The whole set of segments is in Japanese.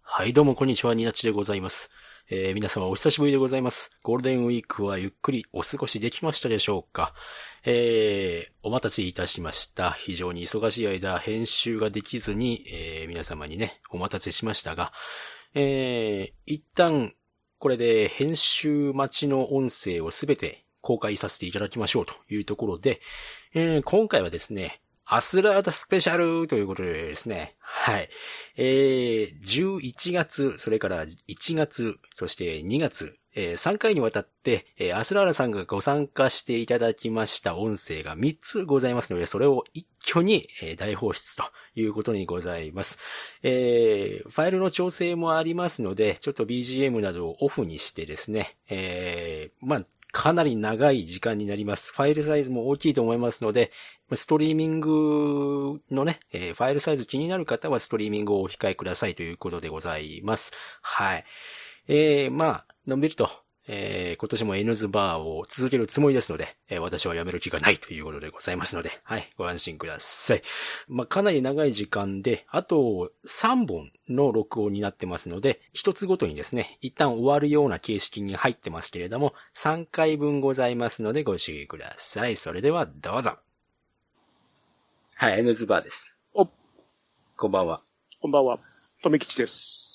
はい、どうもこんにちは、ニナッチでございます。皆様お久しぶりでございます。ゴールデンウィークはゆっくりお過ごしできましたでしょうか。お待たせいたしました。非常に忙しい間、編集ができずに、皆様にね、お待たせしましたが、一旦、これで編集待ちの音声をすべて公開させていただきましょうというところで、今回はですね、アスラーダスペシャルということでですね。はい。11月、それから1月、そして2月、3回にわたって、アスラーダさんがご参加していただきました音声が3つございますので、それを一挙に、大放出ということにございます。ファイルの調整もありますので、ちょっと BGM などをオフにしてですね、かなり長い時間になります。ファイルサイズも大きいと思いますので、ストリーミングのね、ファイルサイズ気になる方はストリーミングをお控えくださいということでございます。はい。のんびりと、今年も N ズバーを続けるつもりですので、私はやめる気がないということでございますので、はい、ご安心ください。かなり長い時間で、あと3本の録音になってますので、一つごとにですね、一旦終わるような形式に入ってますけれども、3回分ございますのでご注意ください。それではどうぞ。はい、N ズバーです。 こんばんは。 こんばんは。とめきちです。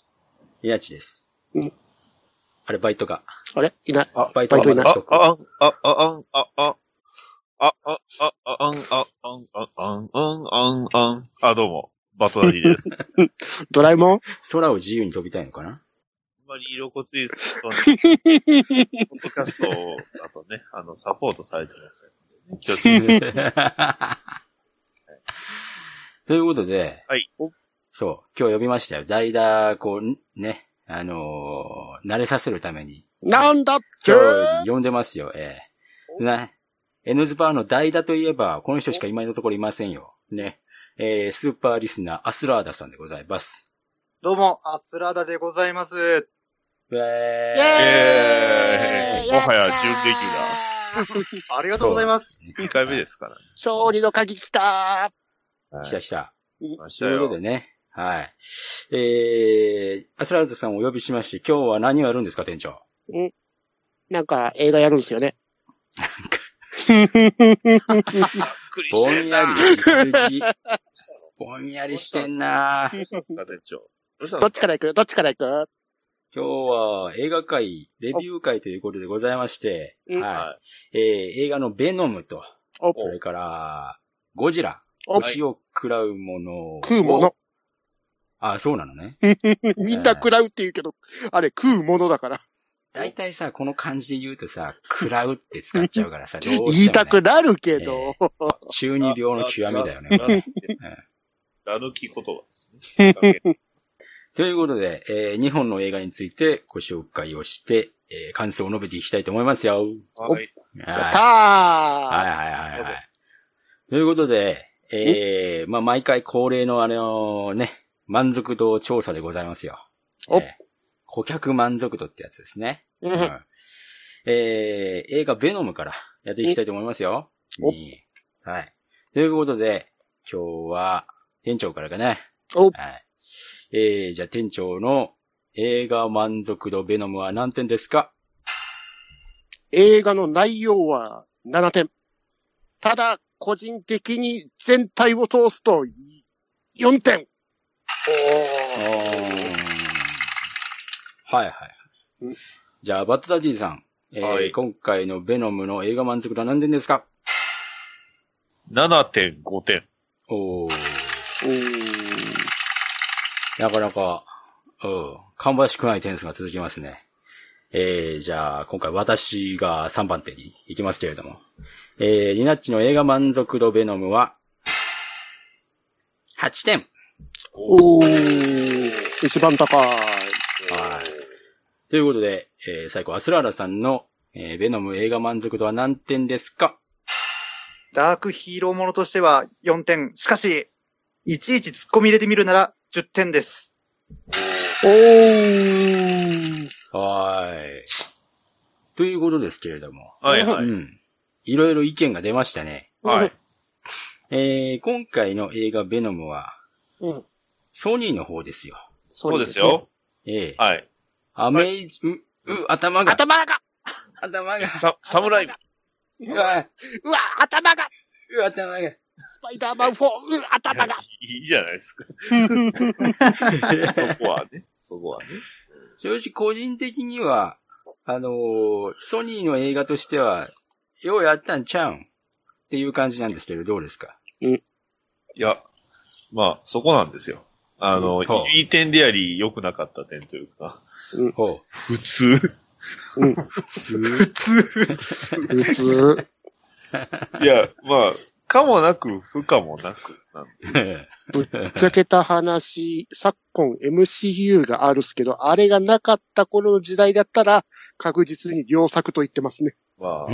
稲地です。 うん。 あれ、バイトが。 あれいない。 バイトいない。 どうも。バトダディです。 ドラえもん空を自由に飛びたいのかな？ あんまり色こついですけど、ポッドキャストだとね、サポートされてますね。気をつけて。 ということで、 はい。 そう、今日呼びましたよ。代打、こう、ね、慣れさせるために。 なんだっけ今日呼んでますよ、N ズバーの代打といえば、この人しか今のところいませんよ。ね。スーパーリスナー、アスラーダさんでございます。 どうも、アスラーダでございます。 もはや準レギュラー。ありがとうございます。 2回目ですからね。 勝利の鍵来たー。来た。 ということでね。はい。アスラーダさんをお呼びしまして、今日は何をやるんですか、店長。 なんか映画やるんですよね。 ぼんやりしすぎ。ぼんやりしてんなどっちから行く今日は映画会、レビュー会ということでございまして、はい。映画のベノムと、それからゴジラ、星を食らうもの。 食うもの。 あ、そうなのね。 みんな食らうって言うけど、あれ食うものだから。 だいたいさ、この漢字で言うとさ、食らうって使っちゃうからさ、どうしても、ね、 言いたくなるけど。 中二病の極みだよね。 ら抜き言葉ですね。 ということで、日本の映画についてご紹介をして、感想を述べていきたいと思いますよ。 はい。 やったー。 はい。ということで、毎回恒例のね、満足度調査でございますよ。顧客満足度ってやつですね。映画ベノムからやっていきたいと思いますよ。はい。ということで、今日は店長からかね。はい。じゃあ店長の映画満足度ベノムは何点ですか？ 映画の内容は7点。ただ、個人的に全体を通すと4点。 はい。じゃあ、バッドダディさん。今回のベノムの映画満足度は何点ですか？ 7.5 点。 なかなか、芳しくない点数が続きますね。じゃあ、今回私が3番手に行きますけれども。ニナッチの映画満足度ベノムは、8点。 一番高い。はい。 ということで、最後、アスラーダさんの、ベノム映画満足度は何点ですか？ ダークヒーローものとしては4点。しかし、いちいち突っ込み入れてみるなら10点です。 はい。ということですけれども。 はい。 いろいろ意見が出ましたね。 はい。 今回の映画ベノムは、ソニーの方ですよ。 そうですよ。 ええ。 はい。 頭が。 頭が侍。 うわ、 頭が頭が。 スパイダーマン4、頭がいいじゃないですか。そこはね。 正直個人的には、ソニーの映画としては、ようやったんちゃうんっていう感じなんですけど、どうですか？ いや、まあ、そこなんですよ。いい点であり、良くなかった点というか、普通。 普通。 いや、まあ、かもなく、不可もなくなんで。 ぶっちゃけた話、昨今 MCU があるっすけど、あれがなかった頃の時代だったら、確実に良作と言ってますね。 ま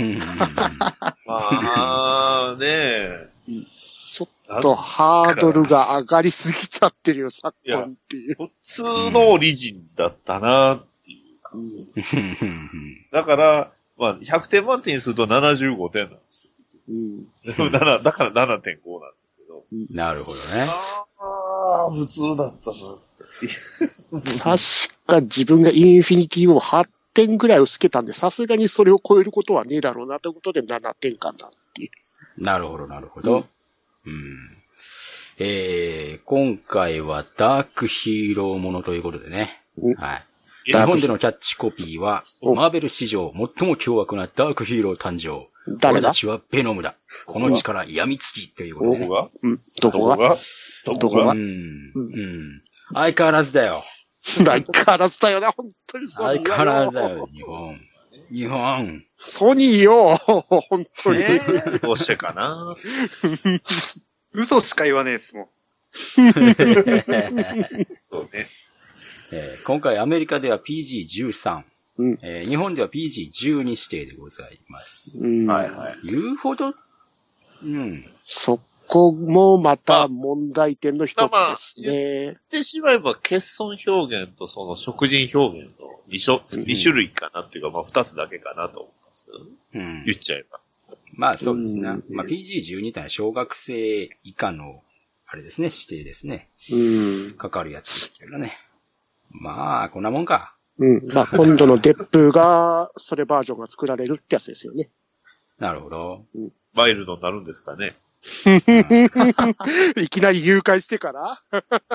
あねえ。 ちょっとハードルが上がりすぎちゃってるよ、昨今っていう。 普通のオリジンだったなっていう感じ。だから、まあ、100点満点にすると75点なんですよ。だから 7.5 なんですけど。 なるほどね。 ああ、普通だったな。 確か自分がインフィニティを8点ぐらいをつけたんで、さすがにそれを超えることはねえだろうなということで7点かなっていう。 なるほど。今回はダークヒーローものということでね。はい。日本でのキャッチコピーは、マーベル史上最も凶悪なダークヒーロー誕生。俺たちはベノムだ。この力病みつきということで、ね。 どこが相変わらずだよ。 相変わらずだよな、本当にそう。 相変わらずだよ、日本。 ソニーよ、本当に。 どうしてかな。 嘘しか言わねえですもん。 そうね。 今回アメリカでは PG13、日本では PG12 指定でございます。言うほど、 そこもまた問題点の一つですね。 言ってしまえば欠損表現とその食人表現の2種類かなっていうか、まあ2つだけかなと思ったんですけどね。言っちゃえば。 まあそうですね。まあ PG12 ってのは小学生以下の、あれですね、指定ですね。かかるやつですけどね。まあ、こんなもんか。 まあ今度のデップが、それバージョンが作られるってやつですよね。 なるほど。 ワイルドになるんですかね。 いきなり誘拐してから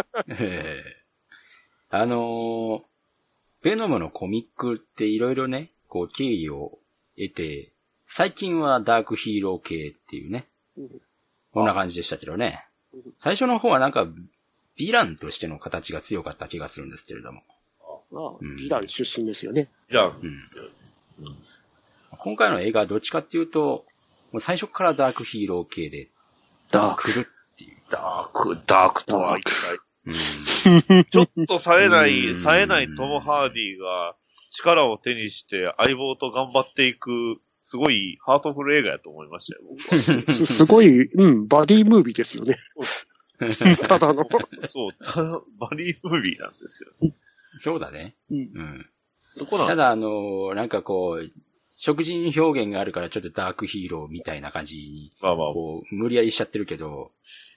ベノムのコミックっていろいろね、こう経緯を得て、最近はダークヒーロー系っていうね。こんな感じでしたけどね。最初の方はなんか、ヴィランとしての形が強かった気がするんですけれども。 ヴィラン出身ですよね。 ヴィランですよね。 今回の映画はどっちかっていうと、もう最初からダークヒーロー系で、来るっていう。 ダークとは一体。ちょっと冴えないトム・ハーディが力を手にして相棒と頑張っていく、すごいハートフル映画やと思いましたよ、僕は。 すごい、バディムービーですよね。ただの。 そう、バディムービーなんですよ。 そうだね。 そこなんただなんかこう、食人表現があるからちょっとダークヒーローみたいな感じに、こう、無理やりしちゃってるけど、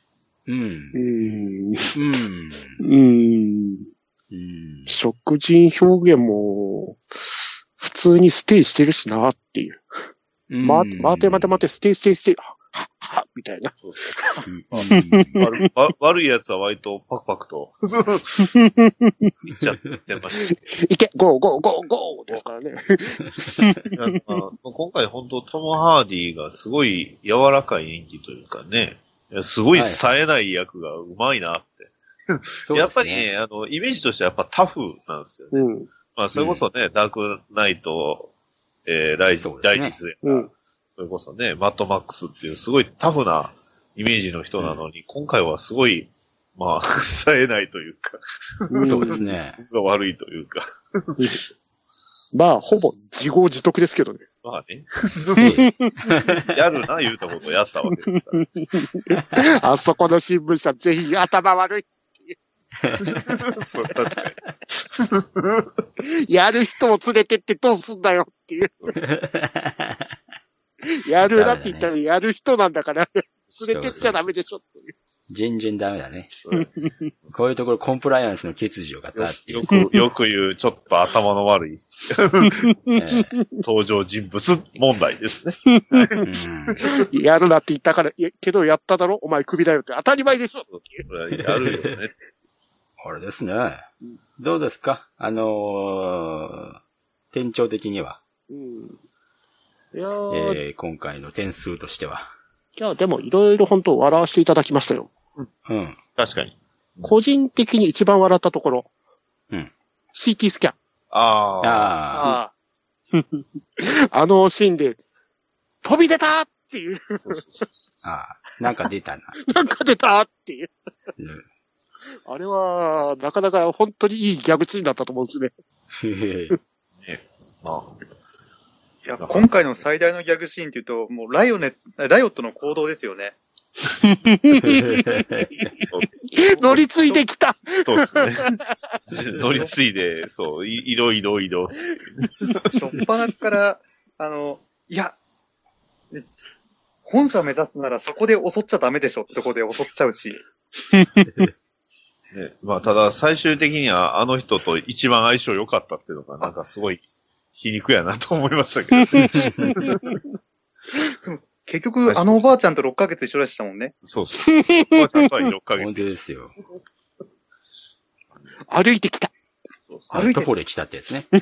食人表現も、普通にステイしてるしなっていう。待て、ステイ、はみたいな。 悪い奴は割とパクパクと。いっちゃってました。 いけ、ゴーですからね。 今回本当トム・ハーディがすごい柔らかい演技というかね、すごい冴えない役がうまいなって。やっぱりね、イメージとしてはやっぱタフなんですよね。まあ、それこそね、ダークナイト、ライジスそれこそね、マッドマックスっていうすごいタフなイメージの人なのに、今回はすごい、まあ、冴えないというか。 そうですね。 が悪いというか。 まあ、ほぼ自業自得ですけどね。 まあね。やるな、言うたことやったわけですから。 あそこの新聞社、ぜひ頭悪い。 そう、確かに。やる人を連れてってどうすんだよっていう。やるなって言ったらやる人なんだから、連れてっちゃダメでしょっていう。 全然ダメだね。こういうところコンプライアンスの欠如があってよく言う、ちょっと頭の悪い、登場人物問題ですね。 やるなって言ったから、けどやっただろお前クビだよって当たり前でしょやるよね。 あれですね。どうですか店長的には。 いや今回の点数としては。 いや、でもいろいろ本当笑わせていただきましたよ。 うん。 確かに。 個人的に一番笑ったところ。 うん。 CT スキャン。 あのシーンで、飛び出たっていう。 なんか出たな。 なんか出たっていう。あれは、なかなか本当にいいギャグシーンだったと思うんですね。 いや、今回の最大のギャグシーンっていうと、もうライオットの行動ですよね。 乗り継いできた。 そうですね。乗り継いで、そう、移動。しょっぱなから、いや、本社目指すならそこで襲っちゃダメでしょってとこで襲っちゃうし。 ね、まあ、ただ最終的にはあの人と一番相性良かったっていうのが、なんかすごい皮肉やなと思いましたけど。結局、あのおばあちゃんと6ヶ月一緒でしたもんね。 そうそう。おばあちゃんとは6ヶ月。 本当ですよ。 歩いてきた。 歩いてこれ来たってやつね。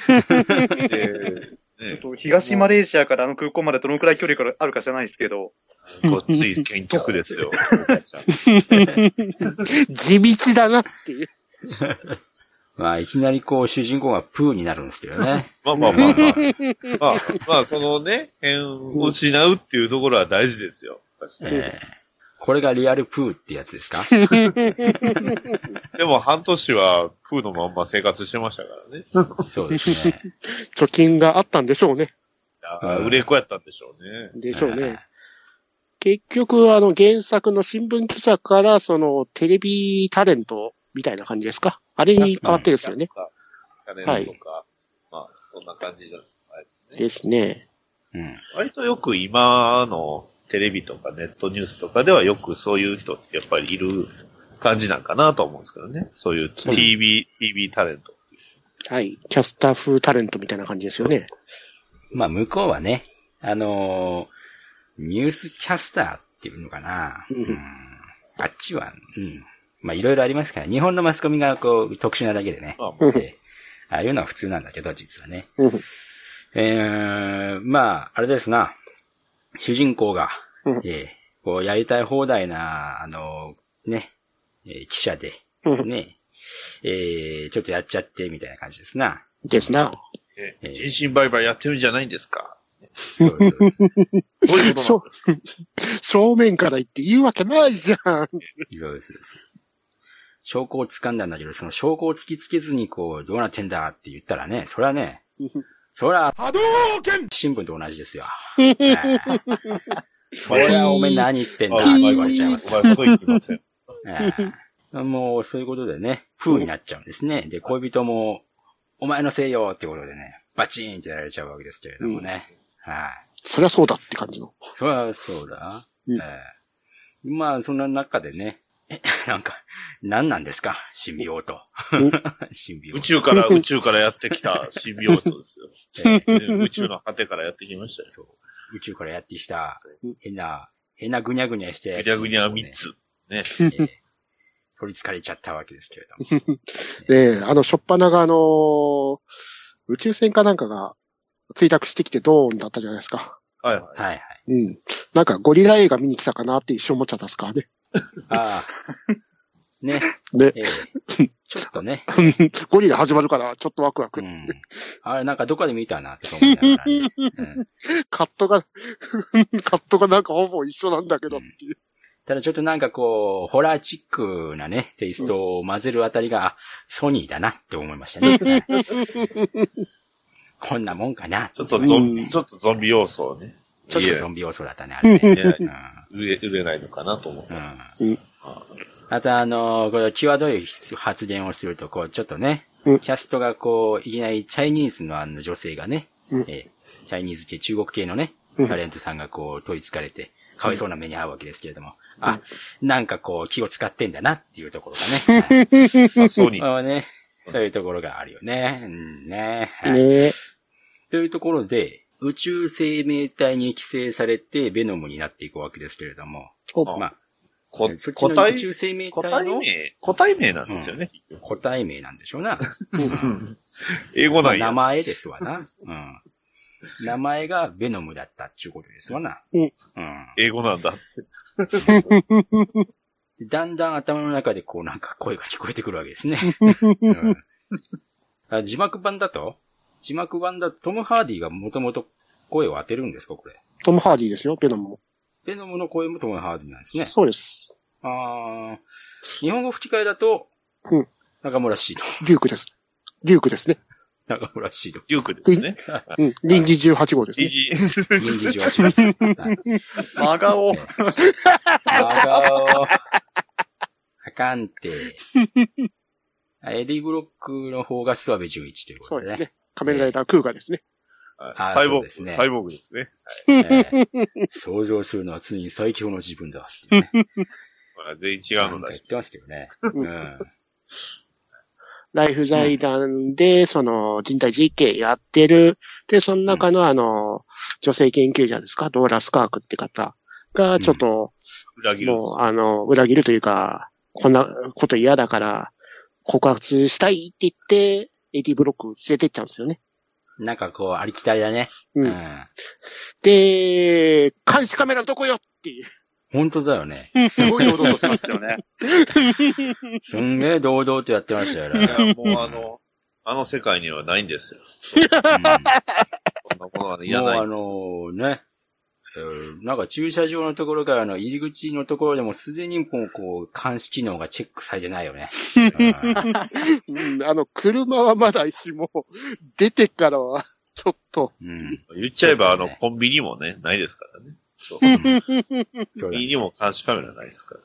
東マレーシアからあの空港までどのくらい距離があるか知らないですけど。 ごっつい健脚ですよ。 地道だなっていう。 まあ、いきなりこう、主人公がプーになるんですけどね。 まあ、そのね、変を失うっていうところは大事ですよ。確かに。 これがリアルプーってやつですか？ でも半年はプーのまんま生活してましたからね。 そうですね。 貯金があったんでしょうね。 売れっ子やったんでしょうね。 でしょうね。結局、原作の新聞記者から、テレビタレントみたいな感じですか？あれに変わってるんですよね。 はい。まあ、そんな感じじゃないですね。 ですね。 割とよく今のテレビとかネットニュースとかではよくそういう人ってやっぱりいる感じなんかなと思うんですけどね。そういう TV タレント。 はい。キャスター風タレントみたいな感じですよね。 まあ、向こうはね、ニュースキャスターっていうのかな。あっちは、まあ、いろいろありますから、日本のマスコミがこう、特殊なだけでね。ああいうのは普通なんだけど、実はね。まあ、あれですな。主人公が、こう、やりたい放題な、記者で、ね、ちょっとやっちゃって、みたいな感じですな。 ですな。 人身売買やってるんじゃないんですか。 そう正面から言って言うわけないじゃん。 そうです。証拠を掴んだんだけど、その証拠を突きつけずにこう、どうなってんだって言ったらね、それはね、波動拳新聞と同じですよ。そりゃおめえ何言ってんだって言われちゃいます。もうそういうことでね、風になっちゃうんですね。で、恋人も、お前のせいよってことでね、バチーンってやられちゃうわけですけれどもね。 そりゃそうだって感じの。 そりゃそうだ。まあ、そんな中でね、何なんですかシンビオート。 宇宙からやってきたシンビオートですよ。宇宙の果てからやってきましたよ。 そう。宇宙からやってきた、変なぐにゃぐにゃして、 ぐにゃぐにゃ3つ。ね。 取り憑かれちゃったわけですけれども。しょっぱなが宇宙船かなんかが墜落してきてドーンだったじゃないですか。 はい。 なんかゴリラ映画見に来たかなって一瞬思っちゃったっすからね。 ね。ちょっとね。 ゴリラ始まるからちょっとワクワク。 あれなんかどこで見たなって思いながらね。 カットがなんかほぼ一緒なんだけどっていう。 ただちょっとなんかこう、ホラーチックなね、テイストを混ぜるあたりが、ソニーだなって思いましたね。こんなもんかな。 ちょっとゾンビ要素をね。 ちょっとゾンビ要素だったね、あれね。 売れないのかなと思った。 あとこれ、際どい発言をすると、こう、ちょっとね、キャストがこう、いきなりチャイニーズの女性がね、チャイニーズ系、中国系のね、タレントさんがこう、取り憑かれて、かわいそうな目に遭うわけですけれども、 なんかこう気を使ってんだなっていうところがね。 そうに。 ね。そういうところがあるよね。うんね。 ねというところで、宇宙生命体に寄生されてベノムになっていくわけですけれども。まあ、そっちの宇宙生命体の個体名なんですよね。 個体名なんでしょうな。 英語なんや。 名前ですわな。名前がベノムだったっていうことですわな。 英語なんだって。 だんだん頭の中でこうなんか声が聞こえてくるわけですね。字幕版だとトム・ハーディがもともと声を当てるんですかこれ。 トム・ハーディですよ、ベノムも。 ベノムの声もトム・ハーディなんですね。 そうです。 日本語吹き替えだと、中村シード。 リュークです。リュークですね。 中村シード。 リュークですね。 臨時18号ですね。 臨時18号。 真顔。 真顔。あかんて。エディ・ブロックの方が諏訪部11ということでね。 そうですね。仮面ライダークーガですね。 サイボーグですね。 想像するのは常に最強の自分だっていうね。 全員違うのだし。 言ってますけどね。 ライフ財団で、人体実験やってる。で、その中の女性研究者ですか、ドーラ・スカークって方が、ちょっと、 裏切る。 裏切るというか、こんなこと嫌だから、告発したいって言って、エディ・ブロック連れてっちゃうんですよね。 なんかこう、ありきたりだね。 で、監視カメラどこよっていう。 本当だよね。 すごい堂々としてましたよね。 すんげえ堂々とやってましたよね。 いや、もう世界にはないんですよ。そんなことはね、いらないんですよ。 ね。なんか駐車場のところから入り口のところでもすでにもうこう監視機能がチェックされてないよね。 車はまだしも、出てからは、ちょっと。 言っちゃえばコンビニもね、ないですからね。コンビニにも監視カメラないですから。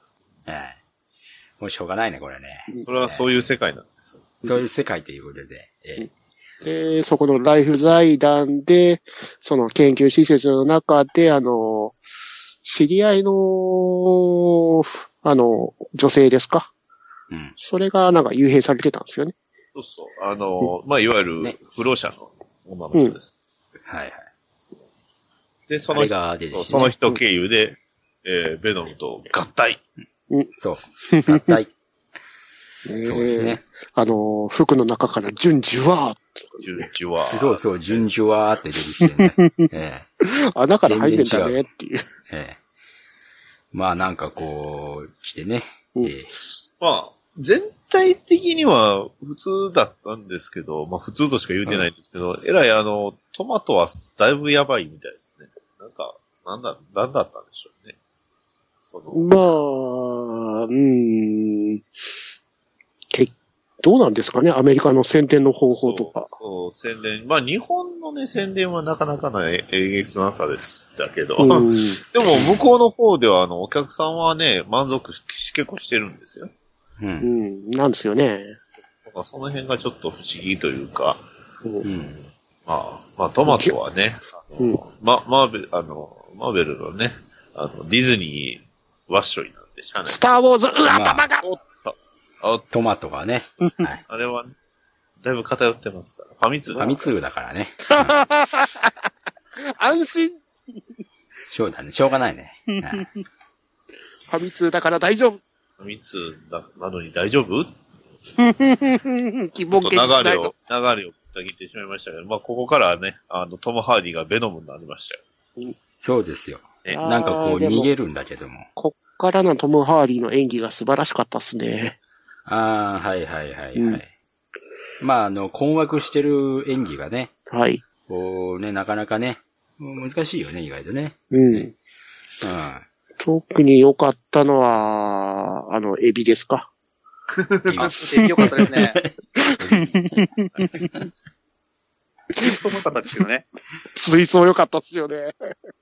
もうしょうがないね、これね。 それはそういう世界なんですよ。 そういう世界ということで。 で、そこのライフ財団で、その研究施設の中で、知り合いの、女性ですか。それがなんか幽閉されてたんですよね。 そうそう。まあ、いわゆる、不老者の女の子です。 はいはい。 で、その人経由で、ベノムと合体。 そう。合体。そうですね。 服の中から順々わーって。 順々わー。 そうそう、順々わーって出てきてね。 穴から入ってんだねっていう。 まあなんかこう、来てね。 まあ、全体的には普通だったんですけど、まあ普通としか言うてないんですけど、えらいトマトはだいぶやばいみたいですね。なんか、なんだったんでしょうね。 まあ、どうなんですかね、アメリカの宣伝の方法とか。 そう、宣伝。まあ日本のね、宣伝はなかなかなえげつなさでしたけど、でも向こうの方ではお客さんはね、満足結構してるんですよ。 なんですよね。 その辺がちょっと不思議というか、まあトマトはね、マーベルのね、ディズニーワッショイなんでしゃあない。 スターウォーズ、頭がトマトがね。 あれは、だいぶ偏ってますから。ファミ通だからね。 安心。 そうだね。しょうがないね。 ファミ通だから大丈夫。 ファミ通なのに大丈夫？ 疑問形しないの。 流れをたぎってしまいましたけど、まあここからはね、トム・ハーディがベノムになりましたよ。 そうですよ。なんかこう逃げるんだけども。 こっからのトム・ハーディの演技が素晴らしかったっすね。 はい。まあ、困惑してる演技がね。 はい。 こうね、なかなかね、難しいよね、意外とね。 特に良かったのは、エビですか。 エビ良かったですね。水槽も良かったですよね。 水槽良かったですよね。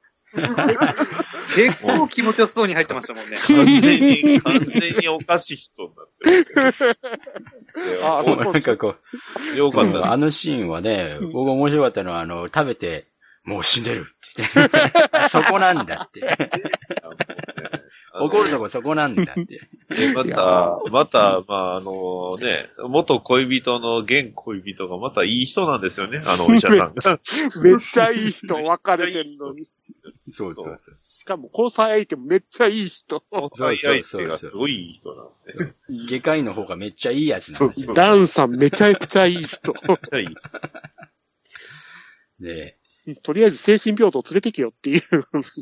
結構気持ちよさそうに入ってましたもんね。 完全におかしい人になってる。 なんかこう、よかった。 あのシーンはね、僕面白かったのは、食べて、もう死んでるって言って。そこなんだって。 怒るとこそこなんだって。 また、元恋人の現恋人がまたいい人なんですよね、お医者さんが。 めっちゃいい人、別れてんのに。 そうそう。 しかも交際相手もめっちゃいい人。 交際相手がすごいいい人なんで。 外科医の方がめっちゃいいやつなんですよ。 ダンさんめちゃくちゃいい人。めっちゃいい。 ねとりあえず精神病棟連れてけよっていう。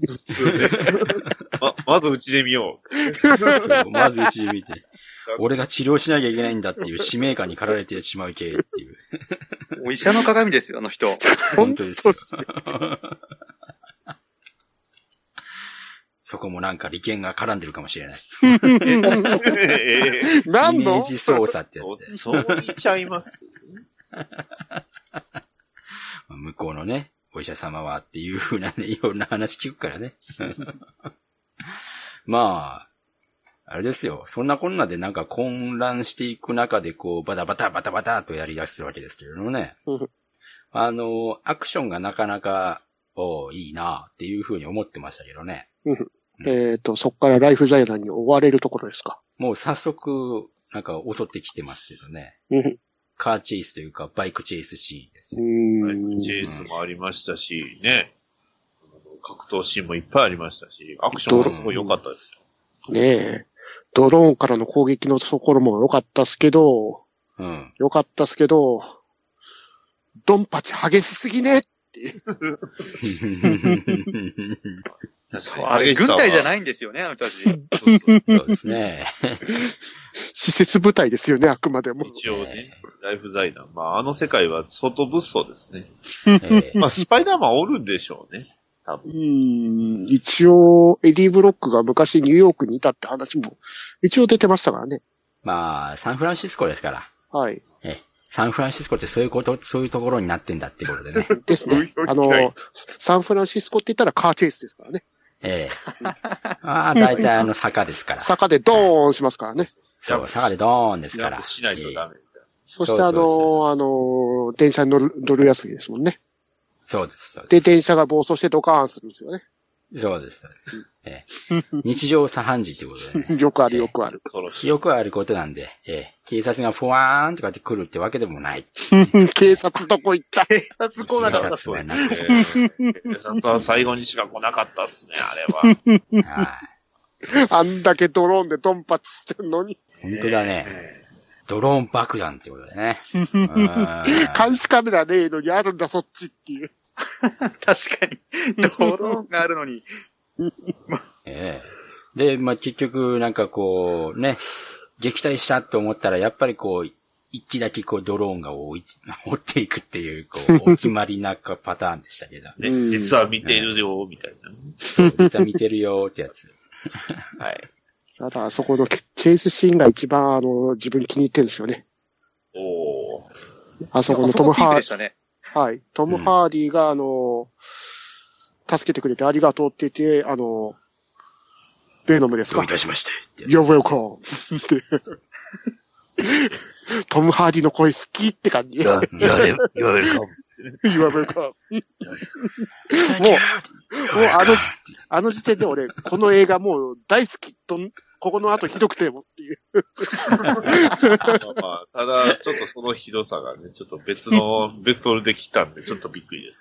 まずうちで見よう。 そうまずうちで見て。俺が治療しなきゃいけないんだっていう使命感に駆られてしまう系っていう。 お医者の鏡ですよ、あの人。 本当ですよ。そこもなんか利権が絡んでるかもしれない。 何のイメージ操作ってやつで。 そう言っちゃいます。 向こうのね、お医者様はっていう風なね、いろんな話聞くからね。まあ、あれですよ。そんなこんなでなんか混乱していく中でこう、バタバタとやり出すわけですけれどもね。アクションがなかなか、いいなっていう風に思ってましたけどね。 そっからライフ財団に追われるところですか。 もう早速、なんか襲ってきてますけどね。カーチェイスというか、バイクチェイスシーンですよ。 バイクチェイスもありましたし、ね。格闘シーンもいっぱいありましたし、アクションもすごい良かったですよ。 ねえ。ドローンからの攻撃のところも良かったっすけど、ドンパチ激しすぎねっていう。 あれ、軍隊じゃないんですよね、あの人たち。 そうですね。 施設部隊ですよね、あくまでも。 一応ね、ライフ財団。あの世界は相当物騒ですね。スパイダーマンおるんでしょうね。多分。 一応、エディ・ブロックが昔ニューヨークにいたって話も、一応出てましたからね。 サンフランシスコですから。 はい。 サンフランシスコってそういうところになってんだってことでね。 ですね。サンフランシスコって言ったらカーチェイスですからね。 大体坂ですから。 坂でドーンしますからね。 そう、坂でドーンですから。 しないとダメ。 そして電車に乗るやつですもんね。 そうです。 で、電車が暴走してドカーンするんですよね。 そうです。日常茶飯事ってことでね。 よくある。よくあることなんで、警察がふわーんとかって来るってわけでもない。 警察どこ行った警察来なかったっすね。 警察は最後にしか来なかったっすね、あれは。 あんだけドローンでドンパチしてんのに。 本当だね。ドローン爆弾ってことだね。 監視カメラねえのにあるんだそっちっていう。 確かに。ドローンがあるのに。 で、結局なんかこうね、撃退したと思ったらやっぱりこう、一機だけこうドローンが追っていくっていう、こう、お決まりなパターンでしたけど。 実は見てるよ、みたいな。 そう、実は見てるよってやつ。 はい。 ただ、あそこのチェイスシーンが一番自分に気に入ってるんですよね。あそこのトム・ハーディー。 ね、 はい。トム・ハーディーが助けてくれてありがとうって言って、ベノムですか。 どういたしまして。 You're welcome って。トム・ハーディの声好きって感じ。 You're welcome. You're welcome. もうあの時点で俺、この映画もう大好きここの後ひどくてもっていう。 ただ、ちょっとそのひどさがね、ちょっと別のベクトルで来たんで、ちょっとびっくりです。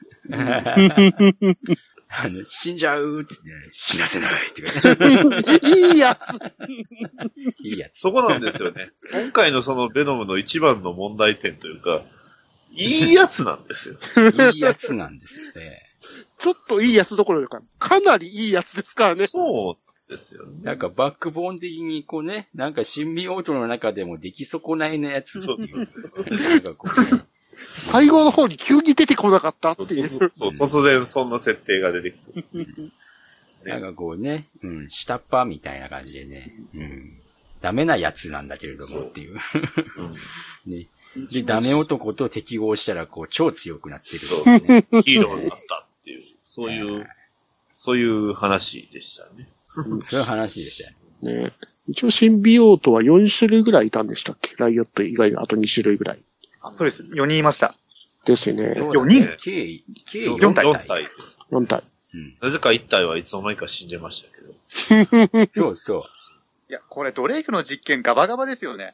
死んじゃうってね、死なせないって言って。いいやついいやつ。 そこなんですよね。今回のそのベノムの一番の問題点というか、いいやつなんですよ。 いいやつなんですよね。 ちょっといいやつどころか、かなりいいやつですからね。 そうですよね。 なんかバックボーン的にこうね、なんか新味オートの中でも出来損ないのやつ。 そう。 なんかこうね。 最後の方に急に出てこなかったっていう。 そう、突然そんな設定が出てきて。 なんかこうね、下っ端みたいな感じでね、ダメなやつなんだけれどもっていう。ね。で、ダメ男と適合したらこう超強くなってる、 ね。ヒーローになったっていう、そういう話でしたね。 そういう話でしたね。ね。一応シンビオートは4種類ぐらいいたんでしたっけ？ライオット以外のあと2種類ぐらい。 そうです。4人いました。 ですよね。 4人計4体。 4体。 なぜか一体はいつの間にか死んでましたけど。 そうそう。 いや、これドレイクの実験ガバガバですよね。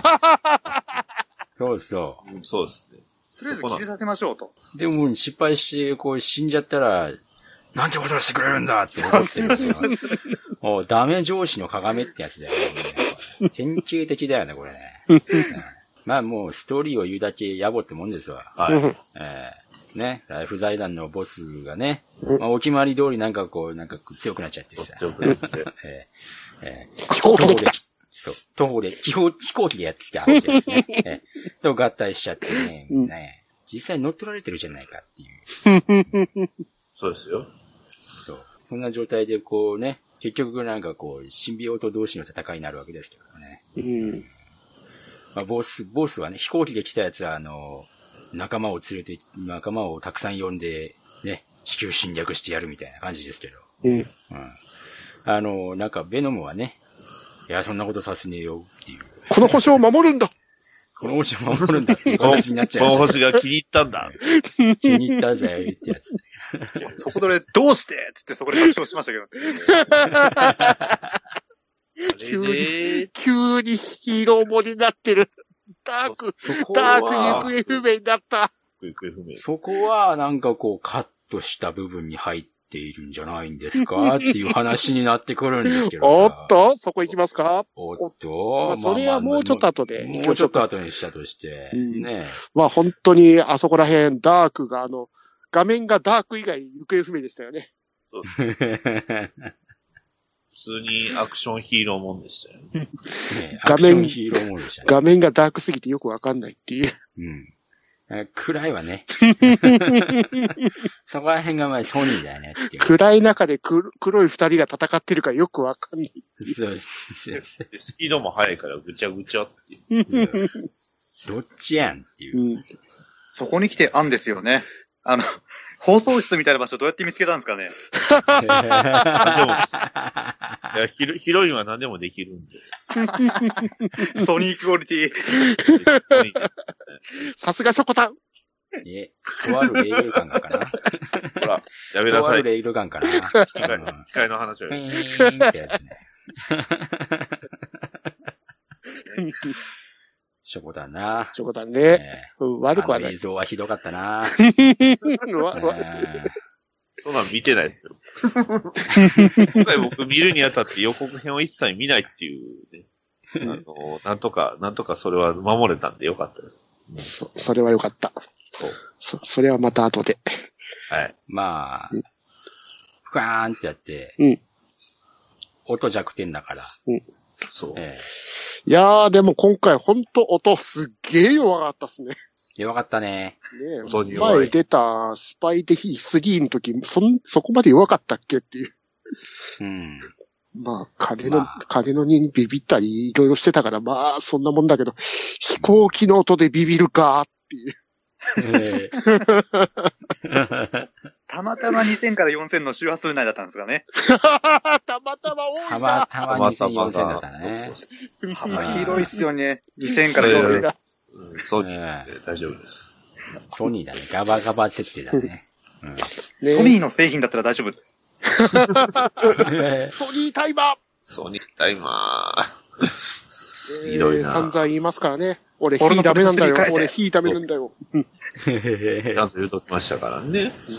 そうそう。 そうですね。 とりあえず切りさせましょうと。 でも失敗してこう死んじゃったら、なんてことをしてくれるんだって思ってるんですよ。もうダメ上司の鏡ってやつだよね。典型的だよね、これね。まあもうストーリーを言うだけ野暮ってもんですわ。 はい。 ね、ライフ財団のボスがね、まあ、お決まり通りなんか強くなっちゃってさ。 強くなって。 飛行機で来た。 そう。飛行機でやってきたわけですね。と合体しちゃってね、実際乗っ取られてるじゃないかっていう。 そうですよ。 そう。そんな状態でこうね、結局なんかこう、シンビオート同士の戦いになるわけですけどね。まあ、ボスはね、飛行機で来たやつは仲間をたくさん呼んで、ね、地球侵略してやるみたいな感じですけど。なんかベノムはね、いや、そんなことさせねえよっていう。 この星を守るんだこの星を守るんだっていう形になっちゃう。 この星が気に入ったんだ。 気に入ったぜってやつ。 そこでどうしてつってそこで爆笑しましたけど。 急にヒーローモになってる。ダーク行方不明になった。 そこはなんかこうカットした部分に入っているんじゃないんですかっていう話になってくるんですけどさ。 おっとそこ行きますかおっと、 まあ、それはもうちょっと後で。 もうちょっと後にしたとして。ね。 まあ本当にあそこら辺ダークが画面がダーク以外行方不明でしたよね。 普通にアクションヒーローもんでしたよね。 アクションヒーローもんでしたね。 画面がダークすぎてよくわかんないっていう。 暗いわね。そこら辺がまあソニーだよねっていう。 暗い中で黒い二人が戦ってるからよくわかんない。 そうスピードも速いからぐちゃぐちゃっていう。 どっちやんっていう。 そこに来てアンですよね。放送室みたいな場所どうやって見つけたんですかね。 いやヒロインは何でもできるんで。ソニークオリティ。 さすがショコタン。 とあるレイルガンかな。 ほら、やめなさい。とあるレイルガンかな。 機械の話を。 ピーンってやつね。ショコタンな。 ショコタンね。悪くはない。 映像はひどかったな。 そんなん見てないですよ。今回僕見るにあたって予告編を一切見ないっていうね。なんとかそれは守れたんでよかったです。 それはよかった。それはまた後で。 はい。 まあ、ふかーんってやって、音弱点だから。 そう。 いやー、でも今回ほんと音すっげー弱かったっすね。 弱かったね。 前出たスパイデヒ3の時、そこまで弱かったっけっていう。まあ、金のにビビったりいろいろしてたから、まあ、そんなもんだけど、飛行機の音でビビるかっていう。 たまたま2000から4000の周波数内だったんですかね。 たまたま多いな。 たまたま2000、4000だったね。 幅広いっすよね。2000から4000が。 ソニーで大丈夫です。 ソニーだね。ガバガバ設定だね。 ソニーの製品だったら大丈夫。 ソニータイマー。 ソニータイマー。ひどいな。 散々言いますからね。俺、火ダメなんだよ。俺、火ダメなんだよ。 ちゃんと言うときましたからね。そう。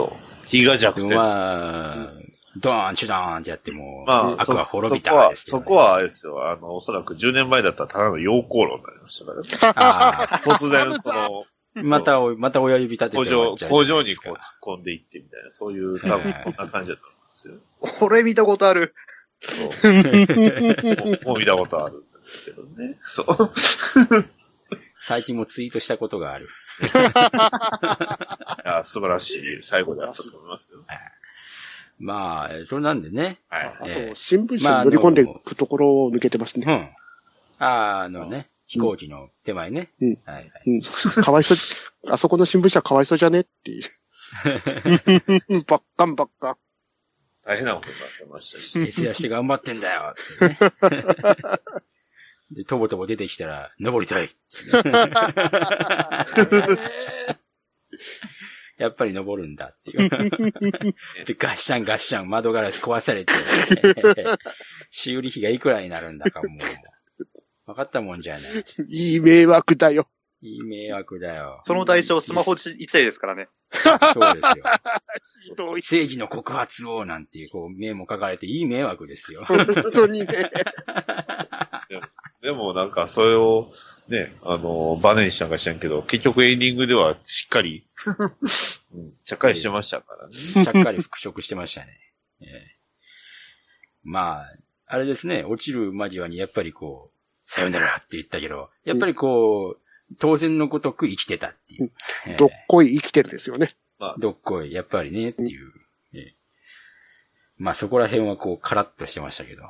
火が弱点。 まあ、ドーン、チュドーンってやっても、 まあ、 悪は滅びたですよね。そこはあれですよ。おそらく10年前だったらただの溶鉱炉になりましたからね。突然、 また親指立てて工場にこう突っ込んでいってみたいな、そういう、多分そんな感じだと思うんですよ。 これ見たことある。 そう。もう見たことあるんですけどね。そう。 最近もツイートしたことがある。 いや、素晴らしい最後だったと思いますよ。 まあ、それなんでね。 はい。あと、新聞紙に乗り込んでいくところを抜けてますね。 飛行機の手前ね。 はいはい。かわいそう、あそこの新聞社かわいそうじゃねっていう。ばっかん。 大変なことになってましたし。 徹夜して頑張ってんだよってね。で、とぼとぼ出てきたら、登りたいって、ね。 やっぱり登るんだっていう。で、ガッシャンガッシャン窓ガラス壊されて、修理費がいくらになるんだかもう、分かったもんじゃない。 いい迷惑だよ。 いい迷惑だよ。 その代償スマホ1台ですからね。 そうですよ。 ひどい。 正義の告発をなんていう、こう、名も書かれていい迷惑ですよ。 本当にね。 でもなんかそれをね、バネにしたんか知らんけど、結局エンディングではしっかり、ちゃっかりしてましたからね。 ちゃっかり復職してましたね。まあ、あれですね、落ちる間際にやっぱりこう、さよならって言ったけど、やっぱりこう、当然のごとく生きてたっていう。 どっこい生きてるんですよね。 どっこい、やっぱりね、っていう。まあそこら辺はこう、カラッとしてましたけど。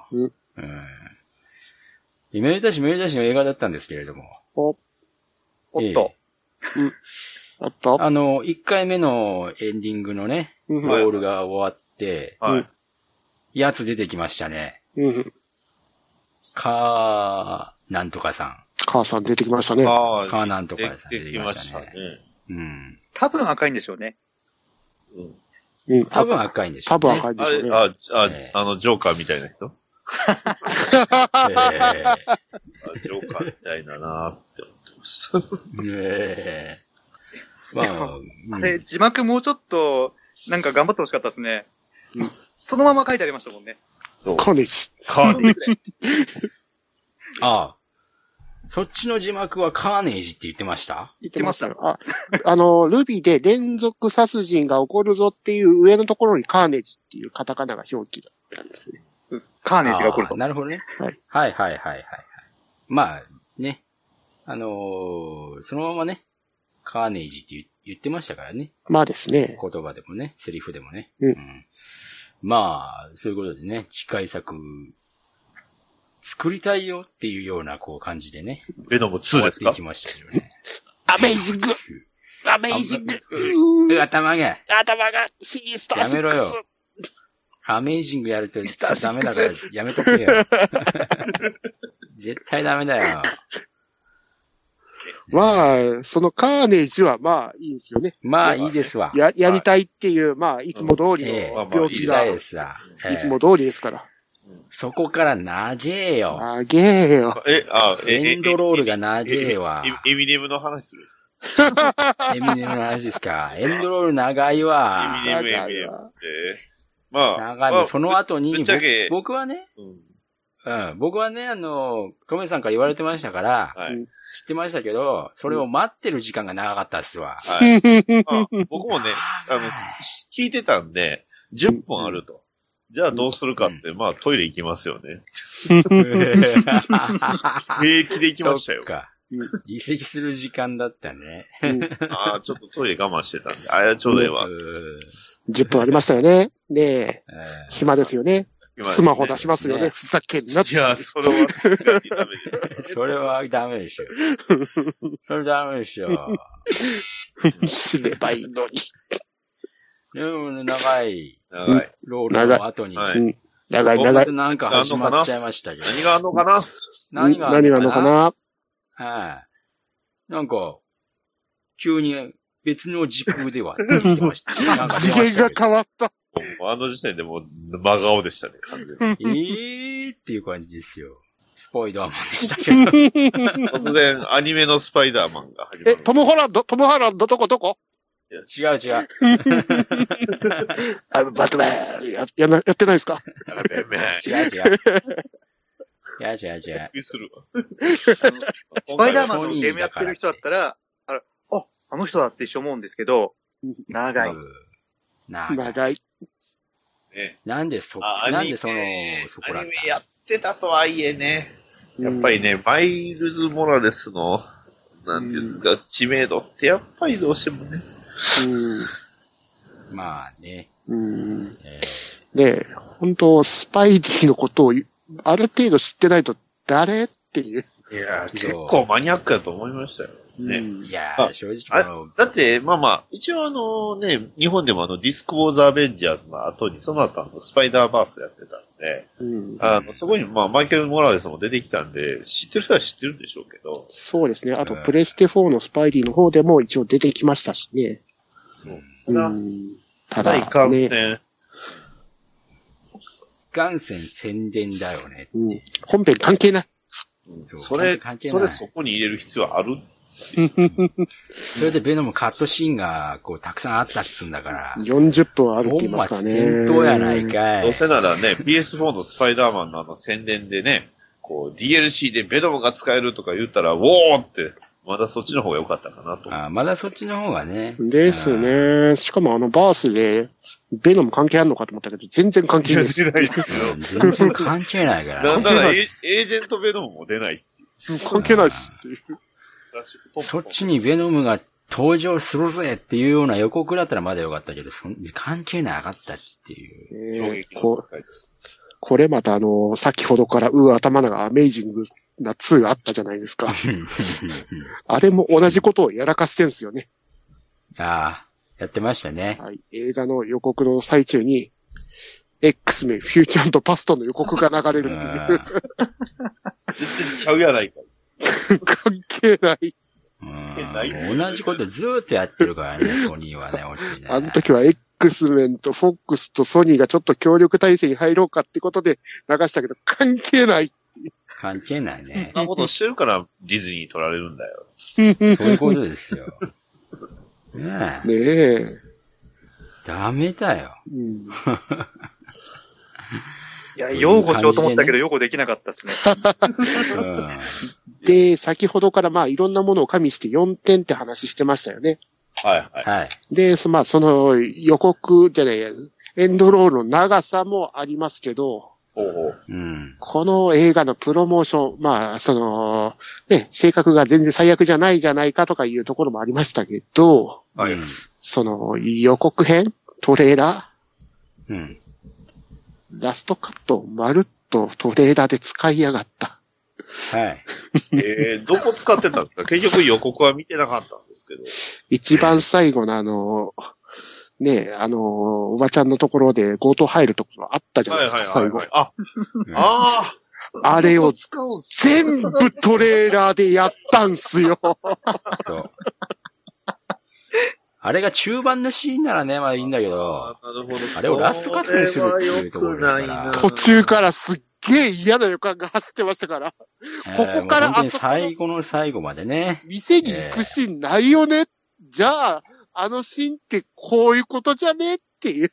メリタシの映画だったんですけれども。 おっと。 あった。 1回目のエンディングのね、ロールが終わって、やつ出てきましたね。なんとかさん。 母さん出てきましたね。 なんとかさん出てきましたね。 多分赤いんでしょうね。 多分赤いんでしょうね。 多分赤いんでしょうね。 ジョーカーみたいな人ジョーカーみたいだなって思ってました。 まあ、あれ、字幕もうちょっと、なんか頑張ってほしかったですね。そのまま書いてありましたもんね。 カーネージ。 ああ。そっちの字幕はカーネージって言ってました？ 言ってましたよ。 ルビで連続殺人が起こるぞっていう上のところにカーネージっていうカタカナが表記だったんですね。 カーネージが起こるぞ。 なるほどね。はい。まあ、ね。そのままね、カーネージって言ってましたからね。 まあですね。 言葉でもね、セリフでもね。まあ、そういうことでね、次回作、作りたいよっていうようなこう感じでね。 ベノム2ですか？ 終わっていきましたけどね。 アメイジング頭がシニスター6。 やめろよ。アメイジングやるとダメだからやめとけよ。絶対ダメだよ。 まあ、そのカーネージはまあいいんですよね。 まあいいですわ。 やりたいっていう、まあいつも通りの病気が、いつも通りですから。 そこから長えよ。 長えよ。 エンドロールが長えわ。 エミネムの話するんですか？エミネムの話ですか？エンドロール長いわ。 エミネム。まあ。 長い。その後に、僕はね、トメさんから言われてましたから、知ってましたけど、それを待ってる時間が長かったっすわ。 僕もね、聞いてたんで、10分あると。じゃあどうするかって、まあトイレ行きますよね。平気で行きましたよ。 そっか。離席する時間だったね。 ちょっとトイレ我慢してたんで、ちょうどいいわ。 10分ありましたよね。ねえ。暇ですよね。スマホ出しますよね。ふざけんなって。 いや、それはダメです。 それはダメでしょ。それダメでしょ。 死ねばいいのに。 でもね、長い。ロールの後に。 長い。 なんか始まっちゃいましたけど。 何があんのかな？ 何があんのかな？ なんか、急に別の時空ではって言ってました。 次元が変わった。 あの時点でもう真顔でしたね、完全に。っていう感じですよ。スパイダーマンでしたけど。 突然、アニメのスパイダーマンが始まる。 トム・ホランドどこ違う。 バットマンやってないですか？ 違う。 びっするわ。 スパイダーマンのゲームやってる人だったら、あの人だって一緒思うんですけど、長い。 なんでそこらアニメやってたとはいえね、やっぱりね、マイルズ・モラレスの、なんていうんですか、知名度ってやっぱりどうしてもね。 まあね。 で、本当スパイディのことをある程度知ってないと誰っていう。 いや、結構マニアックだと思いましたよ。ね。 いや、正直だって、一応日本でもディスクウォーズ・アベンジャーズの後に、その後スパイダーバースやってたんで、そこにマイケル・モラレスも出てきたんで、知ってる人は知ってるんでしょうけど。 そうですね。あと、プレステ4のスパイディの方でも一応出てきましたしね。 そう。 ただ、 ね。 元線宣伝だよねって。 本編関係ない。 そこに入れる必要あるそれでベノムカットシーンが、たくさんあったっつうんだから。 40分あるって言いますからね。 本末転倒やないかい。 どうせならね、PS4 のスパイダーマンの宣伝でね、DLC でベノムが使えるとか言ったら、ウォーって、まだそっちの方が良かったかなと。 まだそっちの方がね。 ですね。しかもバースで、ベノム関係あるのかと思ったけど、全然関係ないです。 全然関係ないからね。 なんならエージェントベノムも出ないっていう。 関係ないっすっていう。 そっちにベノムが登場するぜっていうような予告だったらまだよかったけど、関係なかったっていう。 これまた先ほどから頭がアメイジングな2があったじゃないですか。あれも同じことをやらかしてんすよね。 やってましたね。 はい。映画の予告の最中に、X メン、フューチャー&パストの予告が流れるっていう。 全然ちゃうやないか。 関係ない。 同じことずーっとやってるからね、ソニーはね、本当にね。 あの時は X メンとフォックスとソニーがちょっと協力体制に入ろうかってことで流したけど、関係ない。 関係ないね。 そんなことしてるからディズニー取られるんだよ。 そういうことですよ。ねえ。 ダメだよ。 いや、擁護しようと思ったけど、擁護できなかったですね。 で、先ほどからいろんなものを加味して4点って話してましたよね。 はいはい。 で、その予告じゃないや、エンドロールの長さもありますけど、この映画のプロモーション、性格が全然最悪じゃないじゃないかとかいうところもありましたけど、予告編トレーラー、ラストカットまるっとトレーラーで使いやがった。 はい。 どこ使ってたんですか？結局予告は見てなかったんですけど。 一番最後のおばちゃんのところで強盗入るところあったじゃないですか、最後。あれを全部トレーラーでやったんすよ。そう。 あれが中盤のシーンならね、いいんだけど、あれをラストカットにするっていうところですから。 途中からすっげえ嫌な予感が走ってましたから。ここから本当に最後の最後までね。 店に行くシーンないよね。じゃあ、あのシーンってこういうことじゃねっていう。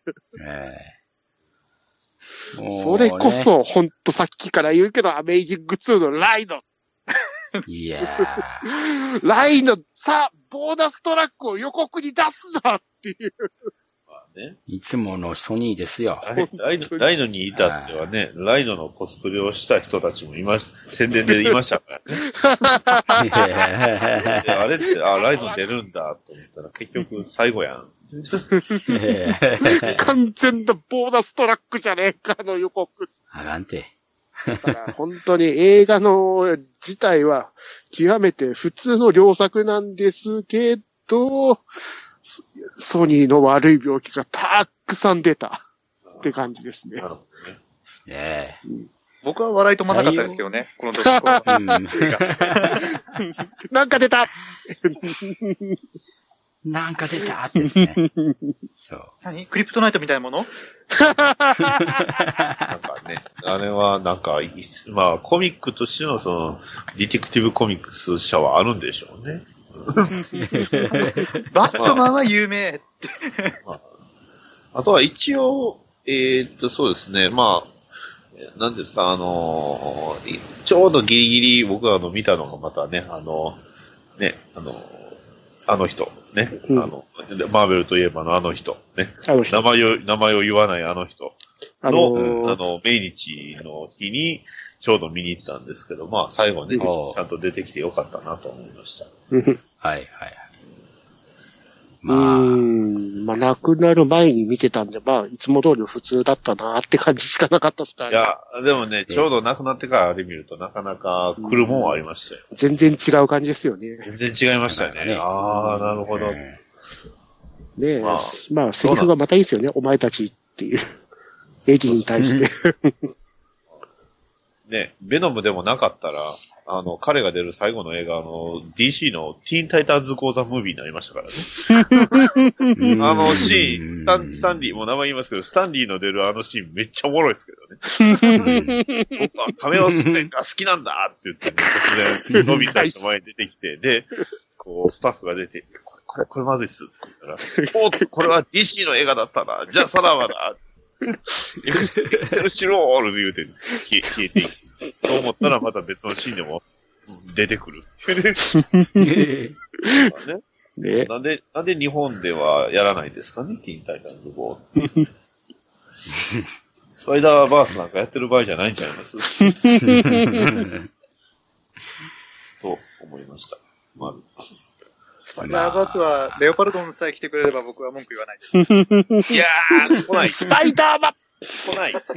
それこそ、ほんとさっきから言うけど、アメイジング2のライド。 いやー。ライド、ボーナストラックを予告に出すなっていう。 いつものソニーですよ。 ライドに至ってはね、ライドのコスプレをした人たちも宣伝でいましたからね。あれって、ライド出るんだと思ったら結局最後やん。 完全なボーナストラックじゃねえかの予告。 あがんて。 だから本当に映画の自体は極めて普通の良作なんですけど、ソニーの悪い病気がたくさん出たって感じですね。なるほどね。 ですね。 僕は笑い止まなかったですけどね、この時。 なんか出たなんか出たってですね。そう。 何？クリプトナイトみたいなもの？ なんかね、あれはなんか、コミックとしてのディティクティブコミックス社はあるんでしょうね。 バットマンは有名。 あとは一応、そうですね、何ですか、ちょうどギリギリ僕が見たのがまたね、あの人ね、マーベルといえばのあの人ね、名前を言わないあの人の、命日の日にちょうど見に行ったんですけど、最後ね、ちゃんと出てきてよかったなと思いました。 はいはい。 亡くなる前に見てたんで、いつも通り普通だったなって感じしかなかったですからね。 いや、でもね、ちょうど亡くなってからあれ見るとなかなか来るもんはありましたよ。 全然違う感じですよね。 全然違いましたよね。なるほど。 ねえ、セリフがまたいいですよね、お前たちっていう。エディに対して。 ね、ベノムでもなかったら、 彼が出る最後の映画、DC のティーンタイタンズゴーザムービーになりましたからね。シーン、スタンリー、もう名前言いますけど、スタンリーの出るシーンめっちゃおもろいですけどね。僕は亀尾出演が好きなんだって言って、突然、伸びた人前に出てきて、で、こう、スタッフが出て、これまずいっすって言ったら、これは DC の映画だったな。じゃあさらばだ。エクセルシロールで言うて消えていく。と思ったらまた別のシーンでも出てくるっていうね。ね。なんで日本ではやらないですかね、ティーンタイタンズ号。スパイダーバースなんかやってる場合じゃないんちゃいますと思いました。 スパイダーバースは、レオパルドンさえ来てくれれば僕は文句言わないです。 いやー、来ない。 スパイダーバ来ない。来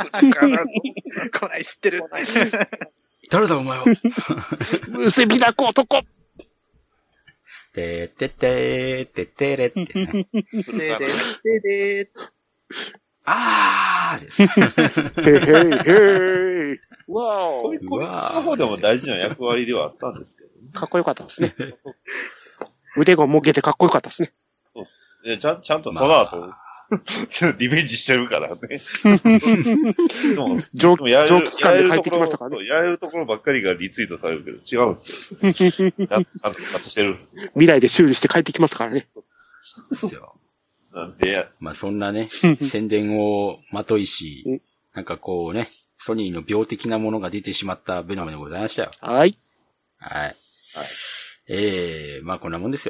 ない、知ってる。 誰だお前は。 むせびだこ男。 てってってってってれって。あーです。 へへ。わお。こいつの方でも大事な役割ではあったんですけどね。 かっこよかったですね。腕がもげてかっこよかったですね。 ちゃんとその後、リベンジしてるからね。 蒸気機関で帰ってきましたからね。 やれるところばっかりがリツイートされるけど違うんですよ。ちゃんと復活してる。 未来で修理して帰ってきますからね。 ですよ。 なんでまあそんなね、宣伝をまといし、なんかこうね、ソニーの病的なものが出てしまったベノムでございましたよ。 はい。 はい。まあこんなもんですよ。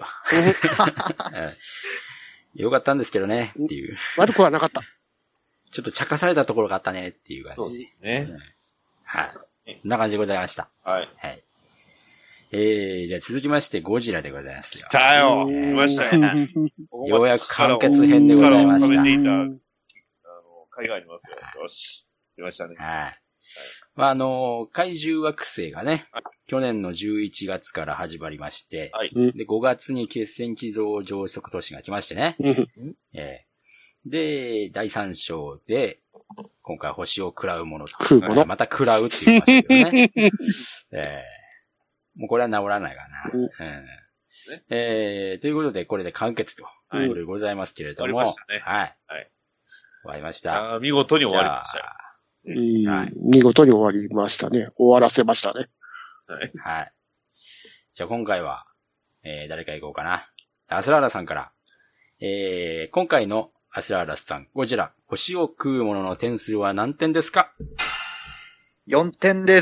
よかったんですけどね、っていう。 悪くはなかった。 ちょっと茶化されたところがあったね、っていう感じ。 そうですね。 はい。こんな感じでございました。 はい。 はい。じゃあ続きましてゴジラでございますよ。 来たよ来ましたよ。 ようやく完結編でございました。 海外ありますよ。よし。来ましたね。 はい。まあ、怪獣惑星がね、去年の11月から始まりまして、 はい、 で、5月に決戦寄贈上速都市が来ましてね、で、第3章で、今回星を食らうものと。 食うもの。 また食らうって言いましたけどね。もうこれは治らないかな。ということで、これで完結と。いうことでございますけれども。 終わりましたね。 はい。終わりました。 見事に終わりましたよ。 見事に終わりましたね。終わらせましたね。 はい。じゃあ今回は、誰か行こうかな。アスラーラさんから。今回のアスラーラさん、ゴジラ、星を食うものの点数は何点ですか？ 4 点です。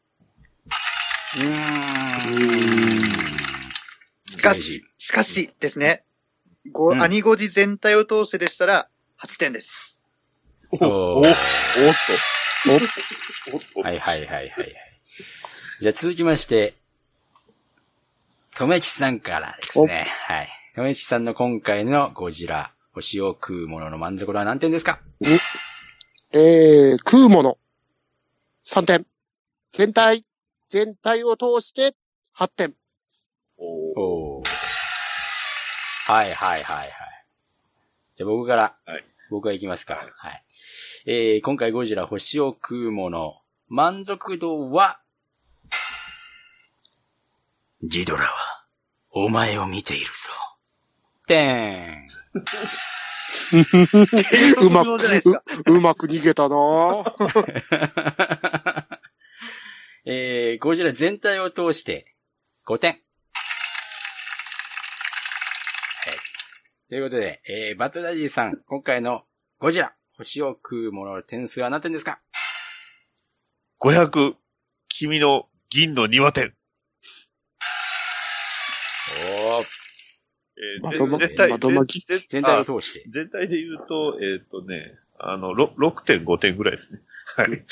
しかしですね。アニゴジ全体を通してでしたら、8点です。 おっと。はい。じゃあ続きまして、とめきさんからですね。はい。とめきさんの今回のゴジラ、星を食うものの満足度は何点ですか？ 食うもの。3点。全体を通して8点。 おー。はい。じゃあ僕から、僕が行きますか。はい。今回ゴジラ星を食うもの、満足度は、ジドラは、お前を見ているぞ。点。 うまく逃げたなゴジラ全体を通して5点。はい。ということで、バトダジーさん、今回のゴジラ、星を食うものの点数は何点ですか？ 500、君の銀の2話点。 おー。 全体を通して。 全体で言うと、6.5 点ぐらいですね。はい。はい。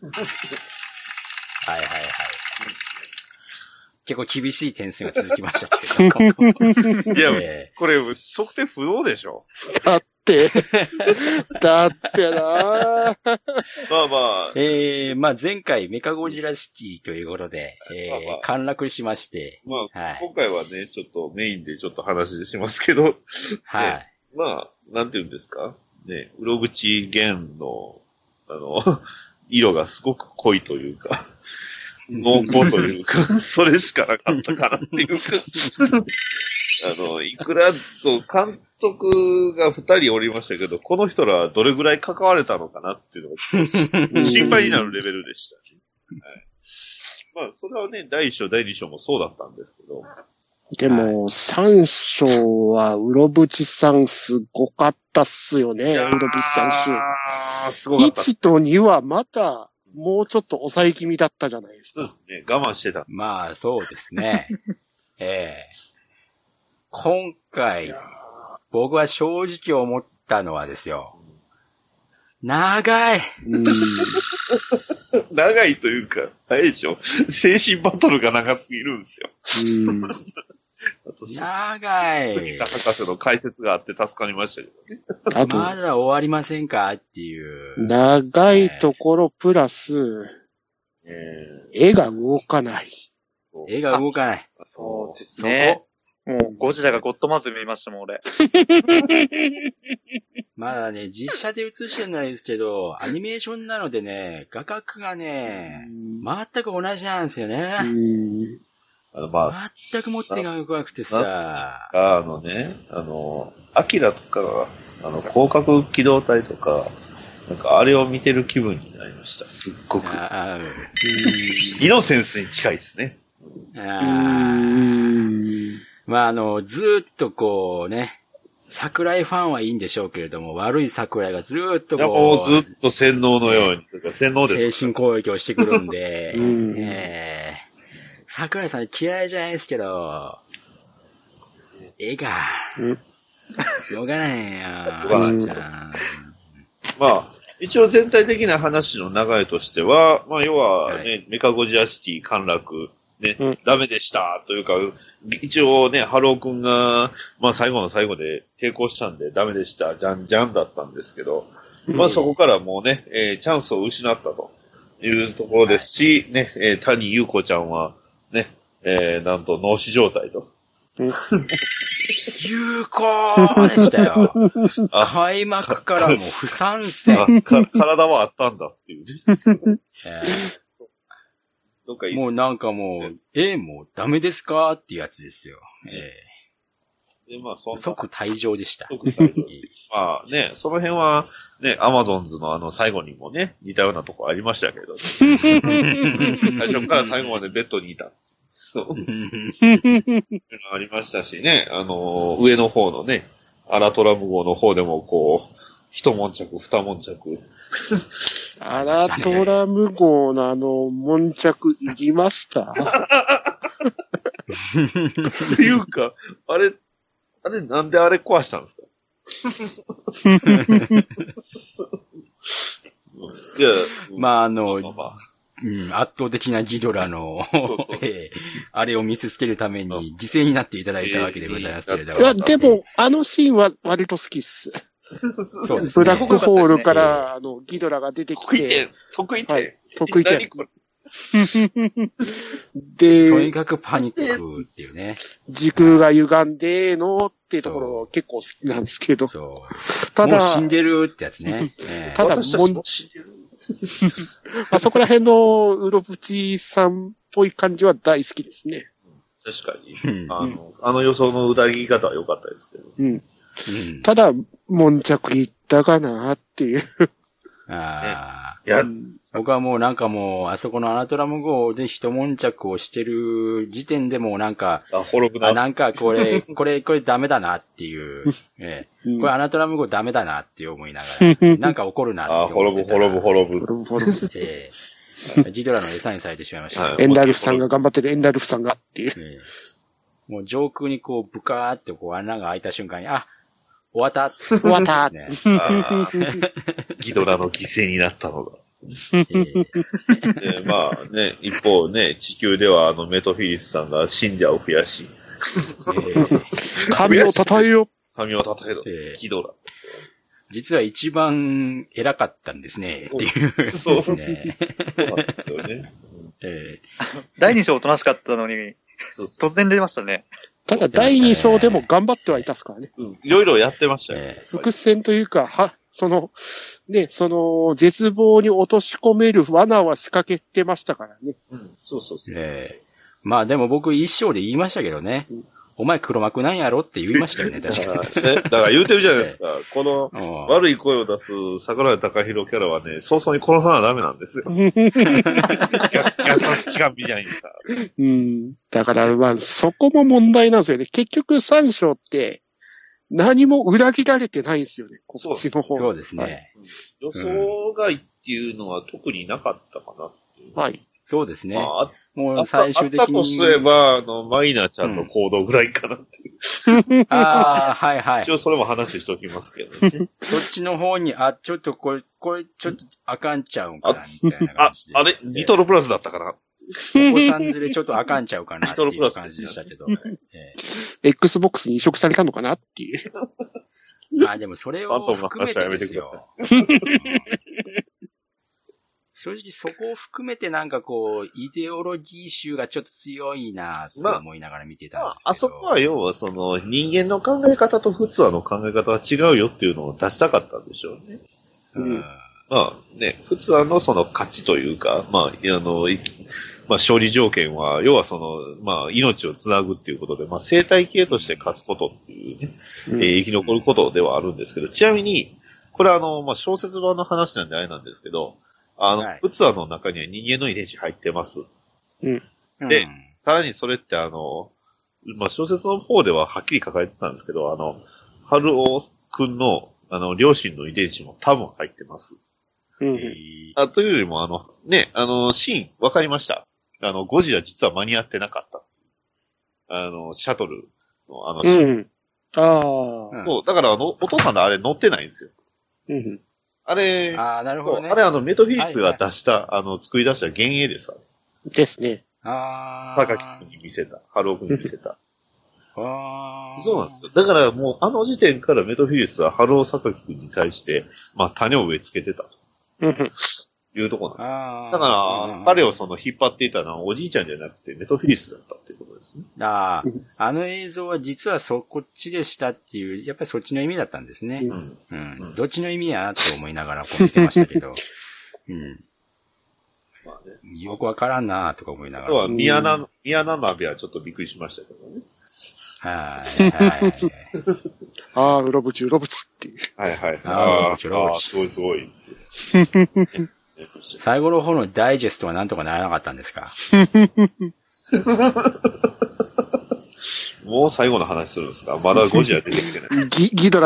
結構厳しい点数が続きましたけど。 いや、これ、測定不能でしょ。 だってなまあ前回メカゴジラシティということで、陥落しまして。 今回はね、ちょっとメインでちょっと話しますけど。はい。まあ、なんていうんですかね、うろぶち弦の、色がすごく濃いというか。 濃厚というか、それしかなかったかなっていうか、いくらと監督が2人おりましたけど、この人らはどれぐらい関われたのかなっていうのが心配になるレベルでしたね。はい、まあ、それはね、第1章、第2章もそうだったんですけど。 でも、3章は、うろぶちさんすごかったっすよね、うろぶちさん集。 すごかった。 1と2はまた、もうちょっと抑え気味だったじゃないですか。 そうですね、我慢してた。 まあ、そうですね。今回、僕は正直思ったのはですよ。長い。 長いというか、あれでしょ。精神バトルが長すぎるんですよ。 長い。 杉田博士の解説があって助かりましたけどね。 あとまだ終わりませんかっていう。 長いところプラス、絵が動かない。 絵が動かない。 そうですね。もうゴジラがゴッドマズ見ましたもん、俺。 まだね、実写で映してないですけど、アニメーションなのでね、画角がね、全く同じなんですよね。全く持ってが怖くてさ。 アキラとか、広角機動隊とか、なんかあれを見てる気分になりました。すっごく。イノセンスに近いですね。 まあずーっとこうね、桜井ファンはいいんでしょうけれども、悪い桜井がずーっとこう。 もうずっと洗脳のように、洗脳です。 精神攻撃をしてくるんで、桜井さん嫌いじゃないですけど、絵が、しょうがないよ。 まあ、一応全体的な話の流れとしては、まあ要はね、メカゴジラシティ陥落、ね、ダメでしたというか、一応ね、ハロー君が、まあ最後の最後で抵抗したんでダメでした、じゃんじゃんだったんですけど、まあそこからもうね、チャンスを失ったというところですし、ね、谷優子ちゃんは、ね、なんと脳死状態と。 有効でしたよ。開幕からもう不参戦。 体はあったんだっていうね。 もうなんかもう、もうダメですかっていうやつですよ。 でまあ、 即退場でした。 まあね、その辺はね、アマゾンズの最後にもね、似たようなとこありましたけど、最初から最後までベッドにいた。そう。ありましたしね、上の方のね、アラトラム号の方でもこう、一悶着、二悶着。 アラトラム号の悶着いりましたっていうか、あれなんであれ壊したんですかいや、 まあ圧倒的なギドラのあれを見せつけるために犠牲になっていただいたわけでございますけれども。 いや、でも、シーンは割と好きっす。 そうですね。 ブラックホールから、ギドラが出てきて。 得意点。 はい、得意点。で、 とにかくパニックっていうね。 時空が歪んでのっていうところ結構好きなんですけど。 ただ、もう死んでるってやつね。 ただ、あそこら辺のうろぶちさんっぽい感じは大好きですね。 確かに。予想の裏切り方は良かったですけど。 ただ、悶着いったかなっていう。 僕はもうなんかもう、あそこのアナトラム号で一悶着をしてる時点でもうなんか、なんかこれダメだなっていう、これアナトラム号ダメだなって思いながら、なんか怒るなって思ってた。 滅ぶ。 ジドラの餌にされてしまいました。 エンダルフさんが頑張ってるエンダルフさんがっていう。 もう上空にこう、ブカーってこう穴が開いた瞬間に、終わった。 ギドラの犠牲になったのが。まあね、一方ね、地球ではメトフィリスさんが信者を増やし。 神を称えよ。 神を称えろ。ギドラ。 実は一番偉かったんですね。っていう。そうですね。 そうですよね。 第2章おとなしかったのに、突然出ましたね。 ただ第2章でも頑張ってはいたっすからね。 いろいろやってましたよね。 伏線というか、絶望に落とし込める罠は仕掛けてましたからね。 そうそうそう。 まあでも僕一章で言いましたけどね。お前黒幕なんやろって言いましたよね、確かに。 だから言うてるじゃないですか。この悪い声を出す桜井貴弘キャラはね、早々に殺さなダメなんですよ。虐殺機関みたいにさ。 だからまあそこも問題なんですよね。結局3章って何も裏切られてないんですよね、こっちの方。 そうですね。 予想外っていうのは特になかったかなっていう。 はい。 そうですね。もう最終的に。 あったとすれば、マイナちゃんの行動ぐらいかなっていう。 はいはい。 一応それも話しときますけどね。 そっちの方に、ちょっとこれちょっとあかんちゃうんかな、みたいな感じで。 あれニトロプラスだったかな。 お子さん連れちょっとあかんちゃうかなっていう感じでしたけど。 Xbox に移植されたのかなっていう。 でもそれを含めてですよ。正直そこを含めてなんかこう、イデオロギー集がちょっと強いなと思いながら見てたんですけど。 あそこは要はその人間の考え方と普通の考え方は違うよっていうのを出したかったんでしょうね。まあね、普通のその勝ちというか、勝利条件は、要はその、命をつなぐっていうことで、生態系として勝つことっていうね、生き残ることではあるんですけど、ちなみに、これは小説版の話なんであれなんですけど、普通の中には人間の遺伝子入ってます。で、さらにそれって小説の方でははっきり書かれてたんですけど、春尾くんの、両親の遺伝子も多分入ってます。というよりも、シーン、わかりました。ゴジラ実は間に合ってなかった。シャトルのシーン。そう、だからお父さんのあれ乗ってないんですよ。あれ、 なるほどね。 あれメトフィリスが出した、作り出した幻影でさ。 ですね。 榊君に見せた。ハロー君に見せた。そうなんですよ。だからもう時点からメトフィリスはハロー榊君に対して、種を植え付けてたと。いうところなんです。だから、彼を引っ張っていたのはおじいちゃんじゃなくてメトフィリスだったっていうことですね。 映像は実はこっちでしたっていう、やっぱりそっちの意味だったんですね。どっちの意味やと思いながらこう見てましたけど。よくわからんなとか思いながら。 あとは、宮名鍋はちょっとびっくりしましたけどね。 うろぶちっていう。 すごいすごい。 最後の方のダイジェストはなんとかならなかったんですか？ もう最後の話するんですか？まだゴジラ出てきてない。 ギドラ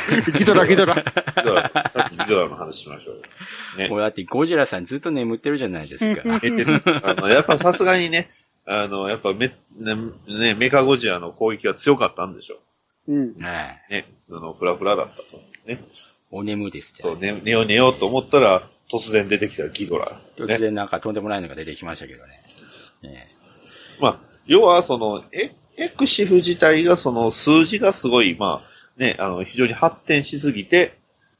の話しましょう。ね。 もうだってゴジラさんずっと眠ってるじゃないですか。 やっぱさすがにね、やっぱメカゴジラの攻撃が強かったんでしょう。ね。フラフラだったと。ね。 お眠ですじゃん。そう、寝ようと思ったら、突然出てきたギドラ。 突然なんかとんでもないのが出てきましたけどね。 要はエクシフ自体が数字がすごい、非常に発展しすぎて、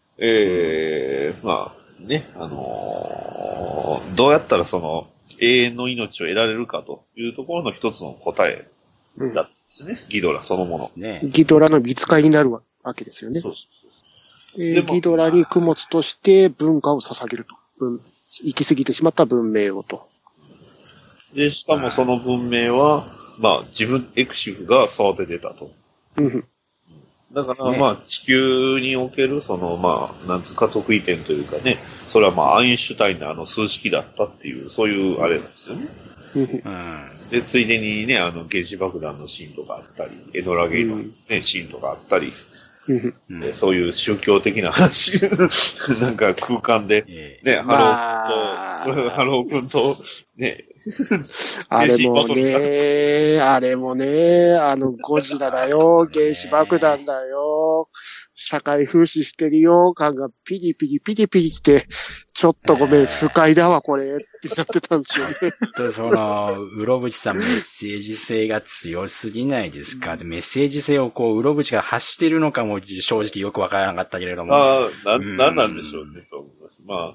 どうやったら永遠の命を得られるかというところの一つの答えだったんですね。ギドラそのもの。 ギドラの見つかりになるわけですよね。ギドラに供物として文化を捧げると。行き過ぎてしまった文明をと。 で、しかもその文明は、エクシフが育ててたと。だから、地球における、なんつうか得意点というかね、それはアインシュタインの数式だったっていう、そういうあれなんですよね。で、ついでにね、原子爆弾のシーンとかあったり、エノラゲイのね、シーンとかあったり、そういう宗教的な話、なんか空間で、ね、ハロー君と、ね、 あれもね、ゴジラだよ、原子爆弾だよ、社会風刺してるよ、感がピリピリ来て、ちょっとごめん、不快だわ、これ、ってなってたんですよね。 うろぶちさんメッセージ性が強すぎないですか？メッセージ性をうろぶちが発してるのかも正直よくわからなかったけれども。 なんなんでしょうね、と思います。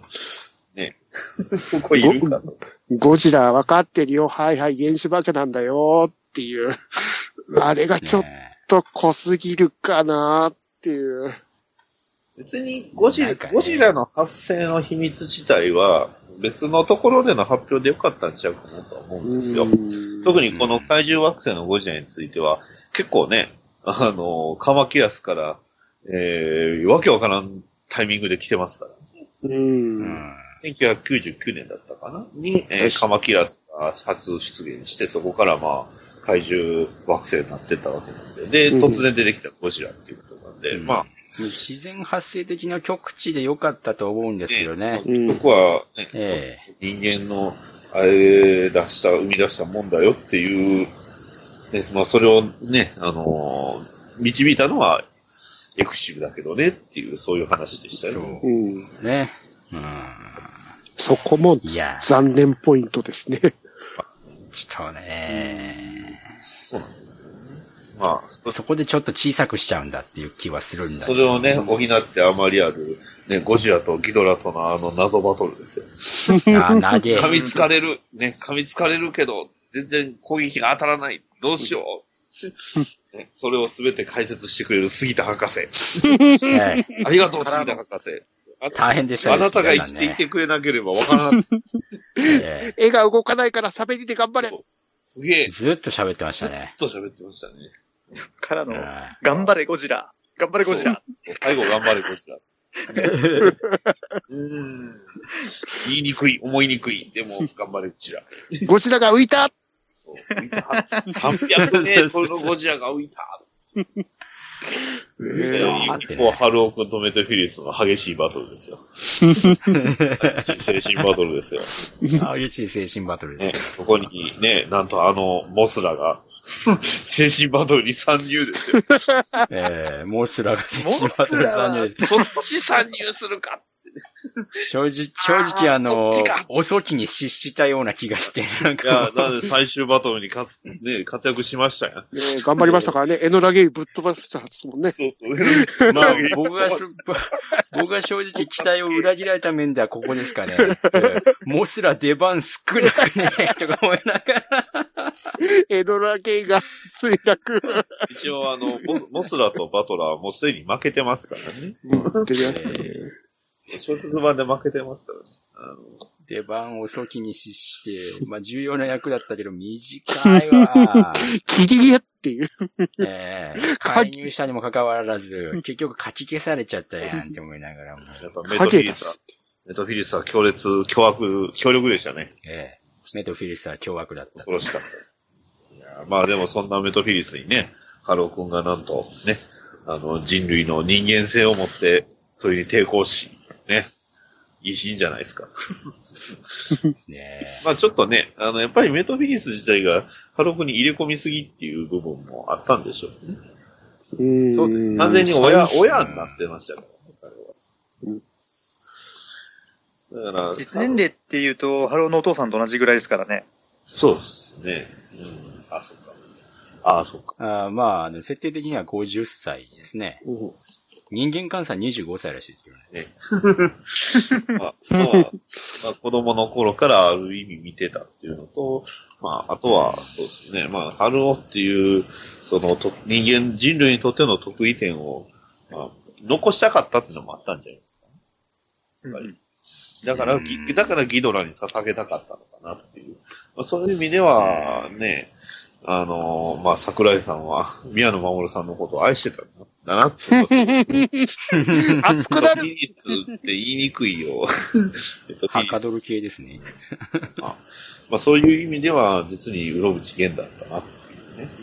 ね。そこいるかと。 ゴジラ分かってるよ、はい、原子爆弾だよ、っていう。 あれがちょっと濃すぎるかなっていう。 別にゴジラの発生の秘密自体は別のところでの発表でよかったんちゃうかなと思うんですよ。特にこの怪獣惑星のゴジラについては結構ね、カマキラスから、わけわからんタイミングで来てますからね。1999年だったかなに、カマキラスが初出現して、そこからまあ、怪獣惑星になってたわけなんで、で、突然出てきたゴジラっていうことなんで、まあ、 自然発生的な極地で良かったと思うんですけどね。 僕は、ね、人間の、生み出したもんだよっていう、ね、まあそれをね、導いたのは、エクシブだけどねっていう、そういう話でしたよね。 そう。ね。 そこも残念ポイントですね。 ちょっとね。 そうなんですよね。まあ、 そこでちょっと小さくしちゃうんだっていう気はするんだけど。それをね、補ってあまりある、ね、ゴジラとギドラとの謎バトルですよ。 投げ。 噛みつかれるけど、全然攻撃が当たらない。どうしよう。ね、それをすべて解説してくれる杉田博士。ありがとう、杉田博士。 大変でしたね。 あなたが生きていてくれなければわからなかった。 絵が動かないから喋りで頑張れ。 すげえ。 ずっと喋ってましたね。 ずっと喋ってましたね。 からの、頑張れゴジラ。頑張れゴジラ。 最後頑張れゴジラ。言いにくい、思いにくい。でも、頑張れゴジラ。 ゴジラが浮いた浮いた。300メートルのゴジラが浮いた。一方、ハルオ君とメトフィリスの激しいバトルですよ。精神バトルですよ。 激しい精神バトルです。 ね、ここにね、なんとモスラが、精神バトルに参入ですよ。 モスラが精神バトルに参入です。 そっち参入するかって。 正直遅きに失したような気がして、 なんで最終バトルに活躍しましたよ。 頑張りましたからね。エノラゲイぶっ飛ばしたはずもんね。 そう。 まあ、僕が正直期待を裏切られた面ではここですかね。モスラ出番少なくねとか思いながら。 エノラゲイが墜落。 一応モスラとバトラーはもうすでに負けてますからね。小説版で負けてますから。 出番を遅きに失して、まあ重要な役だったけど短いわ。 ギリギリっていう。 介入者にもかかわらず、結局書き消されちゃったやんって思いながらも。 やっぱメトフィリスは強力でしたね。 メトフィリスは凶悪だった。 恐ろしかったです。いやまあでもそんなメトフィリスにね、ハロー君がなんとね、人類の人間性を持って、それに抵抗し、ね。いいシーンじゃないですか。 ですね。 まあちょっとね、やっぱりメトフィリス自体がハロー君に入れ込みすぎっていう部分もあったんでしょうね。 そうですね。 完全に親になってましたからね、彼は。だから、 実年齢っていうと、ハローのお父さんと同じぐらいですからね。 そうですね。そうか。 まあ、設定的には50歳ですね。人間換算25歳らしいですけどね。 まあ、子供の頃からある意味見てたっていうのと、まあ、あとは、そうですね。まあ、ハルオっていう、人類にとっての得意点を、まあ、残したかったっていうのもあったんじゃないですかね。やっぱり。だからギドラに捧げたかったのかなっていう。まあ、そういう意味では、ね、まあ、桜井さんは、宮野真守さんのことを愛してたんだなって。 熱くなる。 メトフィリスって言いにくいよ。 はかどる系ですね。 まあ、そういう意味では、実にうろぶち源だったなっていうね。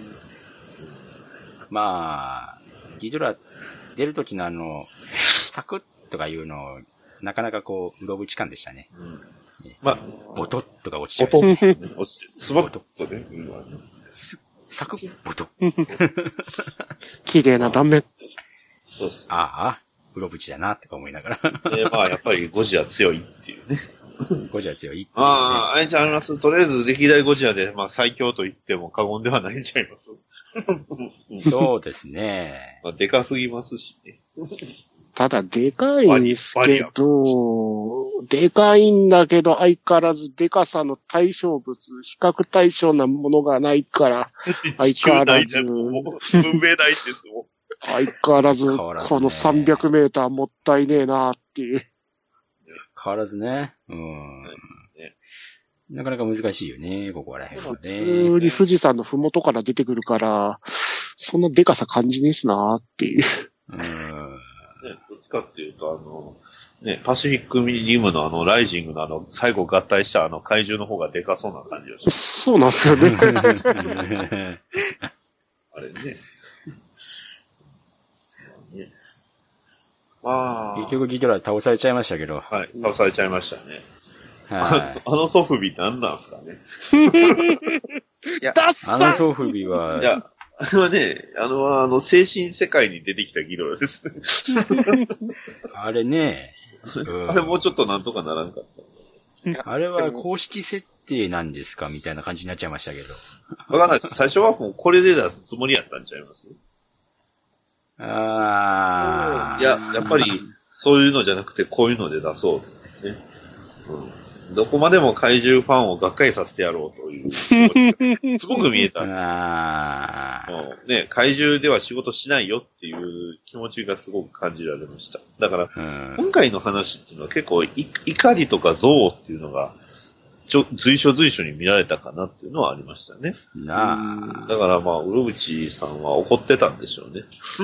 まあ、ギドラ出るときのサクッとかいうの、なかなかうろぶち感でしたね。 まあ、 ボトッとか落ちちゃう。 ボトッ落ちて、スバッとね、言うのはね。 サクッ、ボト。 綺麗な断面。 そうです。 うろぶちだな、とか思いながら。で、まあ、やっぱりゴジラ強いっていうね。 ゴジラ強いっていう、ね。 あれちゃいます。とりあえず歴代ゴジラで、まあ、最強と言っても過言ではないんちゃいます。 そうですね。 まあ、でかすぎますしね。 ただ、でかいんですけど、 でかいんだけど、相変わらずでかさの対象物、比較対象なものがないから、相変わらず、 運命ないですもん。 相変わらず、この300メーターもったいねえなっていう。 変わらずね。なかなか難しいよね、ここら辺はね。 普通に富士山のふもとから出てくるから、そんなでかさ感じねえしなっていう。 どっちかっていうと、パシフィックリムのライジングの最後合体した怪獣の方がでかそうな感じがします。 そうなんですよね。 あれね。 結局ギドラ倒されちゃいましたけど。 はい、倒されちゃいましたね。 はい、 ソフビ何なんすかね。 いや、 ソフビは。 いや、あれはね、精神世界に出てきたギドラですね。 あれね、 あれもうちょっとなんとかならんかった。 あれは公式設定なんですかみたいな感じになっちゃいましたけど。 わかんないです。最初はもうこれで出すつもりやったんちゃいます？いや、やっぱり、そういうのじゃなくて、こういうので出そうとね。どこまでも怪獣ファンをがっかりさせてやろうという。すごく見えた。怪獣では仕事しないよっていう気持ちがすごく感じられました。だから、今回の話っていうのは結構、怒りとか憎悪っていうのが、随所随所に見られたかなっていうのはありましたね。だからうろぶちさんは怒ってたんでしょうね。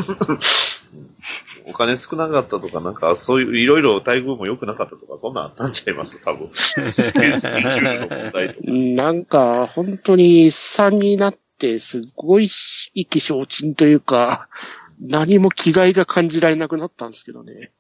お金少なかったとか、なんかそういういろいろ待遇も良くなかったとか、そんなんあったんちゃいます多分。スケジュールの問題とか。 なんか、本当に3になって、すごい意気消沈というか、何も気概が感じられなくなったんですけどね。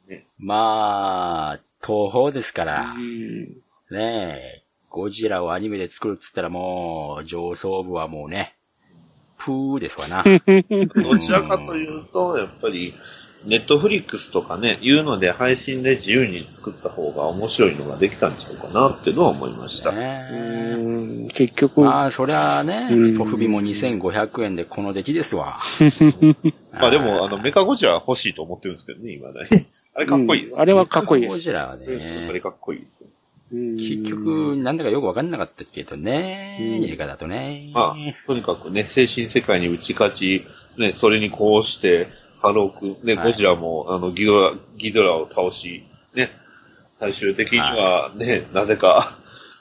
東宝ですから。ねえ、ゴジラをアニメで作るっつったらもう、上層部はもうね、プーですわな。 どちらかというと、やっぱり、ネットフリックスとかね、いうので配信で自由に作った方が面白いのができたんちゃうかなっていうのは思いました。 結局。 そりゃあね、ソフビも2500円でこの出来ですわ。 でも、メカゴジラ欲しいと思ってるんですけどね、今ね。あれかっこいいです、 あれはかっこいいです。 ゴジラはね。 あれかっこいいですよ。 結局、なんだかよくわかんなかったけどね、映画だとね。 とにかくね、精神世界に打ち勝ち、ね、それにこうして、ハローク、ね、ゴジラも、ギドラを倒し、ね、最終的にはね、なぜか、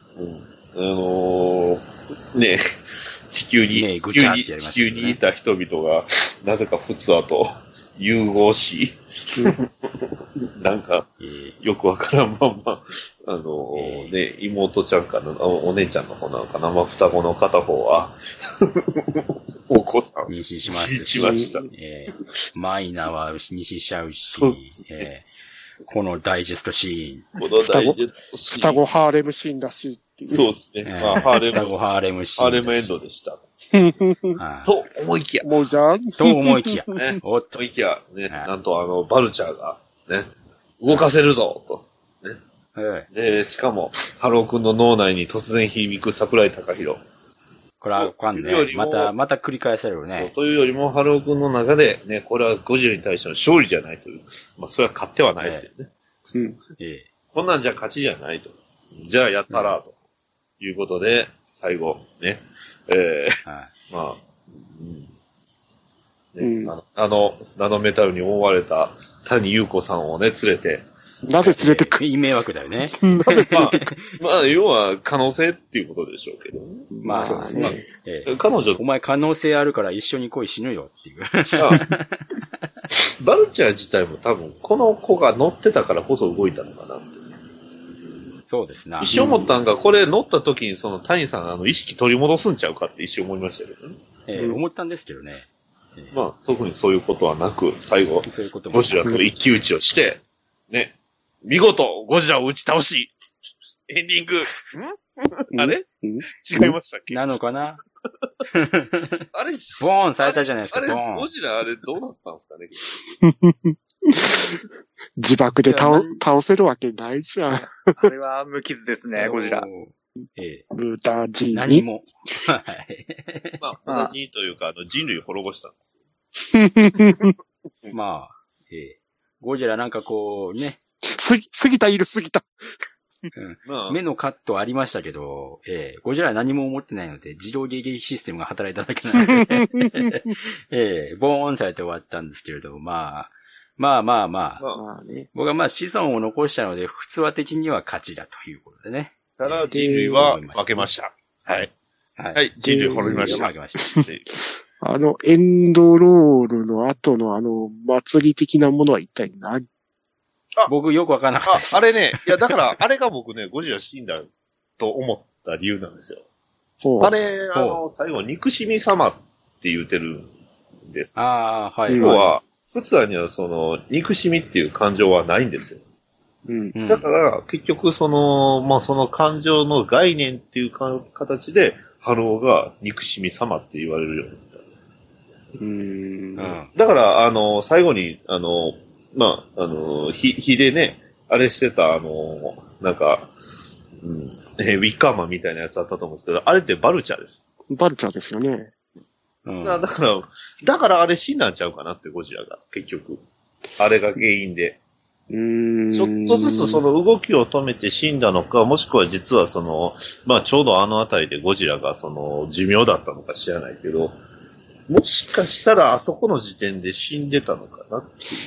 ね、地球にいた人々が、なぜか普通と融合し、なんか、よくわからんまんま、妹ちゃんかな、お姉ちゃんの方なのかな、双子の片方は、お子さん。 妊娠しますしました。 マイナは妊娠しちゃうし、このダイジェストシーン。 このダイジェストシーン。 双子ハーレムシーンだしっていう。 そうですね。 双子ハーレムシーン。 ハーレムエンドでした。と思いきや。 もうじゃんと思いきや。 ね。思いきや、ね。なんとバルチャーが、ね。動かせるぞと。ね。で、しかも、ハロー君の脳内に突然響く桜井貴弘。 これはわかんね。また繰り返されるね。 というよりも、ハロー君の中で、ね、これはゴジラに対しての勝利じゃないという。それは勝ってはないですよね。こんなんじゃ勝ちじゃないと。じゃあやったら、ということで、最後、ね。ナノメタルに覆われた谷優子さんをね、連れて。 なぜ連れてくる迷惑だよね。なぜ連れてく要は可能性っていうことでしょうけどね。 そうですね。 彼女。 お前可能性あるから一緒に恋死ぬよっていう。 バルチャー自体も多分、この子が乗ってたからこそ動いたのかなって。 そうですね。 一瞬思ったんが、これ乗った時にその谷さん意識取り戻すんちゃうかって一瞬思いましたけどね。 思ったんですけどね。 特にそういうことはなく、最後、ゴジラと一騎打ちをして、ね、見事、ゴジラを打ち倒し、エンディング、あれ違いましたっけなのかなあれボーンされたじゃないですか、ボーン。ゴジラあれどうなったんですかね自爆で倒せるわけないじゃん。 あれは無傷ですね、ゴジラ。 無駄死に。 何も。 はい。無駄死にというか、人類を滅ぼしたんですよ。 ゴジラなんかこうね、 過ぎたいる過ぎた。 うん、目のカットありましたけど、ゴジラは何も思ってないので、自動迎撃システムが働いただけなので、ボーンされて終わったんですけれど、まあね、僕はまあ子孫を残したので、普通は的には勝ちだということでね。 ただ人類は負けました。はい。はい。人類滅びました。 負けました。 エンドロールの後の祭り的なものは一体何？ 僕よくわからなかったです。 あれね、いやだから、あれが僕ね、ゴジラ死んだと思った理由なんですよ。あれ、最後、憎しみ様って言うてるんです。 ああ、はい。 要は、普通には憎しみっていう感情はないんですよ。 うん。 だから、結局その感情の概念っていう形で、ハローが憎しみ様って言われるようになった。だから、最後に、火でね、あれしてた、なんか、ウィッカーマンみたいなやつあったと思うんですけど、あれってバルチャーです。 バルチャーですよね。 だからあれ死んだんちゃうかなって、ゴジラが、結局。あれが原因で。ちょっとずつその動きを止めて死んだのか、もしくは実はちょうどあのあたりでゴジラが寿命だったのか知らないけど、もしかしたらあそこの時点で死んでたのかなっていう。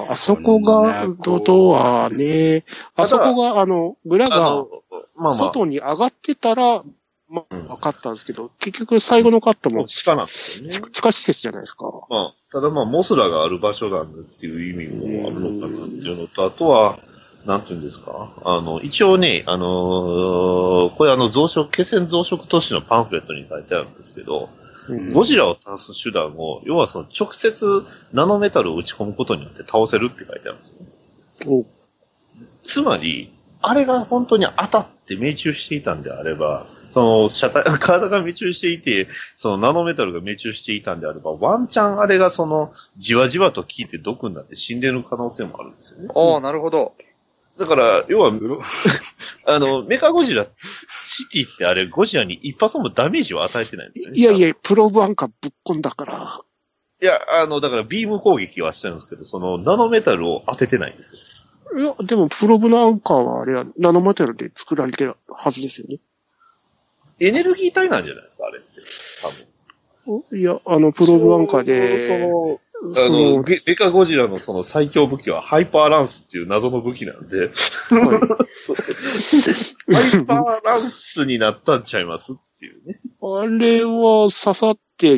あそこが、とはね、あそこが、村が、外に上がってたら、分かったんですけど、結局最後のカットも、 地下なんですよね。 地下施設じゃないですか。 ただモスラがある場所なんだっていう意味もあるのかなっていうのと、あとは、なんていうんですか、一応ね、これ気仙増殖都市のパンフレットに書いてあるんですけど、ゴジラを倒す手段を、要は直接ナノメタルを打ち込むことによって倒せるって書いてあるんですよね。つまり、あれが本当に当たって命中していたんであれば、体が命中していて、ナノメタルが命中していたんであれば、ワンチャンあれがじわじわと効いて毒になって死んでる可能性もあるんですよね。 ああ、なるほど。 だから、要は、メカゴジラシティってあれ、ゴジラに一発もダメージを与えてないんですよね。 いや、プロブアンカーぶっ込んだから。 いや、だからビーム攻撃はしてるんですけど、ナノメタルを当ててないんですよ。 いや、でもプロブアンカーはあれはナノメタルで作られてるはずですよね。 エネルギー体なんじゃないですか、あれって。 多分。いや、プロブアンカーで、 メカゴジラの最強武器はハイパーランスっていう謎の武器なんで、はい、ハイパーランスになったんちゃいますっていうね。 あれは刺さって、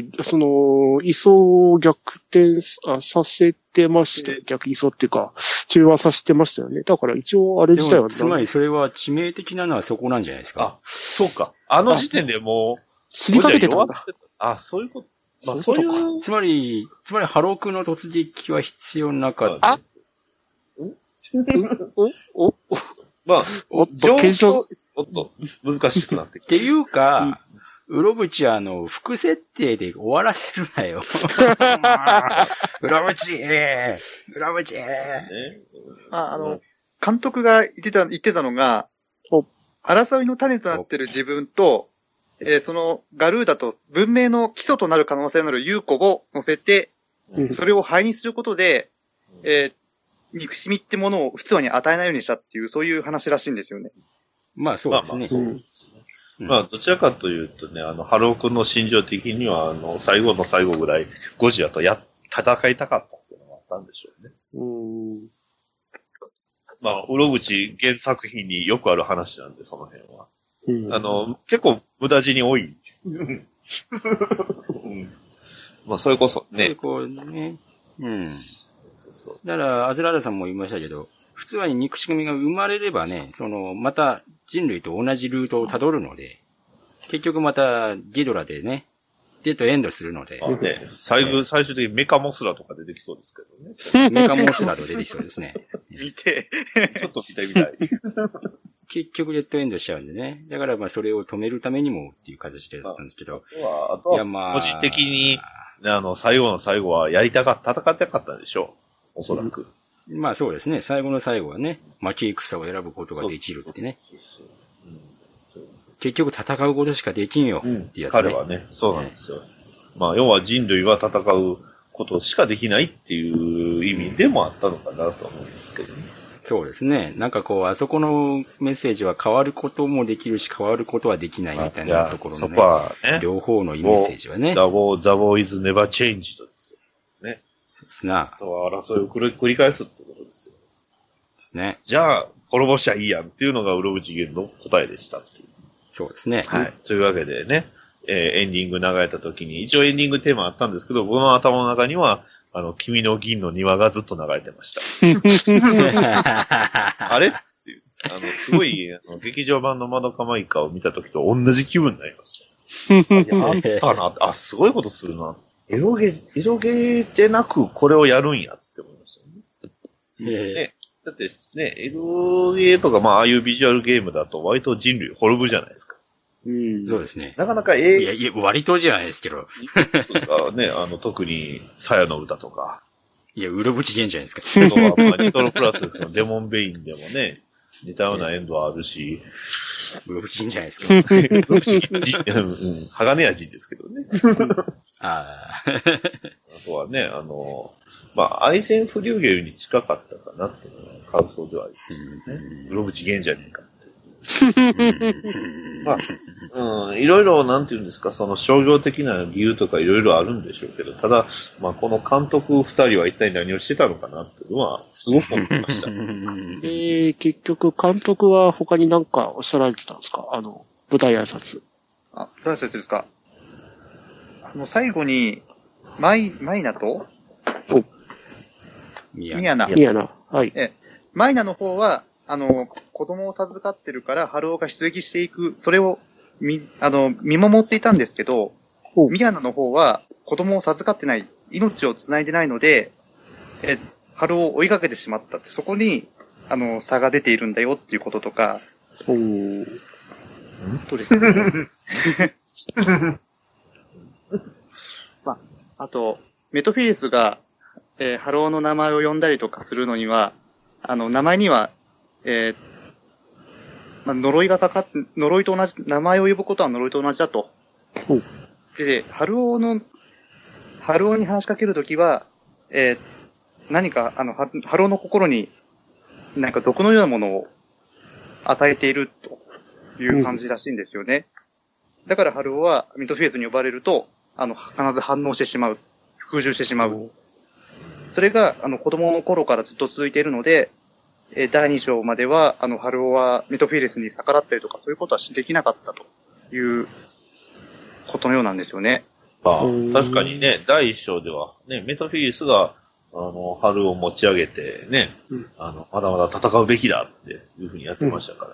位相を逆転させてましたよ。逆位相っていうか、中和させてましたよね。だから一応あれ自体は。 つまりそれは致命的なのはそこなんじゃないですか。 そうか。あの時点でもう、 死にかけてたんだ。 そういうこと。 そういう。つまり、ハロークの突撃は必要なかった。 難しくなってきた。っていうか、うろぶち副設定で終わらせるなよ。うろぶち監督が言ってたのが、争いの種となってる自分と、そのガルーダと文明の基礎となる可能性のあるユーコを乗せて、それを灰にすることで、憎しみってものを普通に与えないようにしたっていう、そういう話らしいんですよね。 まあそうですね。 どちらかというとね、ハロー君の心情的には、最後の最後ぐらい、ゴジラと戦いたかったっていうのがあったんでしょうね。うろぐち原作品によくある話なんで、その辺は。結構無駄死に多い。それこそね。 だから、アズラーダさんも言いましたけど、普通は憎しみが生まれればね、また人類と同じルートを辿るので、結局またギドラでね、デッドエンドするので。 最終的にメカモスラとか出てきそうですけどね。 メカモスラと出てきそうですね。 見て。 ちょっと見てみたい。 結局デッドエンドしちゃうんでね。だからそれを止めるためにもっていう形でだったんですけど。 あとは、個人的に、最後の最後は戦いたかったでしょう。おそらく。 そうですね。最後の最後はね、負け戦を選ぶことができるってね。結局戦うことしかできんよってやつね。 彼はね、そうなんですよ。要は人類は戦うことしかできないっていう意味でもあったのかなと思うんですけどね。 そうですね。なんかこう、あそこのメッセージは変わることもできるし、変わることはできないみたいなところのね。 そこはね。 両方のメッセージはね。 The war is never changed ですよ。ね。 そうですな。 あとは争いを繰り返すってことですよ。 ですね。 じゃあ、滅ぼしゃいいやんっていうのがうろぶちげんの答えでしたっていう。 そうですね。 はい。というわけでね、エンディング流れた時に、一応エンディングテーマあったんですけど、僕の頭の中には、君の銀の庭がずっと流れてました。あれっていう。すごい、劇場版の窓かマイカを見た時と同じ気分になりました。いや、あったな。あ、すごいことするな。エロゲでなくこれをやるんやって思いましたね。ね、だってね、エロゲとか、まあ、ああいうビジュアルゲームだと割と人類滅ぶじゃないですか。 そうですね。 なかなかいや、割とじゃないですけど。 ね、特に、サヤの歌とか。 いや、うろぶちげんじゃないですか。 あとは、まあ、ニトロプラスですけど、デモンベインでもね、似たようなエンドはあるし。 うろぶちげんじゃないですか。うろぶちげん、鋼や人ですけどね。 あとはね、まあ、アイゼンフリューゲルに近かったかなっていうのが感想ではありますよね。うろぶちげんじゃねえか。まあ、いろいろ、なんていうんですか、その商業的な理由とかいろいろあるんでしょうけど、ただ、まあ、この監督二人は一体何をしてたのかなっていうのは、すごく思いました。 結局、監督は他に何かおっしゃられてたんですか？舞台挨拶。 舞台挨拶ですか？最後に、マイナとミヤナ。 はい。 マイナの方は、子供を授かってるから、春尾が出撃していく、それを見守っていたんですけど、ミヤナの方は、子供を授かってない、命を繋いでないので、春尾を追いかけてしまったって、そこに、差が出ているんだよっていうこととか、そうですね。まあ、あと、メトフィリスが、春尾の名前を呼んだりとかするのには、名前には、まあ、呪いと同じ、名前を呼ぶことは呪いと同じだと。で、春尾に話しかけるときは、何か、春尾の心に、なんか毒のようなものを与えているという感じらしいんですよね。だから春尾はミトフィーズに呼ばれると、必ず反応してしまう。服従してしまう。それが、子供の頃からずっと続いているので、第2章までは、春尾はメトフィレスに逆らったりとか、そういうことはできなかったということのようなんですよね。 まあ、確かにね、第1章では、ね、メトフィリスが、春を持ち上げて、ね、まだまだ戦うべきだっていうふうにやってましたから。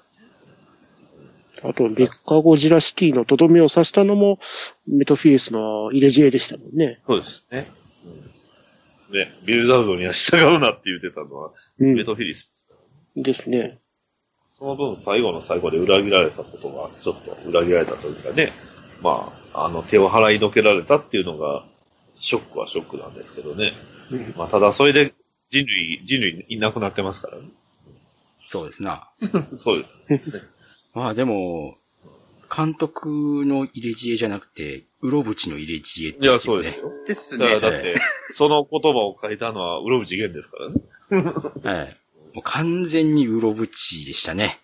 あと、メッカゴジラシティのとどめを刺したのも、メトフィリスの入れ知恵でしたもんね。 そうですね。ね、ビルザウドには従うなって言ってたのは、メトフィリスですね。 その分、最後の最後で裏切られたことが、ちょっと裏切られたというかね、まあ、手を払いのけられたっていうのが、ショックはショックなんですけどね。まあ、ただ、それで人類いなくなってますからね。 そうですな。 そうです、ね。 まあ、でも、監督の入れ知恵じゃなくて、うろぶちの入れ知恵ですよね。 いや、そうですよ。 ですね。 だって、その言葉を書いたのはうろぶち源ですからね。 はい。もう完全にうろぶちでしたね。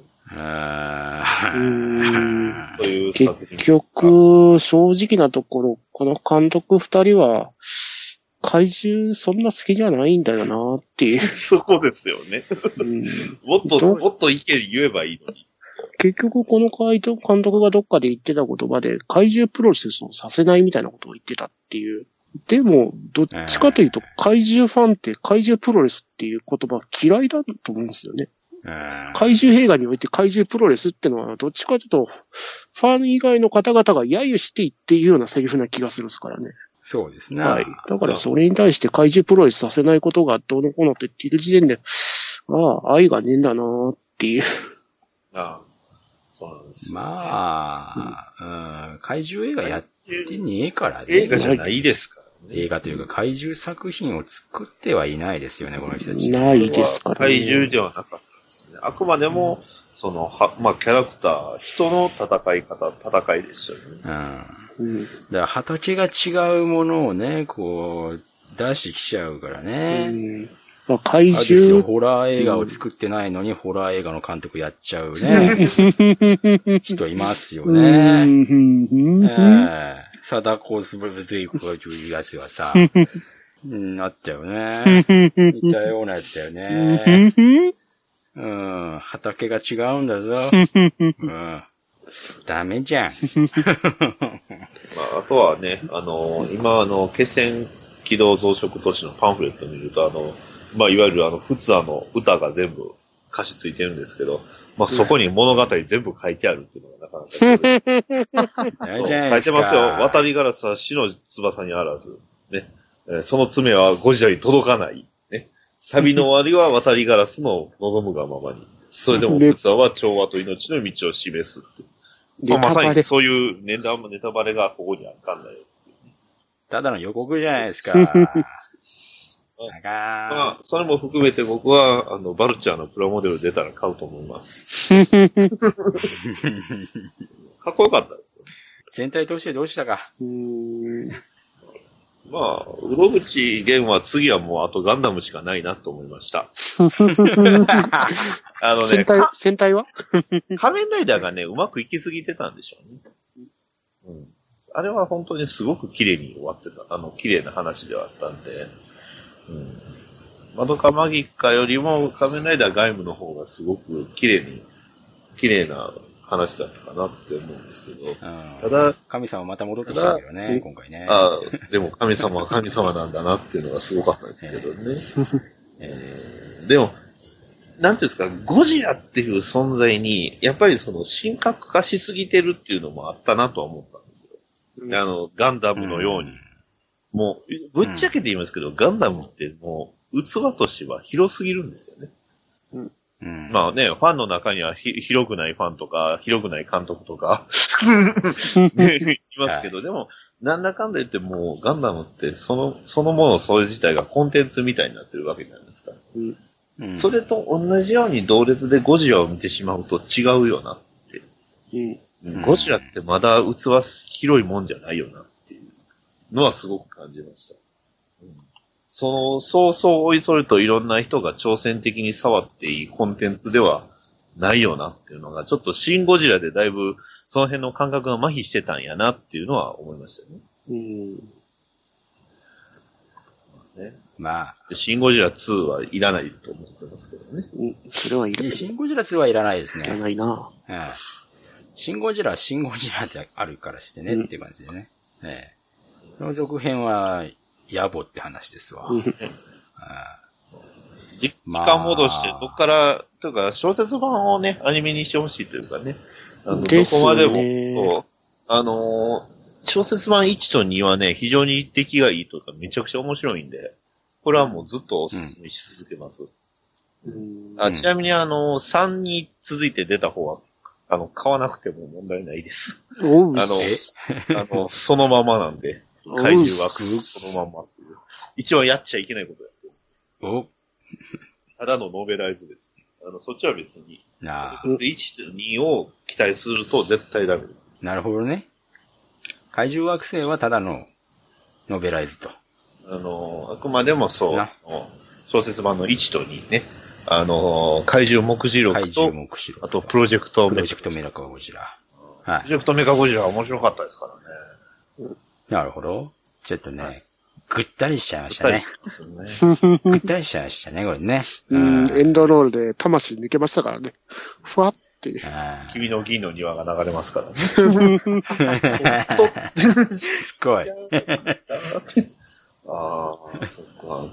結局、正直なところ、この監督二人は、怪獣そんな好きじゃないんだよなっていう。 そこですよね。もっと意見言えばいいのに。 結局この監督がどっかで言ってた言葉で、怪獣プロレスをさせないみたいなことを言ってたっていう。でも、どっちかというと、怪獣ファンって怪獣プロレスっていう言葉嫌いだと思うんですよね。怪獣映画において怪獣プロレスってのは、どっちかというと、ファン以外の方々が揶揄して言っているようなセリフな気がするんですからね。 そうですね。 はい。だからそれに対して怪獣プロレスさせないことがどうのこうのって言ってる時点で、ああ、愛がねえんだなっていう。 ああ、そうなんです、ね。 まあ、怪獣映画やってねえからね。 映画じゃないですからね。 映画というか怪獣作品を作ってはいないですよね、この人たち。 ないですからね。 怪獣ではなかったですね。あくまでも、まあ、キャラクター、人の戦いですよね。 だから畑が違うものをね、こう、出してきちゃうからね。 怪あれですよ、 獣。 ホラー映画を作ってないのに、ホラー映画の監督やっちゃうね。人いますよね。貞子ブルズイプというやつがさ、なっちゃうね。似たようなやつだよね。畑が違うんだぞ。ダメじゃん。 あとはね、今決戦軌道増殖都市のパンフレットを見ると、いわゆる普通歌が全部歌詞ついてるんですけど、そこに物語全部書いてあるっていうのがなかなか書いてますよ。渡りガラスは死の翼にあらず。ね。その爪はゴジラに届かない。ね。旅の終わりは渡りガラスの望むがままに。それでも普通は調和と命の道を示すって。まさにそういうネタバレがここにあったんだよ。 ただの予告じゃないですか。 それも含めて僕は、バルチャーのプラモデル出たら買うと思います。かっこよかったですよ。 全体通してどうしたか。 うろぶちゲンは次はもうあとガンダムしかないなと思いました。 戦隊は仮面ライダーがね、うまくいきすぎてたんでしょうね。あれは本当にすごく綺麗に終わってた。綺麗な話ではあったんで。マドカマギカよりも仮面ライダーガイムの方がすごく綺麗な話だったかなって思うんですけど。ただ、 神様また戻ってきたけどね、今回ね。 でも神様は神様なんだなっていうのがすごかったですけどね。でも、なんていうんですか、ゴジラっていう存在に、やっぱりその神格化しすぎてるっていうのもあったなとは思ったんですよ。ガンダムのように。もう、ぶっちゃけて言いますけど、ガンダムってもう、器としては広すぎるんですよね。まあね、ファンの中には広くないファンとか、広くない監督とか、いますけど、でも、なんだかんだ言ってもう、ガンダムってそのものそれ自体がコンテンツみたいになってるわけじゃないですか。それと同じように同列でゴジラを見てしまうと違うよなって。ゴジラってまだ器広いもんじゃないよなっていうのはすごく感じました。そうおいそれといろんな人が挑戦的に触っていいコンテンツではないよなっていうのが、ちょっとシン・ゴジラでだいぶその辺の感覚が麻痺してたんやなっていうのは思いましたね。シン・ゴジラ2はいらないと思ってますけどね。 それはいらない。 シン・ゴジラ2はいらないですね。 いらないな。 シン・ゴジラはシン・ゴジラであるからしてねっていう感じでね。その続編は、野暮って話ですわ。 時間戻して、どっから、というか、小説版をね、アニメにしてほしいというかね。どこまでも、小説版1と2はね、非常に出来がいいとか、めちゃくちゃ面白いんで、これはもうずっとお勧めし続けます。ちなみに3に続いて出た方は、買わなくても問題ないです。そのままなんで。怪獣枠そのまんまっていう。一応やっちゃいけないことやってる。ただのノベライズです。そっちは別に。小説1と2を期待すると絶対ダメです。 なるほどね。怪獣惑星はただのノベライズと。 あくまでもそう。小説版の1と2ね。怪獣目次録と、あとプロジェクトメカゴジラ。 プロジェクトメカゴジラは面白かったですからね。 なるほど。ちょっとね、ぐったりしちゃいましたね。ぐったりしちゃいましたね、これね。 エンドロールで魂抜けましたからね。ふわっていう。 君の銀の庭が流れますからね。 しつこい。 そっか。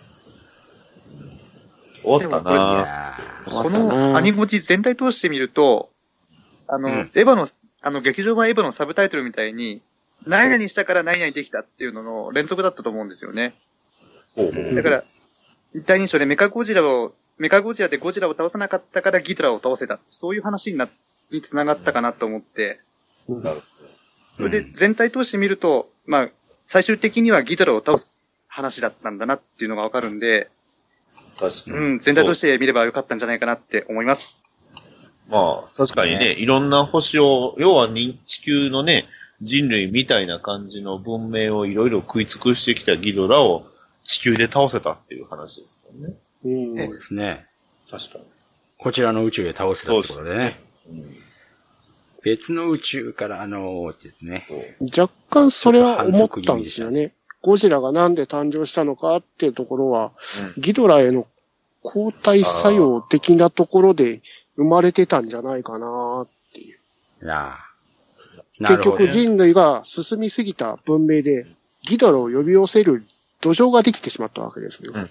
終わったなこのアニゴジ全体通してみると、エヴァの、劇場版エヴァのサブタイトルみたいに、何々したから何々できたっていうのの連続だったと思うんですよね。だから、第二章でメカゴジラでゴジラを倒さなかったからギドラを倒せた。そういう話に繋がったかなと思って。それで全体通してみると、最終的にはギドラを倒す話だったんだなっていうのがわかるんで、全体として見ればよかったんじゃないかなって思います。 確かにね、いろんな星を、要は地球のね、人類みたいな感じの文明をいろいろ食い尽くしてきたギドラを地球で倒せたっていう話ですもんね。 そうですね。 確かに。 こちらの宇宙で倒せたってことでね。別の宇宙からってですね。 若干それは思ったんですよね。ゴジラがなんで誕生したのかっていうところは、ギドラへの抗体作用的なところで生まれてたんじゃないかなっていう。結局人類が進みすぎた文明でギドラを呼び寄せる土壌ができてしまったわけですよ。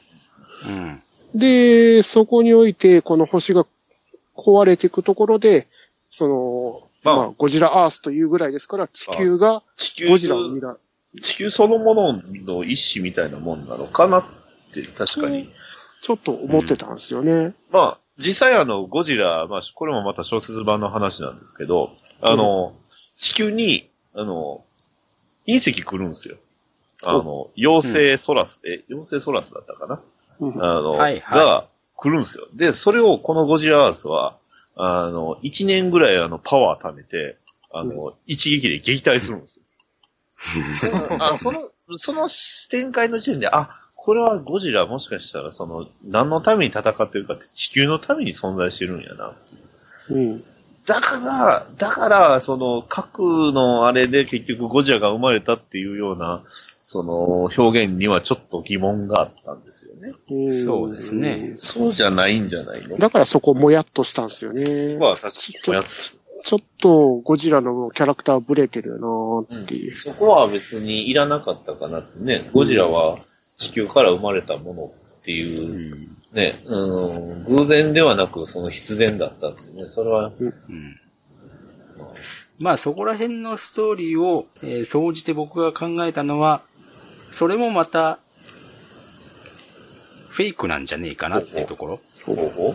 で、そこにおいてこの星が壊れていくところで、ゴジラアースというぐらいですから、地球がゴジラを生み出地球そのものの一種みたいなもんなのかなって確かに。 ちょっと思ってたんですよね。 実際ゴジラ、これもまた小説版の話なんですけど、地球に、隕石来るんですよ。妖精ソラスだったかな、が来るんですよ。で、それをこのゴジラアースは、1年ぐらいパワー貯めて、一撃で撃退するんですよ。その展開の時点で、これはゴジラもしかしたら何のために戦ってるかって地球のために存在してるんやなっていう。だから、核のあれで結局ゴジラが生まれたっていうような、表現にはちょっと疑問があったんですよね。 そうですね。 そうじゃないんじゃないの？ だからそこもやっとしたんですよね。 確かにもやっと。 ちょっとゴジラのキャラクターブレてるなっていう、 そこは別にいらなかったかなってね。ゴジラは地球から生まれたものっていう、ね、偶然ではなく必然だったってね。それは、 そこら辺のストーリーを、総じて僕が考えたのは、それもまた、フェイクなんじゃねえかなっていうところ。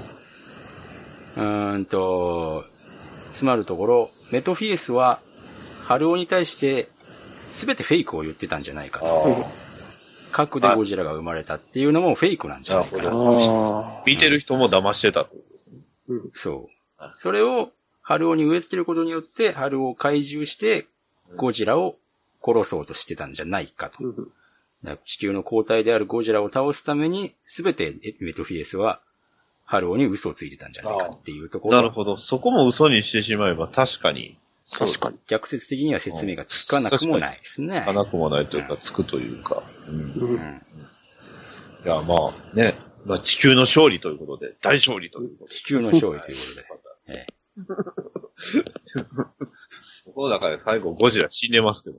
つまるところ、メトフィエスは、ハルオに対して、すべてフェイクを言ってたんじゃないかと。核でゴジラが生まれたっていうのもフェイクなんじゃないかな。 見てる人も騙してたってことですね。 そう。それを、ハルオに植え付けることによって、ハルオを怪獣して、ゴジラを殺そうとしてたんじゃないかと。地球の抗体であるゴジラを倒すために、すべてメトフィエスは、ハルオに嘘をついてたんじゃないかっていうところ。 なるほど。そこも嘘にしてしまえば確かに。 逆説的には説明がつかなくもないですね。 つかなくもないというか、つくというか。いや、地球の勝利ということで、大勝利ということで。 地球の勝利ということで。 この中で最後ゴジラ死んでますけど。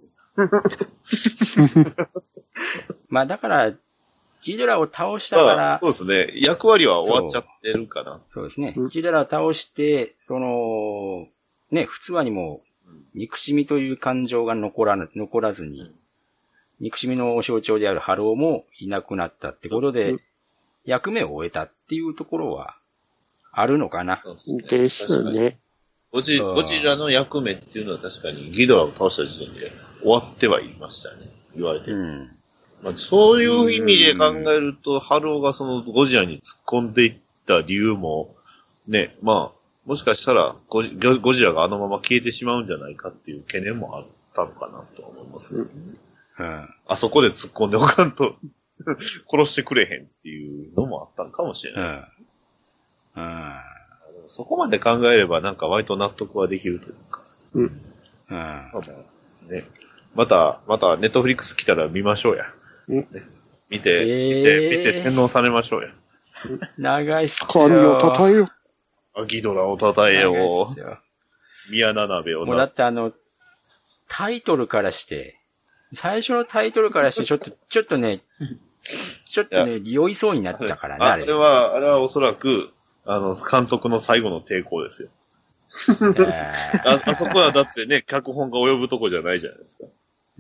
だから、ギドラを倒したから、 そうですね。役割は終わっちゃってるかな。 そうですね。ギドラを倒して、普通はにも、憎しみという感情が残らずに、憎しみの象徴であるハローもいなくなったってことで、役目を終えたっていうところは、あるのかな。 ですね。 ゴジラの役目っていうのは確かにギドラを倒した時点で終わってはいましたね。言われて。そういう意味で考えると、ハローがゴジラに突っ込んでいった理由も、ね、もしかしたらゴジラがあのまま消えてしまうんじゃないかっていう懸念もあったのかなと思いますけどね。あそこで突っ込んでおかんと殺してくれへんっていうのもあったのかもしれないですね。そこまで考えれば割と納得はできるというか。またネットフリックス来たら見ましょうや。見て洗脳されましょうや。 長いっすよ。 神をたたえよ。 ギドラをたたえよ。宮七部をもうだってタイトルからして、最初のタイトルからしてちょっとね、酔いそうになったからね、あれ。 あれはおそらく、監督の最後の抵抗ですよ。あそこはだってね、脚本が及ぶとこじゃないじゃないですか。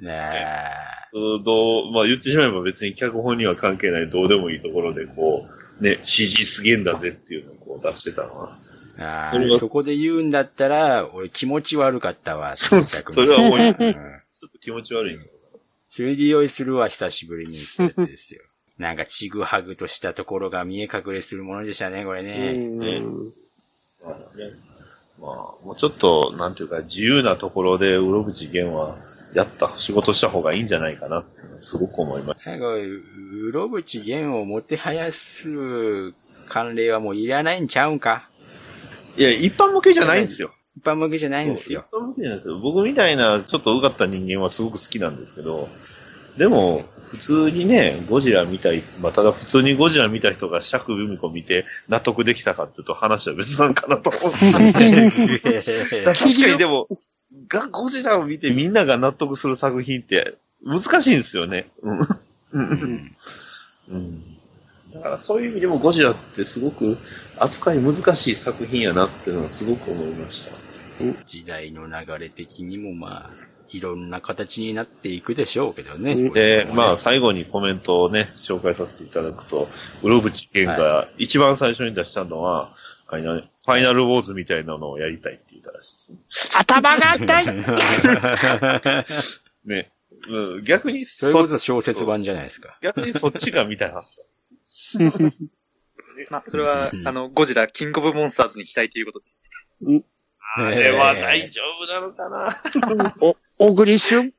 言ってしまえば別に脚本には関係ないどうでもいいところで指示すげえんだぜっていうのを出してたのは。 そこで言うんだったら、俺気持ち悪かったわ。 それは思い、ちょっと気持ち悪い。 それで酔いするわ、久しぶりにってやつですよ。ちぐはぐとしたところが見え隠れするものでしたね、これね。もうちょっと、なんていうか、自由なところで、うろぶちげんは、 仕事した方がいいんじゃないかなってすごく思いました。 なんか、うろぶち源をもてはやす慣例はもういらないんちゃうんか？ いや、一般向けじゃないんですよ。 一般向けじゃないんですよ。 一般向けじゃないですよ。僕みたいなちょっとうがった人間はすごく好きなんですけど、でも、普通にね、ゴジラ見たい、ただ普通にゴジラ見た人が釈由美子見て納得できたかっていうと話は別なんかなと思って。確かにでも、ゴジラを見てみんなが納得する作品って難しいんですよね。だからそういう意味でもゴジラってすごく扱い難しい作品やなっていうのはすごく思いました。 時代の流れ的にもいろんな形になっていくでしょうけどね。 で、最後にコメントをね、紹介させていただくと、うろぶち源が一番最初に出したのは、ファイナルウォーズみたいなのをやりたいって言ったらしいですね。 頭が痛いね、逆にそれこそ小説版じゃないですか。 逆にそっちが見たかった。 それは、ゴジラ、キングオブモンスターズに期待ということで。 あれは大丈夫なのかな。 小栗旬。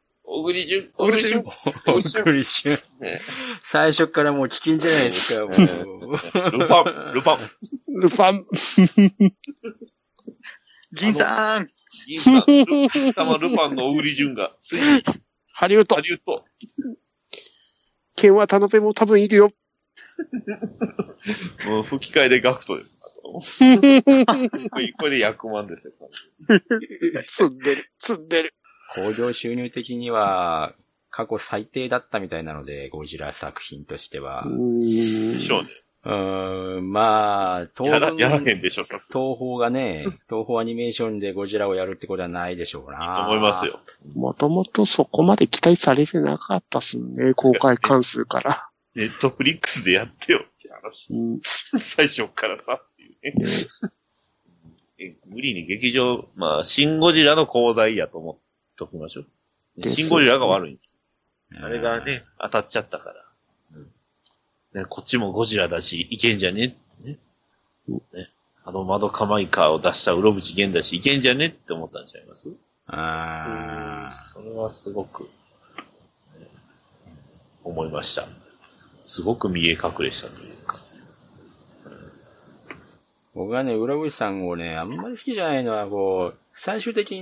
最初からもう危険じゃないですか、もう。 ルパン。 銀さん。 ルパンの小栗旬が、ついに、 ハリウッド。剣は田辺も多分いるよ。 もう吹き替えでガクトです。これで役満ですよ。 積んでる。 興行収入的には、過去最低だったみたいなので、ゴジラ作品としては。 でしょうね。 やらへんでしょ、さすがに。 東宝アニメーションでゴジラをやるってことはないでしょうな。 いいと思いますよ。 もともとそこまで期待されてなかったっすね、公開関数から。 ネットフリックスでやってよって話。最初からさっていうね。無理に劇場、シンゴジラの功罪やと思っておきましょう。シンゴジラが悪いんです。あれがね、当たっちゃったから。こっちもゴジラだし、いけんじゃねね。窓カマイカーを出したうろぶち源だし、いけんじゃねって思ったんちゃいます？それはすごく、思いました。すごく見え隠れしたというか。 僕はね、うろぶちさんをね、あんまり好きじゃないのは、最終的に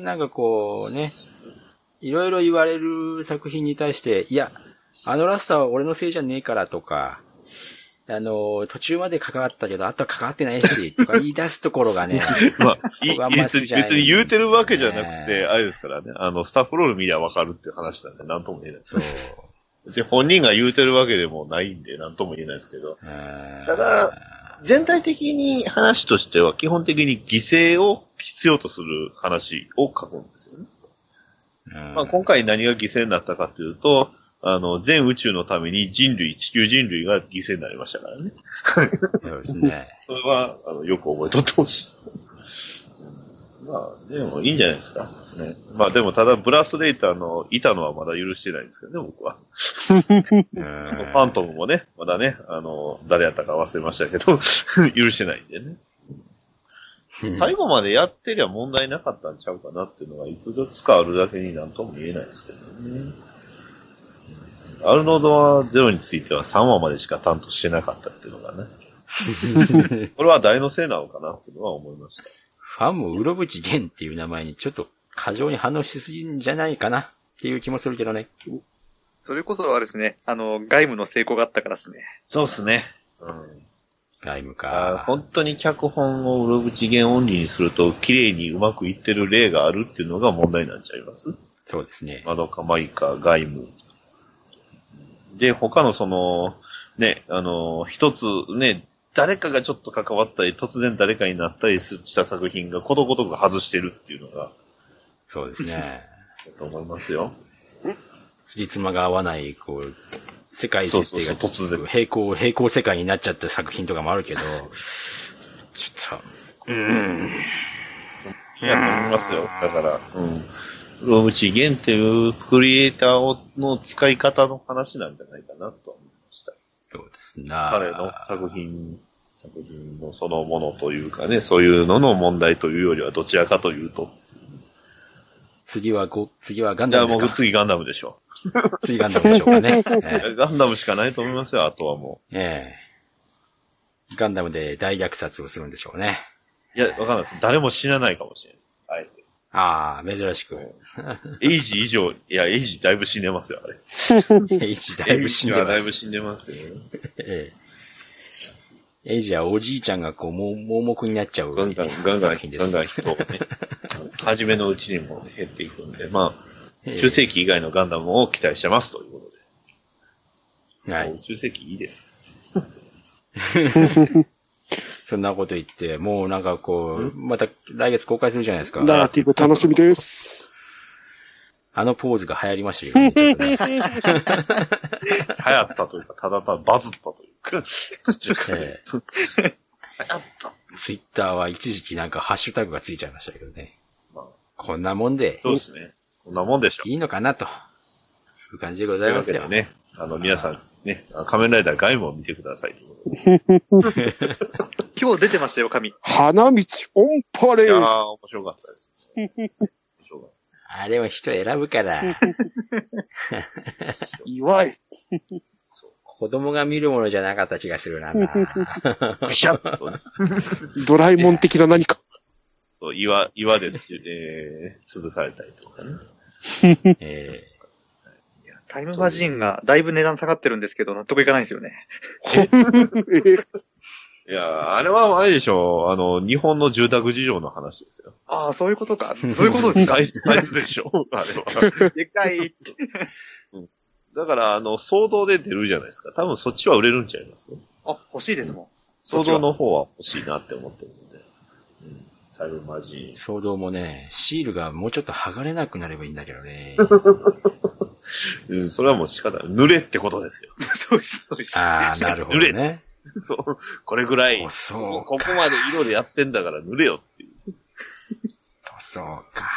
いろいろ言われる作品に対して、いや、ラストは俺のせいじゃねえからとか、途中まで関わったけど、あとは関わってないし、とか言い出すところがね、 別に言うてるわけじゃなくて、あれですからね、スタッフロール見りゃわかるっていう話なんで、なんとも言えない。そう。で、本人が言うてるわけでもないんで、なんとも言えないですけど。ただ、全体的に話としては、基本的に犠牲を必要とする話を書くんですよね。今回何が犠牲になったかというと、全宇宙のために地球人類が犠牲になりましたからね。 そうですね。 それは、よく覚えとってほしい。でもいいんじゃないですか。ね。でもただブラスレーターのいたのはまだ許してないんですけどね、僕は。ファントムもね、まだね、誰やったか忘れましたけど、許してないんでね。最後までやってりゃ問題なかったんちゃうかなっていうのがいくつかあるだけになんとも言えないですけどね。アルノードはゼロについては3話までしか担当してなかったっていうのがね。これは誰のせいなのかなっていうのは思いました。 ファンもうろぶち源っていう名前にちょっと過剰に反応しすぎんじゃないかなっていう気もするけどね。 それこそはですね、外務の成功があったからですね。 そうですね。 外務か。 本当に脚本をうろぶち源オンリーにすると綺麗にうまくいってる例があるっていうのが問題になっちゃいます。 そうですね。 窓かマイカ、外務。で、他の一つね、誰かがちょっと関わったり、突然誰かになったりした作品がことごとく外してるっていうのが。 そうですね。 と思いますよ。 辻褄が合わない、世界設定が突然平行世界になっちゃった作品とかもあるけど、ちょっと、 いや、思いますよ。だから、うろぶち源っていうクリエイターの使い方の話なんじゃないかなと思いました。 そうですね。 彼の作品のそのものというかね、そういうのの問題というよりはどちらかというと。 次はガンじゃあダムですか？ もう次ガンダムでしょう。 次ガンダムでしょうかね。 ガンダムしかないと思いますよ、あとはもう。ガンダムで大虐殺をするんでしょうね。 う。いや、わかんないです。誰も死なないかもしれないです。あえて。 ああ、珍しく。 エイジ以上、いや、エイジだいぶ死んでますよ、あれ。 エイジだいぶ死んでます。 だいぶ死んでますよ。 エイジはおじいちゃんがこう、盲目になっちゃう、 ガンガン人をね、初めのうちにも減っていくんで、まあ、中世紀以外のガンダムを期待してますということで。はい。宇宙世紀いいです。 そんなこと言って、もうなんかこう、また来月公開するじゃないですか。 ナラティブ楽しみです。 あのポーズが流行りましたよね。ね流行ったというか、ただただバズったというか。流行った。 ツイッターは一時期なんかハッシュタグがついちゃいましたけどね。まあ、こんなもんで。 そうですね。こんなもんでしょ。 いいのかなという感じでございますよ。 というわけでね、皆さんね、仮面ライダーガイムを見てください。 今日出てましたよ、紙。 花道オンパレード。 いやー、面白かったです。面白かった。 あれは人選ぶから。 祝い。 子供が見るものじゃなかった気がするな。 ぐしゃっと、ね。 ドラえもん的な何か。 そう、岩で、潰されたりとかね。 タイムマジンがだいぶ値段下がってるんですけど、納得いかないんですよね。 いや、あれはあれでしょ。日本の住宅事情の話ですよ。 ああ、そういうことか。そういうことですか。 サイズでしょ。あれは。 でかい。 だから、騒動で出るじゃないですか。多分そっちは売れるんちゃいます？ あ、欲しいですもん。 騒動の方は欲しいなって思ってるんで。タイムマジン。 騒動もね、シールがもうちょっと剥がれなくなればいいんだけどね。 それはもう仕方ない。濡れってことですよ。 そうです、そうです。 ああ、なるほどね。 そう。これぐらい。 そうここまで色でやってんだから濡れよっていう。 そうか。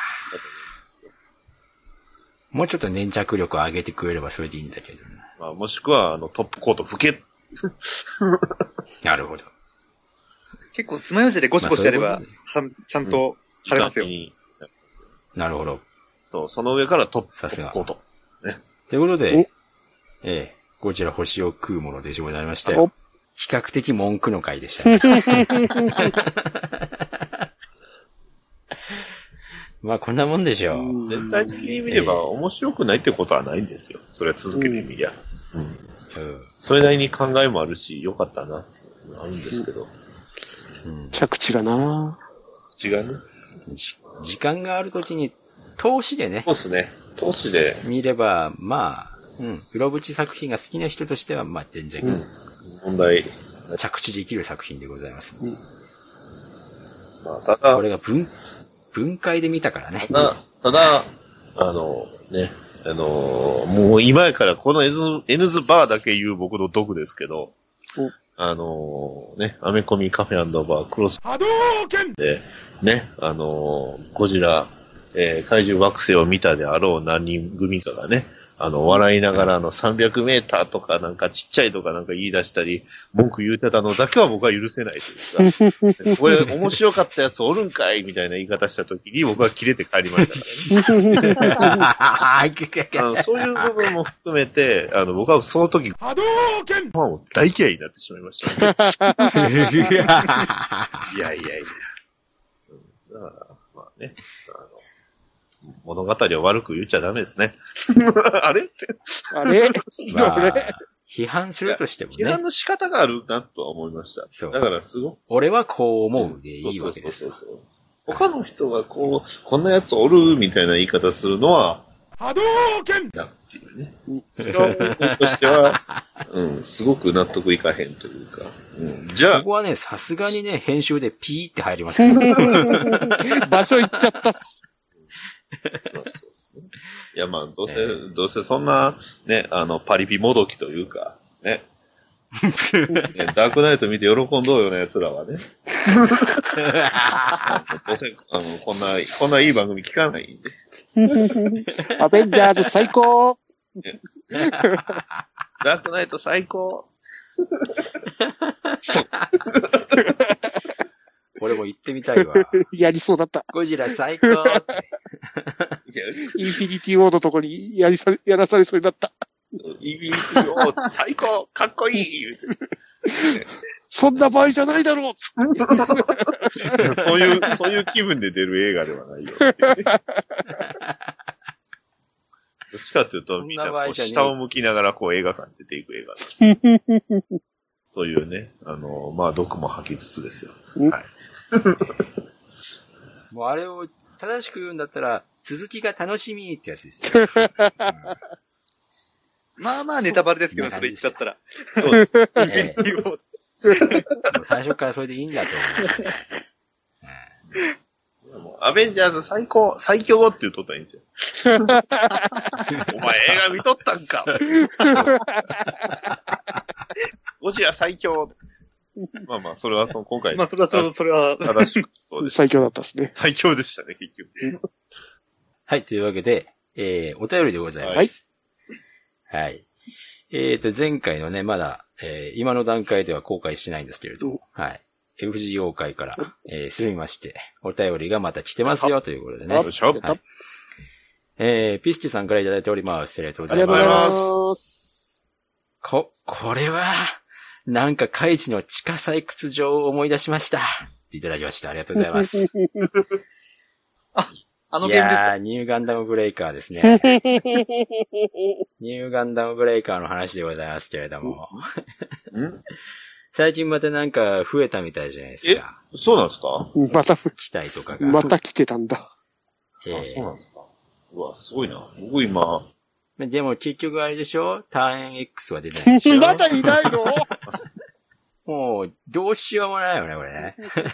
もうちょっと粘着力を上げてくれればそれでいいんだけど、ね。 まあ、もしくは、トップコート拭け。 なるほど。 結構爪楊枝でゴシゴシやれば、ちゃんと貼れますよ。 なるほど。 そう、その上からトップコート。 ね。ということで、こちら星を食うもので上になりましたよ。比較的文句の回でした、ね。まあこんなもんでしょう。 全体的に見れば面白くないってことはないんですよ。それは続けてみりゃ。それなりに考えもあるし、良かったなってあるんですけど。 着地がな違うね。 時間があるときに投資でね。 そうですね。投資で。 見れば、まあ、黒縁作品が好きな人としては、まあ全然、 問題。 着地できる作品でございます。 まあ、ただ、 これが分解で見たからね。 ただ、もう今やからこの N ズバーだけ言う僕の毒ですけど、アメコミカフェ&バークロスで、ゴジラ、怪獣惑星を見たであろう何人組かがね、笑いながら300メーターとかなんかちっちゃいとかなんか言い出したり、文句言うてたのだけは僕は許せないというか、これ面白かったやつおるんかいみたいな言い方した時に僕はキレて帰りましたからね。そういう部分も含めて、僕はその時、ファンを大嫌いになってしまいました、ね。いや。だから、まあね。物語を悪く言っちゃダメですね。あれ批判するとしてもね。 批判の仕方があるなとは思いました。だからすごく。 俺はこう思うでいいわけです。 他の人がこんなやつおるみたいな言い方するのは、波動拳だっていうね。としては、すごく納得いかへんというか。じゃあ。 ここはね、さすがにね、編集でピーって入ります。 場所行っちゃったし。 そうですね。いや、まあ、どうせそんな、ね、パリピもどきというか、ね。ダークナイト見て喜んどうよね、奴らはね。どうせ、こんないい番組聞かないんで。 アベンジャーズ最高ダークナイト最高俺も行ってみたいわ。 やりそうだった。 ゴジラ最高って。 インフィニティウォーのとこにやらされそうになった。 インフィニティウォー最高かっこいい言うて。 そんな場合じゃないだろうそういう気分で出る映画ではないよ。どっちかというと、みんなこう下を向きながらこう映画館に出ていく映画。そういうね、まあ、毒も吐きつつですよ。はい。 もうあれを正しく言うんだったら、続きが楽しみってやつですよ。 まあまあネタバレですけど、それ言っちゃったら。 そうです。 最初からそれでいいんだと思う。アベンジャーズ最強って言うとったらいいんですよ。お前映画見とったんか。ゴジラ最強。まあまあ、それは今回。 まあ、それは正しく。 そうです。 最強だったですね。 最強でしたね、結局。 はい、というわけで、お便りでございます。はい。前回のね、まだ、今の段階では公開してないんですけれど、はい。FGO 会から、進みまして、お便りがまた来てますよということでね。 よいしょ。 はい、ピスケさんからいただいております。ありがとうございます。 ありがとうございます。 これは、なんかカイジの地下採掘場を思い出しました。っていただきました。ありがとうございます。 あのゲームですか？ いやー、ニューガンダムブレイカーですね。ニューガンダムブレイカーの話でございますけれども。最近またなんか増えたみたいじゃないですか。 そうなんですか？ また期待とかが。 また来てたんだ。 あ、そうなんですか。うわ、すごいな。僕今。 でも結局あれでしょ？ターン X は出ないでしょ？ まだいないの？ もう、どうしようもないよね、これね。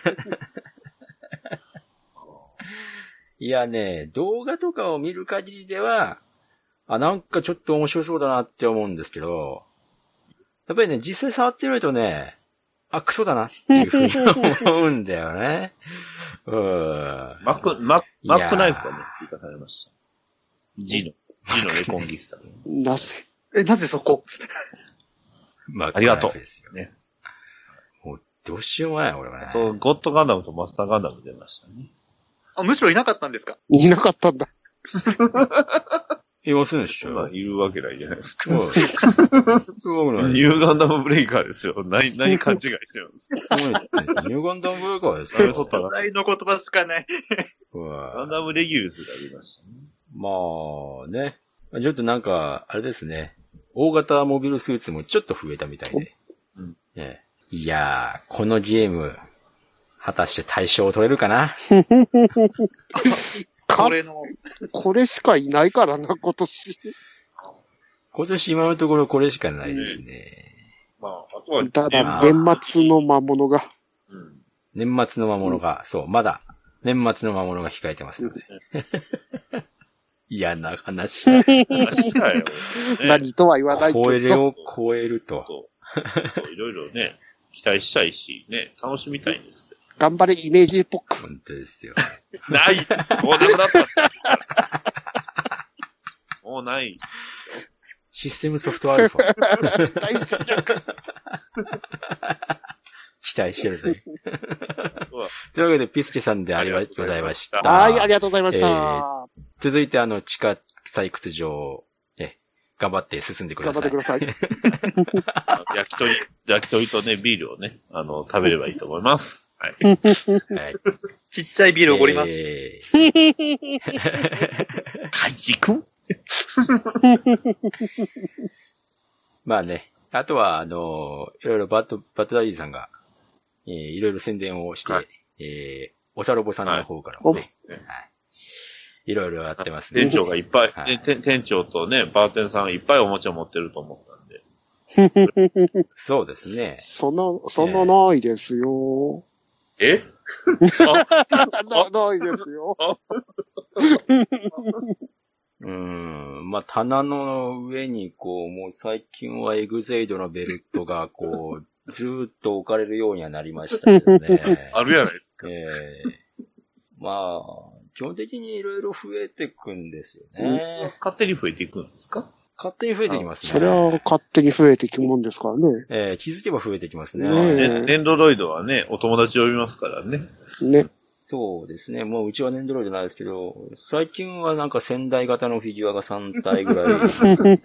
いやね、動画とかを見る限りでは、なんかちょっと面白そうだなって思うんですけど、やっぱりね、実際触ってみるとね、クソだなっていうふうに思うんだよね。 マックナイフがね、追加されました。G のレコンギスタ。 なぜなぜそこありがとう。ですよね。もう、どうしようもない、俺はね。 ゴッドガンダムとマスターガンダム出ましたね。 むしろいなかったんですか？ いなかったんだ。 いますんでしょ？ まあ、いるわけないじゃないですか。 ニューガンダムブレイカーですよ。何勘違いしてるんですか？ ニューガンダムブレイカーですよ。 素材の言葉しかない。 ガンダムレギュルスがありましたね。 まあね。ちょっとなんか、あれですね。大型モビルスーツもちょっと増えたみたいで。いやー、このゲーム、果たして大賞を取れるかな？ これしかいないからな、今年。 今年今のところこれしかないですね。 まあ、あとは、 ただ、年末の魔物が。 年末の魔物が、そう、まだ、年末の魔物が控えてますので。嫌な話だ。 何とは言わないけど。 これを超えると。 いろいろね、期待したいし、ね、楽しみたいんですけど。 頑張れ、イメージエポック。 本当ですよ。 ない。もうでもだった。もうない。 システムソフトアルファ。 大戦略。 期待してるぜ。というわけで、ピスケさんでありがとうございました。 はい、ありがとうございました。 続いて地下採掘場を、頑張って進んでください。 頑張ってください。焼き鳥とね、ビールをね、食べればいいと思います。はい。 ちっちゃいビールおごります。 カイジ君まあね、あとは、いろいろバッドダディさんが、いろいろ宣伝をして、はい、おさろぼさんの方からもね、いろいろやってますね。 店長がいっぱい、店長とね、バーテンさんいっぱいおもちゃ持ってると思ったんで。 そうですね。 そんなないですよ。 ないですよ。 まあ、棚の上にもう最近はエグゼイドのベルトがずーっと置かれるようにはなりましたけどね。 あるやないですか。 まあ、基本的にいろいろ増えていくんですよね。 勝手に増えていくんですか？ 勝手に増えてきますね。 それは勝手に増えていくもんですからね。 気づけば増えてきますね。 ネンドロイドはね、お友達呼びますからね。 ね。 そうですね。もううちはネンドロイドないですけど、最近はなんか仙台型のフィギュアが3体ぐらい、なんか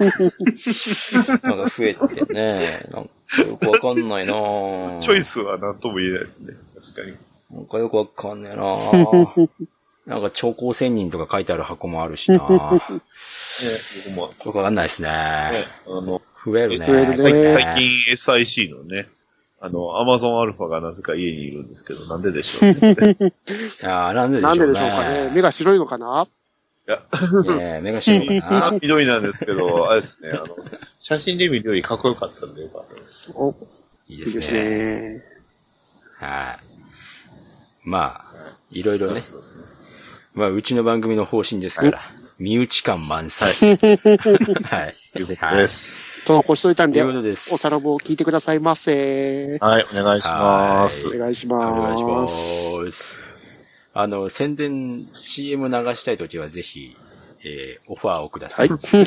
増えてね、なんかよくわかんないなぁ。 チョイスはなんとも言えないですね。確かに。 なんかよくわかんねえなぁ。なんか超高仙人とか書いてある箱もあるしなぁ。 僕も。 よくわかんないですね。増えるね。 最近 SIC のね、アマゾンアルファがなぜか家にいるんですけど、なんででしょうね。 いやなんででしょうね。 なんででしょうかね。目が白いのかないや、目が白いかな。 緑なんですけど、あれですね、写真で見るよりかっこよかったんでよかったです。 お、 いいですね。はい。まあ、いろいろね。まあ、うちの番組の方針ですから、身内感満載。はい。 ということです。 と残しといたんで、 ということです。 おさらぼを聞いてくださいませ。 はい、お願いします。 お願いします。 お願いします。宣伝 CM 流したいときはぜひ、オファーをください。はい。はい。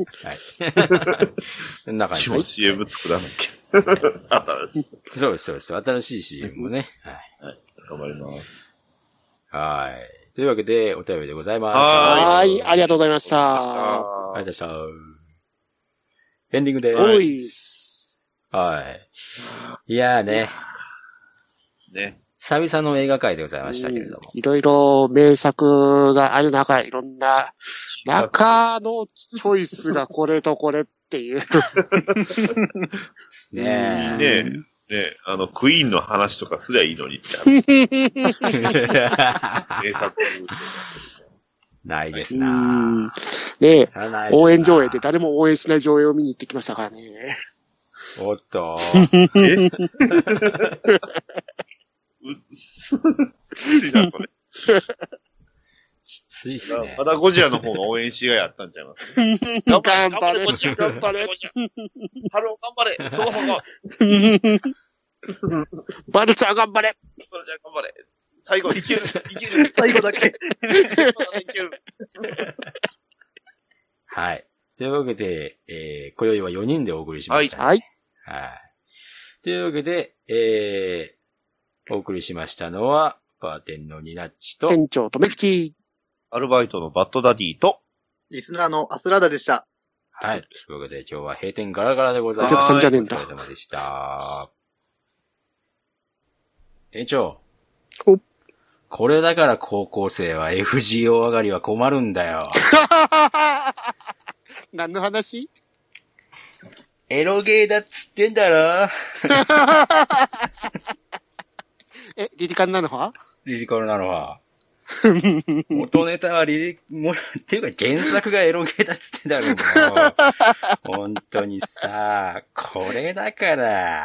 中に。 CM 作らなきゃ。 そうです、そうです。新しい CM もね。はい。 はい。頑張ります。 はい。というわけで、お便りでございます。 はい。ありがとうございました。 ありがとうございました。エンディングでーす。はい。いやーね。 ね。 久々の映画界でございましたけれども。 いろいろ名作がある中、いろんな中のチョイスがこれとこれっていう。 ねえ。 ねえ、クイーンの話とかすりゃいいのにって名作。 ないですなねえ、応援上映で誰も応援しない上映を見に行ってきましたからね。 おっと。 きついな、これ。 きついっすね。 まだゴジラの方が応援しがいあったんちゃいます頑張れ、頑張れ。 ハロー頑張れ、その方が。 バルちゃん頑張れ。 バルちゃん頑張れ。最後いける。 最後だけ。 いける。 はい。というわけで、今宵は4人でお送りしました、ね。 はい。 はい。というわけで、お送りしましたのは、バーテンのニナッチと、 店長とめきち。 アルバイトのバッドダディと、 リスナーのアスラダでした。 はい。というわけで今日は閉店ガラガラでございます。 お客さんじゃねえんだ。 お疲れ様でした。店長。これだから高校生は FGO 上がりは困るんだよ。 何の話？ エロゲーだっつってんだろ。 リリカルなのは？ リリカルなのは。元ネタはっていうか原作がエロゲーだっつってんだろ、もう。本当にさ、これだから、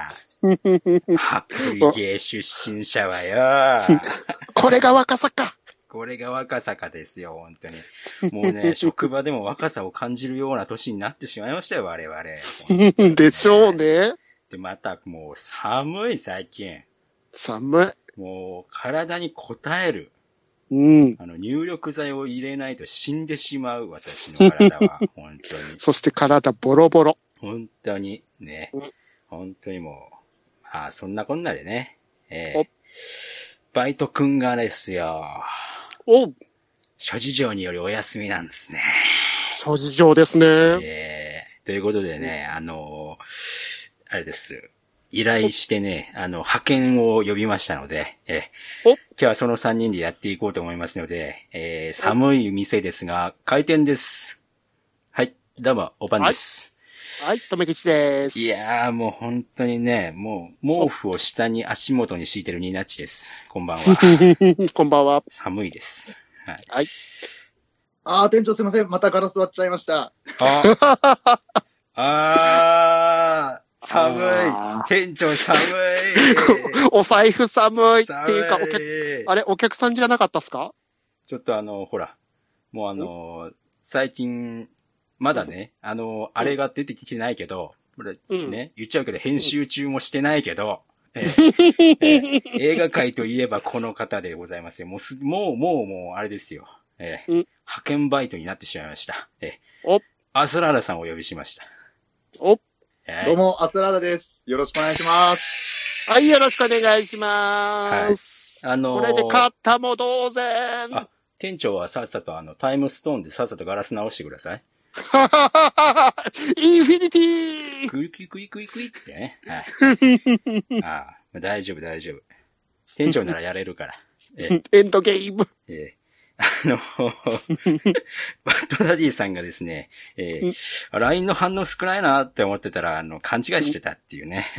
ハプリゲー出身者はよ。 これが若さか。 これが若さかですよ、本当に。もうね、職場でも若さを感じるような年になってしまいましたよ、我々。 でしょうね。 で、またもう寒い、最近。 寒い。もう体に応える。 うん。 入力剤を入れないと死んでしまう、私の体は。本当に。 そして体ボロボロ。 本当に、ね。本当にもう。まあ、そんなこんなでね。バイトくんがですよ。諸事情によりお休みなんですね。 諸事情ですね。 ということでね、あれです。依頼してね、派遣を呼びましたので、今日はその3人でやっていこうと思いますので、寒い店ですが、開店です。はい、どうも、おばんです。 はい、とめきちです。 いやーもう本当にね、もう、毛布を下に足元に敷いてるニナッチです。こんばんは。 こんばんは。 寒いです。はい。 はい。店長すいません。またガラス割っちゃいました。寒い。店長寒い。 お財布寒い。っていうか、お客さんじゃなかったっすか？ ちょっとほら、もう最近、まだね、あれが出てきてないけど、これね、言っちゃうけど、編集中もしてないけど、映画界といえばこの方でございますよ。もう、あれですよ。派遣バイトになってしまいました。アスラーダさんをお呼びしました。 どうも、アスラーダです。よろしくお願いします。 はい、よろしくお願いします。 これで勝ったも同然。 あ、店長はさっさとタイムストーンでさっさとガラス直してください。 インフィニティクイクイクイクイクイってね。はい。ああ、大丈夫大丈夫。店長ならやれるから。 エンドゲーム。 バッドダディさんがですね、LINE の反応少ないなって思ってたら、勘違いしてたっていうね。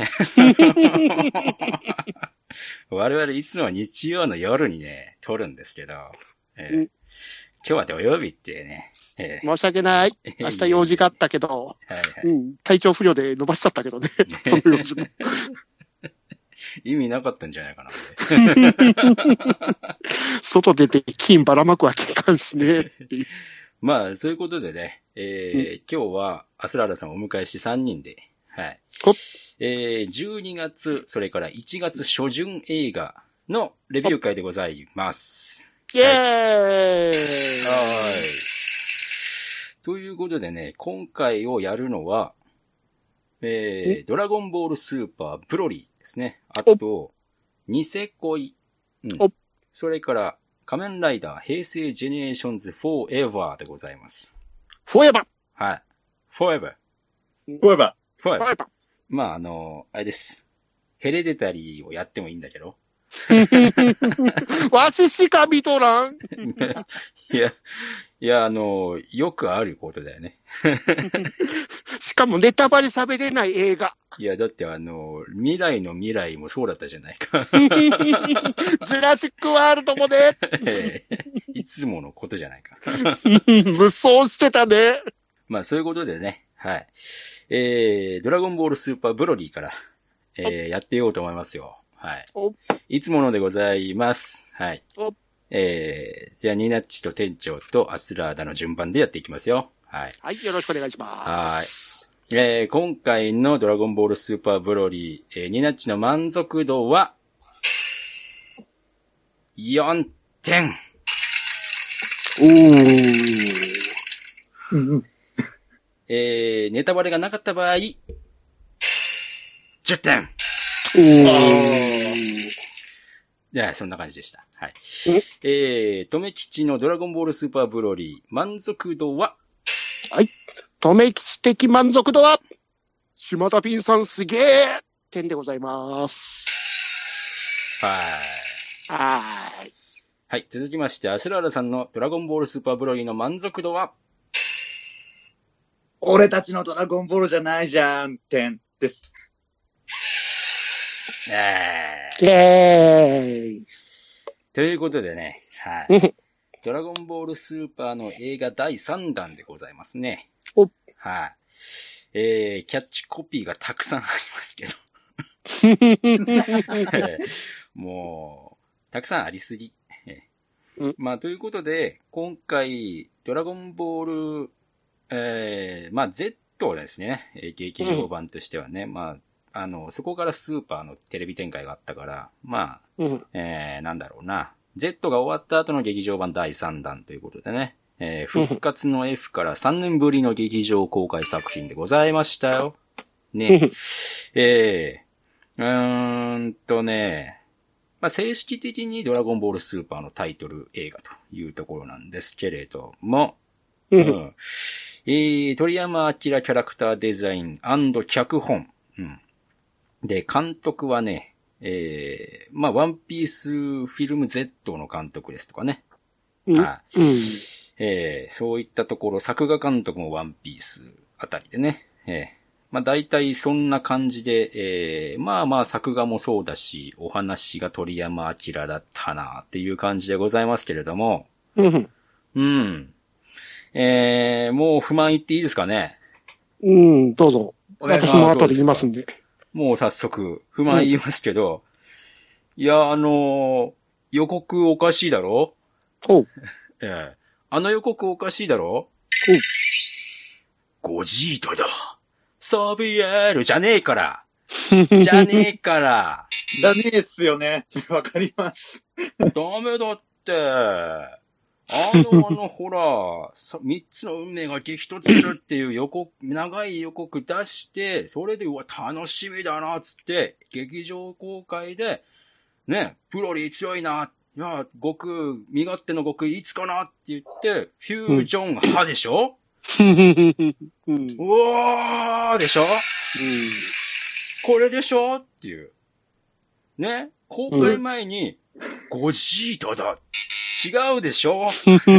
我々いつも日曜の夜にね、撮るんですけど、今日は土曜日ってね、 申し訳ない。明日用事があったけど、はいはい体調不良で伸ばしちゃったけどね。その用事も。 意味なかったんじゃないかな。 外出て金ばらまくわけいかんしね。 まあ、そういうことでね、今日はアスラーラさんをお迎えし3人で、はい。12月、それから1月初旬映画のレビュー会でございます。 イェーイ、はい。 ということでね、今回をやるのは、ドラゴンボールスーパーブロリーですね。あと、ニセ恋。それから、仮面ライダー平成ジェネレーションズフォーエバーでございます。 フォーエバーはい。フォーエバー。 フォーエバー。フォーエバー。 まあ、あれです。ヘレデタリーをやってもいいんだけど。 わししか見とらん。 いや、よくあることだよね。 しかもネタバレ喋れない映画。 いや、だって未来の未来もそうだったじゃないか。 ジュラシックワールドもね。 いつものことじゃないか。 無双してたね。 まあ、そういうことでね。はい。ドラゴンボールスーパーブロリーから、やっていこうと思いますよ。はい。いつものでございます。はい。じゃあ、ニナッチと店長とアスラーダの順番でやっていきますよ。はい。 はい、よろしくお願いします。 はい。今回のドラゴンボールスーパーブロリー、ニナッチの満足度は、4点。ネタバレがなかった場合、10点。いや、そんな感じでした。はい。とめきちのドラゴンボールスーパーブロリー、満足度は？ はい。とめきち的満足度は、島田ピンさんすげえ点でございます。はい。 続きまして、アスラーラさんのドラゴンボールスーパーブロリーの満足度は？ 俺たちのドラゴンボールじゃないじゃん、点です。 イェーイ。 ということでね、はい。ドラゴンボールスーパーの映画第3弾でございますね。はい。キャッチコピーがたくさんありますけど。もう、たくさんありすぎ。まあ、ということで、今回、ドラゴンボール、まあ、Z ですね。劇場版としてはね。まあ、そこからスーパーのテレビ展開があったから、まあ、なんだろうな。Z が終わった後の劇場版第3弾ということでね。復活の F から3年ぶりの劇場公開作品でございましたよ。ね。まあ、正式的にドラゴンボールスーパーのタイトル映画というところなんですけれども、鳥山明キャラクターデザイン&脚本。で、監督はね、まあ、ワンピースフィルム Z の監督ですとかね。そういったところ、作画監督もワンピースあたりでね。まあ、大体そんな感じで、まあまあ作画もそうだし、お話が鳥山明だったなっていう感じでございますけれども。もう不満言っていいですかね。 どうぞ。私も後で言いますんで。 もう早速、不満言いますけど、いや、予告おかしいだろ？予告おかしいだろ？ゴジータだ。サビエールじゃねえから。じゃねえから。 じゃねえっすよね。わかります。 ダメだって。ほら、三つの運命が激突するっていう予告、長い予告出して、それで、楽しみだな、つって、劇場公開で、 ね、ブロリー強いな。いや、悟空、身勝手の悟空いつかなって言って、フュージョン派でしょ、うおーでしょ、これでしょっていう。ね、公開前に、ゴジータだ。違うでしょ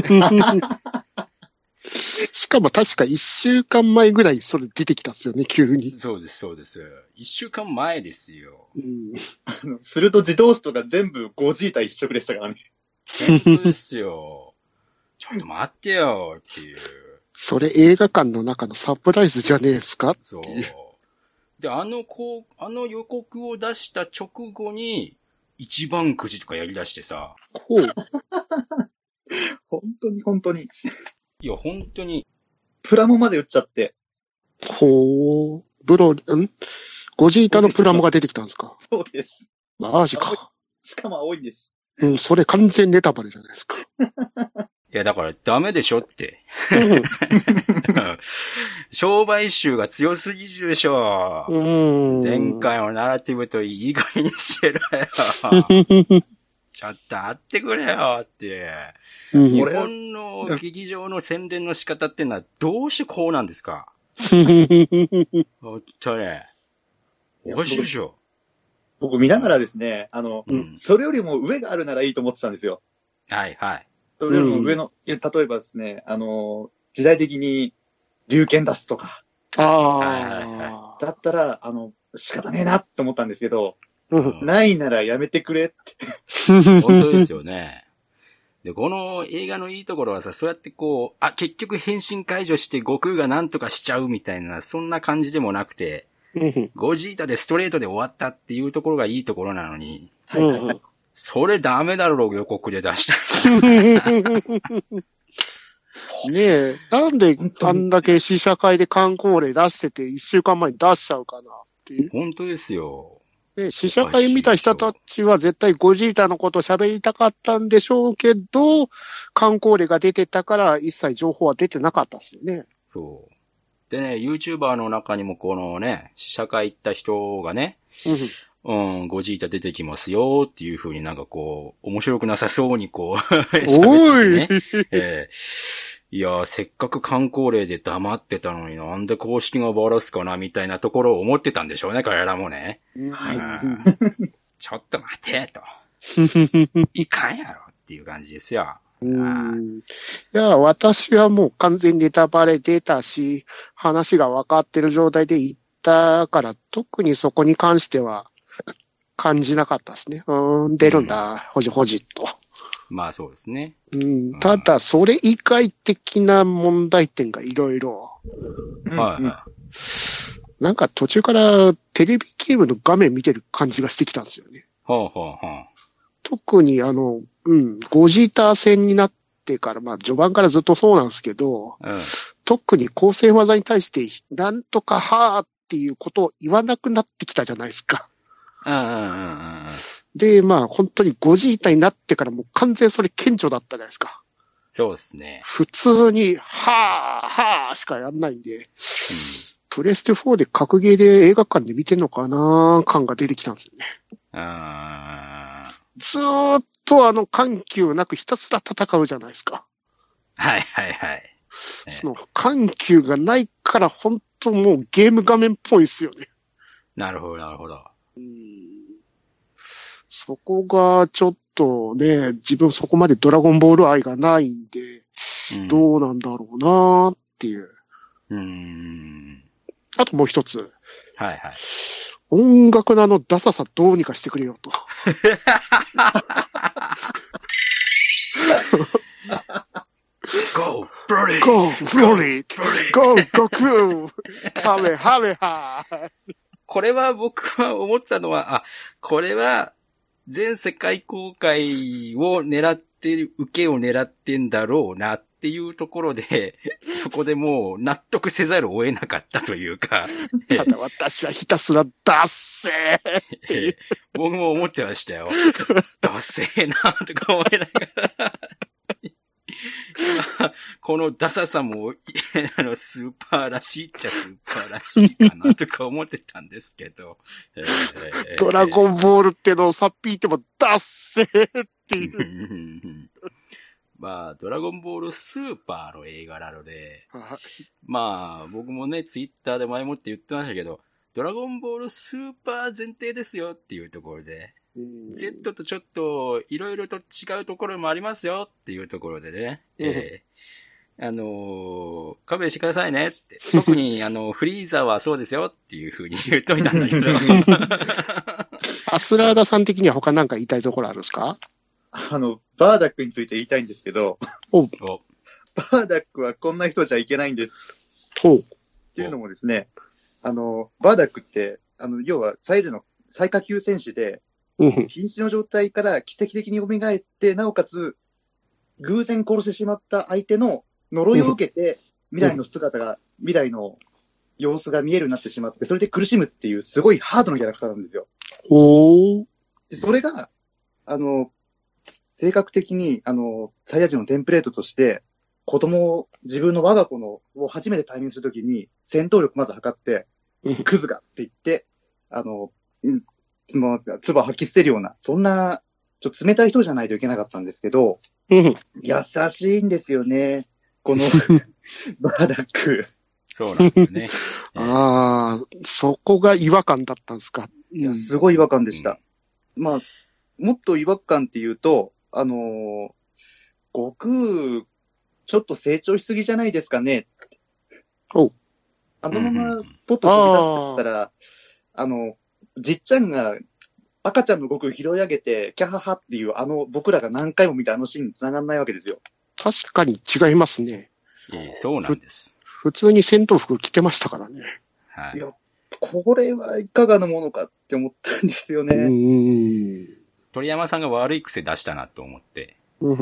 しかも確か1週間前ぐらいそれ出てきたんですよね、急に。 そうです、そうです。1週間前ですよ。 すると自動詞とか全部ゴジータ一色でしたからね。 本当ですよ。ちょっと待ってよっていう。 それ映画館の中のサプライズじゃねえですかそう。で、あの予告を出した直後に、一番くじとかやり出してさ。 ほう。 本当に。 いや、本当に。 プラモまで売っちゃって。 ほう。ゴジータのプラモが出てきたんですか？ そうです。 マジか。 しかも青いんです。 それ完全ネタバレじゃないですか。 いや、だからダメでしょって。商売集が強すぎるでしょ。前回のナラティブといい加減にしてろよ。ちょっと会ってくれよって。日本の劇場の宣伝の仕方ってのはどうしてこうなんですか？ほんとね。おかしいでしょ。 僕見ながらですね、それよりも上があるならいいと思ってたんですよ。 はいはい。 それよりも上の、例えばですね、時代的に龍剣出すとか。だったら、仕方ねえなって思ったんですけど、ないならやめてくれって。 本当ですよね。で、この映画のいいところはさ、そうやってこう、結局変身解除して悟空が何とかしちゃうみたいな、そんな感じでもなくて、ゴジータでストレートで終わったっていうところがいいところなのに、それダメだろ、予告で出したねえ、なんであんだけ試写会で観光例出してて1週間前に出しちゃうかなっていう。 本当ですよ。 ね、試写会見た人たちは絶対ゴジータのこと喋りたかったんでしょうけど、観光例が出てたから一切情報は出てなかったですよね。 そう。でね、YouTuber の中にもこのね、試写会行った人がね、ゴジータ出てきますよっていう風になんかこう、面白くなさそうにこう、喋ってね。いや、せっかく観光例で黙ってたのになんで公式がバラすかなみたいなところを思ってたんでしょうね、彼らもね。ちょっと待てと。いかんやろっていう感じですよ。 いや、私はもう完全にネタバレ出たし、話が分かってる状態で行ったから、特にそこに関しては感じなかったですね。出るんだ、ほじほじっと。 まあそうですね。 ただ、それ以外的な問題点がいろいろ。なんか途中からテレビゲームの画面見てる感じがしてきたんですよね。特にゴジータ戦になってから、まあ序盤からずっとそうなんですけど、特に構成技に対して、なんとかはーっていうことを言わなくなってきたじゃないですか。で、まあ本当にゴジータになってからもう完全それ顕著だったじゃないですか。 そうですね。 普通に、はーはーしかやんないんで、プレステ4で格ゲーで映画館で見てんのかな感が出てきたんですよね。ずーっと緩急なくひたすら戦うじゃないですか。その緩急がないから本当もうゲーム画面っぽいですよね。 なるほど、なるほど。 そこがちょっとね、自分そこまでドラゴンボール愛がないんで、どうなんだろうなっていう。あともう一つ。音楽のダサさどうにかしてくれよと。 Go, Broly! Go, Broly! Go, Goku! ハメハメハこれは僕は思ったのは、これは全世界公開を狙ってる、受けを狙ってんだろうなっていうところで、そこでもう納得せざるを得なかったというか。 ただ私はひたすらダッセーっていう。 僕も思ってましたよ。ダッセーなとか思いながら。 このダサさも、スーパーらしいっちゃスーパーらしいかなとか思ってたんですけど。 ドラゴンボールってのをさっぴいてもダッセーっていう。 まあ、ドラゴンボールスーパーの映画なので、まあ、僕もね、ツイッターで前もって言ってましたけど、ドラゴンボールスーパー前提ですよっていうところで、Z とちょっといろいろと違うところもありますよっていうところでね、勘弁してくださいねって。特にフリーザはそうですよっていう風に言っといたんだけど。 アスラーダさん的には他なんか言いたいところあるんですか？ バーダックについて言いたいんですけど、バーダックはこんな人じゃいけないんです。っていうのもですね、バーダックって、要は最下級戦士で、瀕死の状態から奇跡的に蘇って、なおかつ、偶然殺してしまった相手の呪いを受けて、未来の様子が見えるようになってしまって、それで苦しむっていう、すごいハードなキャラクターなんですよ。でそれが、性格的に、サイヤ人のテンプレートとして、自分の我が子を初めて対面するときに、戦闘力まず測って、クズがって言って、唾を吐き捨てるような、そんな、ちょっと冷たい人じゃないといけなかったんですけど、優しいんですよね。この、バーダック。 そうなんですよね。 そこが違和感だったんですか。 いや、すごい違和感でした。まあ、もっと違和感っていうと、悟空、ちょっと成長しすぎじゃないですかね。まま、ポッと飛び出すとったら、じっちゃんが赤ちゃんの悟空拾い上げて、キャハハっていう僕らが何回も見たシーンに繋がんないわけですよ。 確かに違いますね。 そうなんです。 普通に戦闘服着てましたからね。 いや、これはいかがなものかって思ったんですよね。 鳥山さんが悪い癖出したなと思って。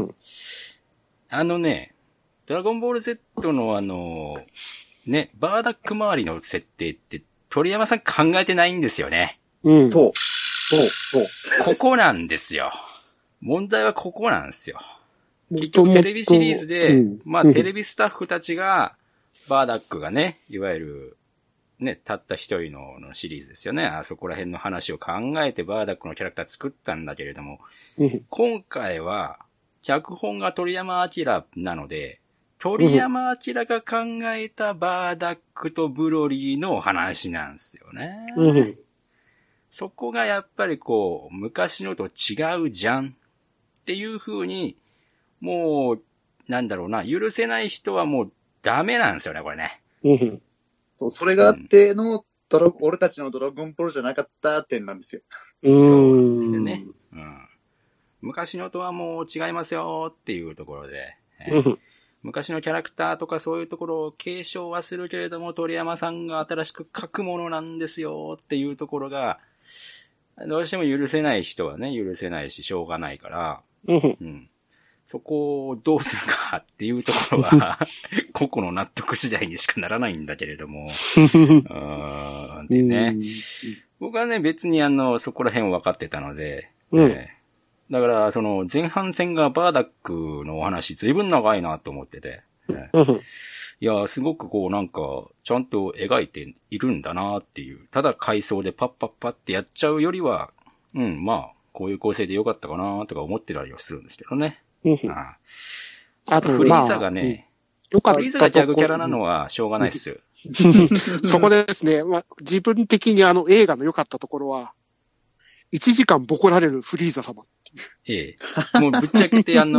ドラゴンボール Z のね、バーダック周りの設定って鳥山さん考えてないんですよね。 そう。 ここなんですよ。問題はここなんですよ。結局テレビシリーズで、テレビスタッフたちが、バーダックがね、いわゆる、ね、たった一人のシリーズですよね。あそこら辺の話を考えてバーダックのキャラクター作ったんだけれども、今回は、脚本が鳥山明なので、鳥山明が考えたバーダックとブロリーの話なんですよね。そこがやっぱり昔のと違うじゃんっていう風に、もう、許せない人はもうダメなんですよね、これね。 それがあっての、俺たちのドラゴンボールじゃなかった点なんですよ。 そうですよね。昔のとはもう違いますよっていうところで、昔のキャラクターとかそういうところを継承はするけれども、鳥山さんが新しく書くものなんですよっていうところが、どうしても許せない人はね、許せないし、しょうがないから、そこをどうするかっていうところは、個々の納得次第にしかならないんだけれども、でね、僕はね、別にそこら辺分かってたので、だから、前半戦がバーダックのお話随分長いなと思ってて、いや、すごくちゃんと描いているんだなっていう、ただ回想でパッパッパってやっちゃうよりは、こういう構成でよかったかなとか思ってたりはするんですけどね。あと、フリーザがね、フリーザがギャグキャラなのはしょうがないっすよ。 そこでですね、自分的に映画の良かったところは、1時間ボコられるフリーザ様っていう。もうぶっちゃけて変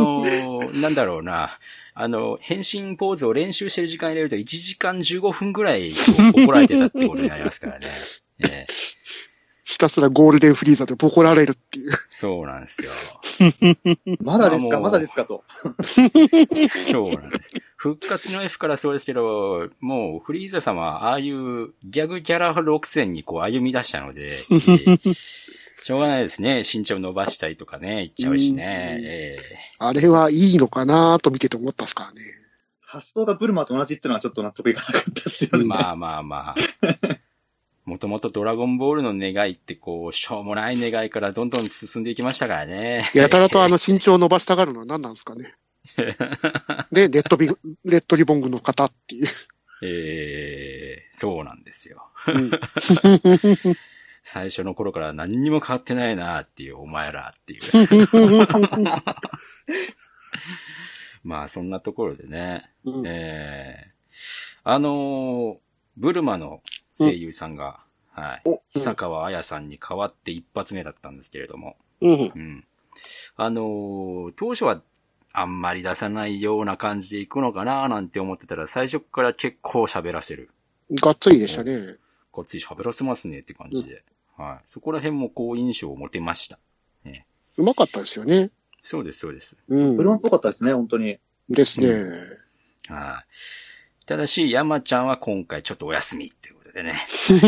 身ポーズを練習してる時間入れると1時間15分ぐらいボコられてたってことになりますからね。 ひたすらゴールデンフリーザでボコられるっていう。 そうなんですよ。 まだですかと。 そうなんです。復活の F からそうですけど、もうフリーザ様はああいうギャグキャラ6選に歩み出したので、しょうがないですね。身長伸ばしたりとかね、言っちゃうしね。 あれはいいのかなと見てて思ったっすからね。 発想がブルマと同じってのはちょっと納得いかなかったですよね。 まあ。もともとドラゴンボールの願いってしょうもない願いからどんどん進んでいきましたからね。 やたらと身長を伸ばしたがるのは何なんですかね。 で、レッドリボン軍の方っていう。 そうなんですよ。最初の頃から何にも変わってないなっていう、お前らっていう。まあ、そんなところでね。ブルマの声優さんが、はい。久川彩さんに代わって一発目だったんですけれども。当初はあんまり出さないような感じでいくのかななんて思ってたら、最初から結構喋らせる。 がっつりでしたね。 がっつり喋らせますねって感じで。はい。そこら辺もこう印象を持てました。 うまかったですよね。 そうです、そうです。 ブルマっぽかったですね、本当に。 ですね。 はい。ただし、山ちゃんは今回ちょっとお休みっていうことでね。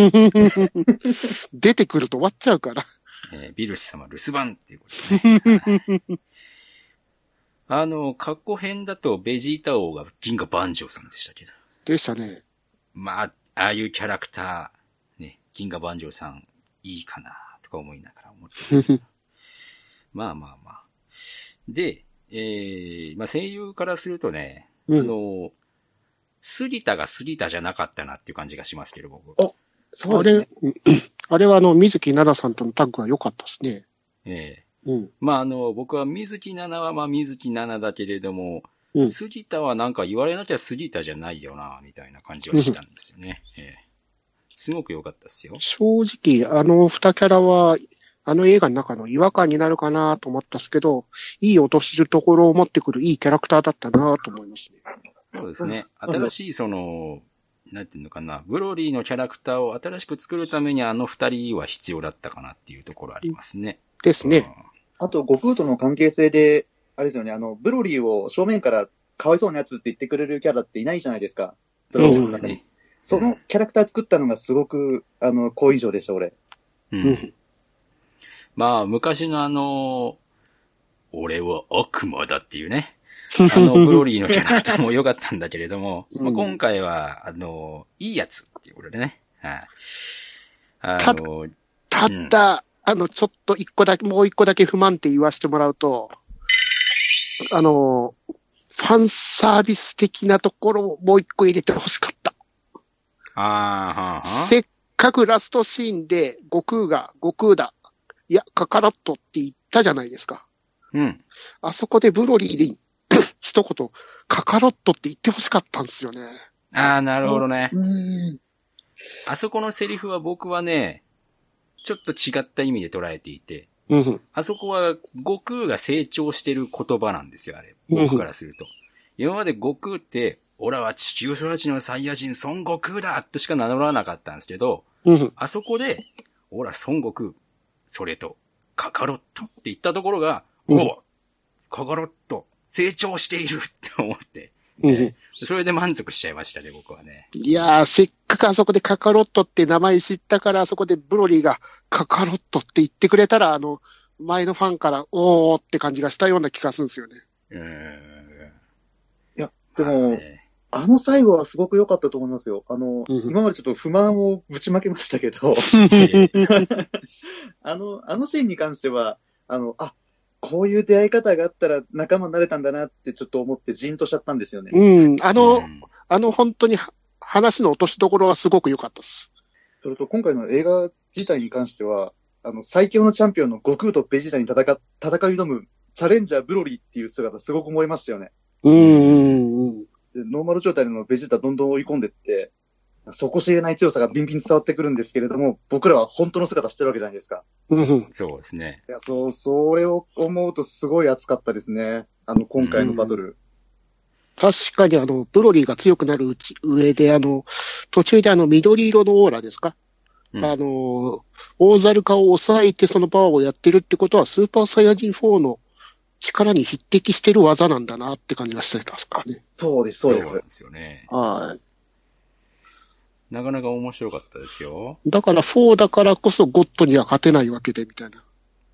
出てくると終わっちゃうから。 ビルシ様留守番っていうことでね。過去編だとベジータ王が銀河万丈さんでしたけど。 でしたね。 まあ、ああいうキャラクター、ね、銀河万丈さんいいかなとか思いながら思ってますけど。まあ。で、まあ声優からするとね、杉田が杉田じゃなかったなっていう感じがしますけど、僕。 そうですね。あれは水木奈々さんとのタッグが良かったですね。 まあ僕は水木奈々はまあ水木奈々だけれども、杉田はなんか言われなきゃ杉田じゃないよな、みたいな感じはしたんですよね。すごく良かったですよ。 正直、二キャラは、映画の中の違和感になるかなと思ったんですけど、いい落としるところを持ってくるいいキャラクターだったなと思いますね。 そうですね。新しいなんていうのかな、ブロリーのキャラクターを新しく作るために二人は必要だったかなっていうところありますね。 ですね。 あと、悟空との関係性で、あれですよね、ブロリーを正面からかわいそうなやつって言ってくれるキャラっていないじゃないですか。 そうですね。 そのキャラクター作ったのがすごく、好印象でした、俺。 まあ、昔の俺は悪魔だっていうね。ブロリーのキャラクターも良かったんだけれども、まあ、今回は、いいやつっていうことでね。 ただ、ちょっともう一個だけ不満って言わせてもらうと、ファンサービス的なところをもう一個入れてほしかった。せっかくラストシーンで悟空だ。いや、カカロットって言ったじゃないですか。あそこでブロリーで一言、カカロットって言ってほしかったんですよね。 なるほどね。あそこのセリフは僕はね、ちょっと違った意味で捉えていて、あそこは悟空が成長してる言葉なんですよ、あれ。僕からすると。今まで悟空って、オラは地球育ちのサイヤ人孫悟空だとしか名乗らなかったんですけど、あそこで、オラ孫悟空、それと、カカロットって言ったところが、カカロット、成長しているって思って、それで満足しちゃいましたね、僕はね。 いやー、せっかくあそこでカカロットって名前知ったから、あそこでブロリーがカカロットって言ってくれたら、前のファンから、おーって感じがしたような気がするんですよね。 いや、でも、最後はすごく良かったと思いますよ。今までちょっと不満をぶちまけましたけど、あのシーンに関しては、こういう出会い方があったら仲間になれたんだなってちょっと思ってジーンとしちゃったんですよね。 本当に話の落としどころはすごく良かったです。 それと今回の映画自体に関しては、最強のチャンピオンの悟空とベジータに戦い挑むチャレンジャーブロリーっていう姿すごく思いましたよね。ノーマル状態のベジータどんどん追い込んでって、底知れない強さがビンビン伝わってくるんですけれども、僕らは本当の姿してるわけじゃないですか。 そうですね。 いや、それを思うとすごい熱かったですね。今回のバトル。 確かにブロリーが強くなる上で、途中で緑色のオーラですか、大猿化を抑えてそのパワーをやってるってことは、スーパーサイヤ人4の力に匹敵してる技なんだなって感じがしてたんですかね。 そうです、そうです。 そうですよね。 はい。 なかなか面白かったですよ。 だから4だからこそゴッドには勝てないわけで、みたいな。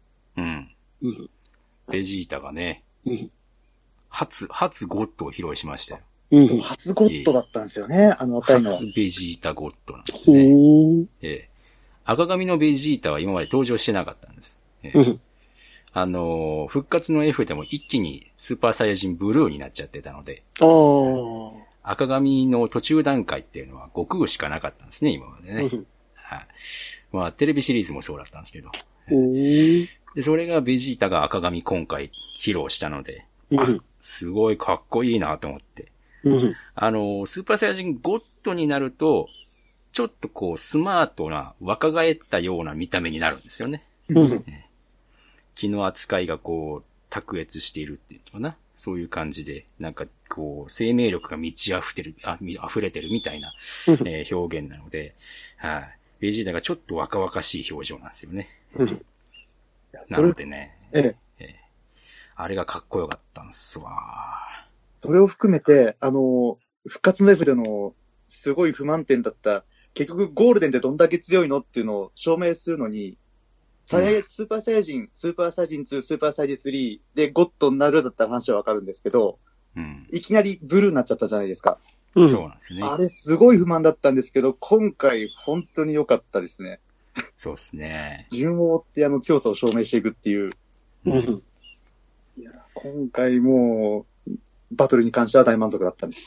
ベジータがね、初ゴッドを披露しましたよ。 初ゴッドだったんですよね、回の。 初ベジータゴッドなんですね。赤髪のベジータは今まで登場してなかったんです。 復活の F でも一気にスーパーサイヤ人ブルーになっちゃってたので、赤髪の途中段階っていうのは悟空しかなかったんですね、今までね。はい。まあ、テレビシリーズもそうだったんですけど。で、それがベジータが赤髪今回披露したので、すごいかっこいいなと思って。スーパーサイヤ人ゴッドになると、ちょっとこうスマートな若返ったような見た目になるんですよね。気の扱いがこう卓越しているっていうのかな。そういう感じで、なんかこう生命力が満ち溢れてるみたいな、表現なので、はい。ベジータがちょっと若々しい表情なんですよね。なのでね、あれがかっこよかったんですわ。 それを含めて、復活の F でのすごい不満点だった、結局ゴールデンってどんだけ強いのっていうのを証明するのに、スーパーサイヤ人、スーパーサイヤ人2、スーパーサイヤ人3でゴッドになるだったら話はわかるんですけど、いきなりブルーになっちゃったじゃないですか。 そうなんですね。 あれすごい不満だったんですけど、今回本当に良かったですね。 そうですね。 順を追って強さを証明していくっていう。いや、今回もう、バトルに関しては大満足だったんです。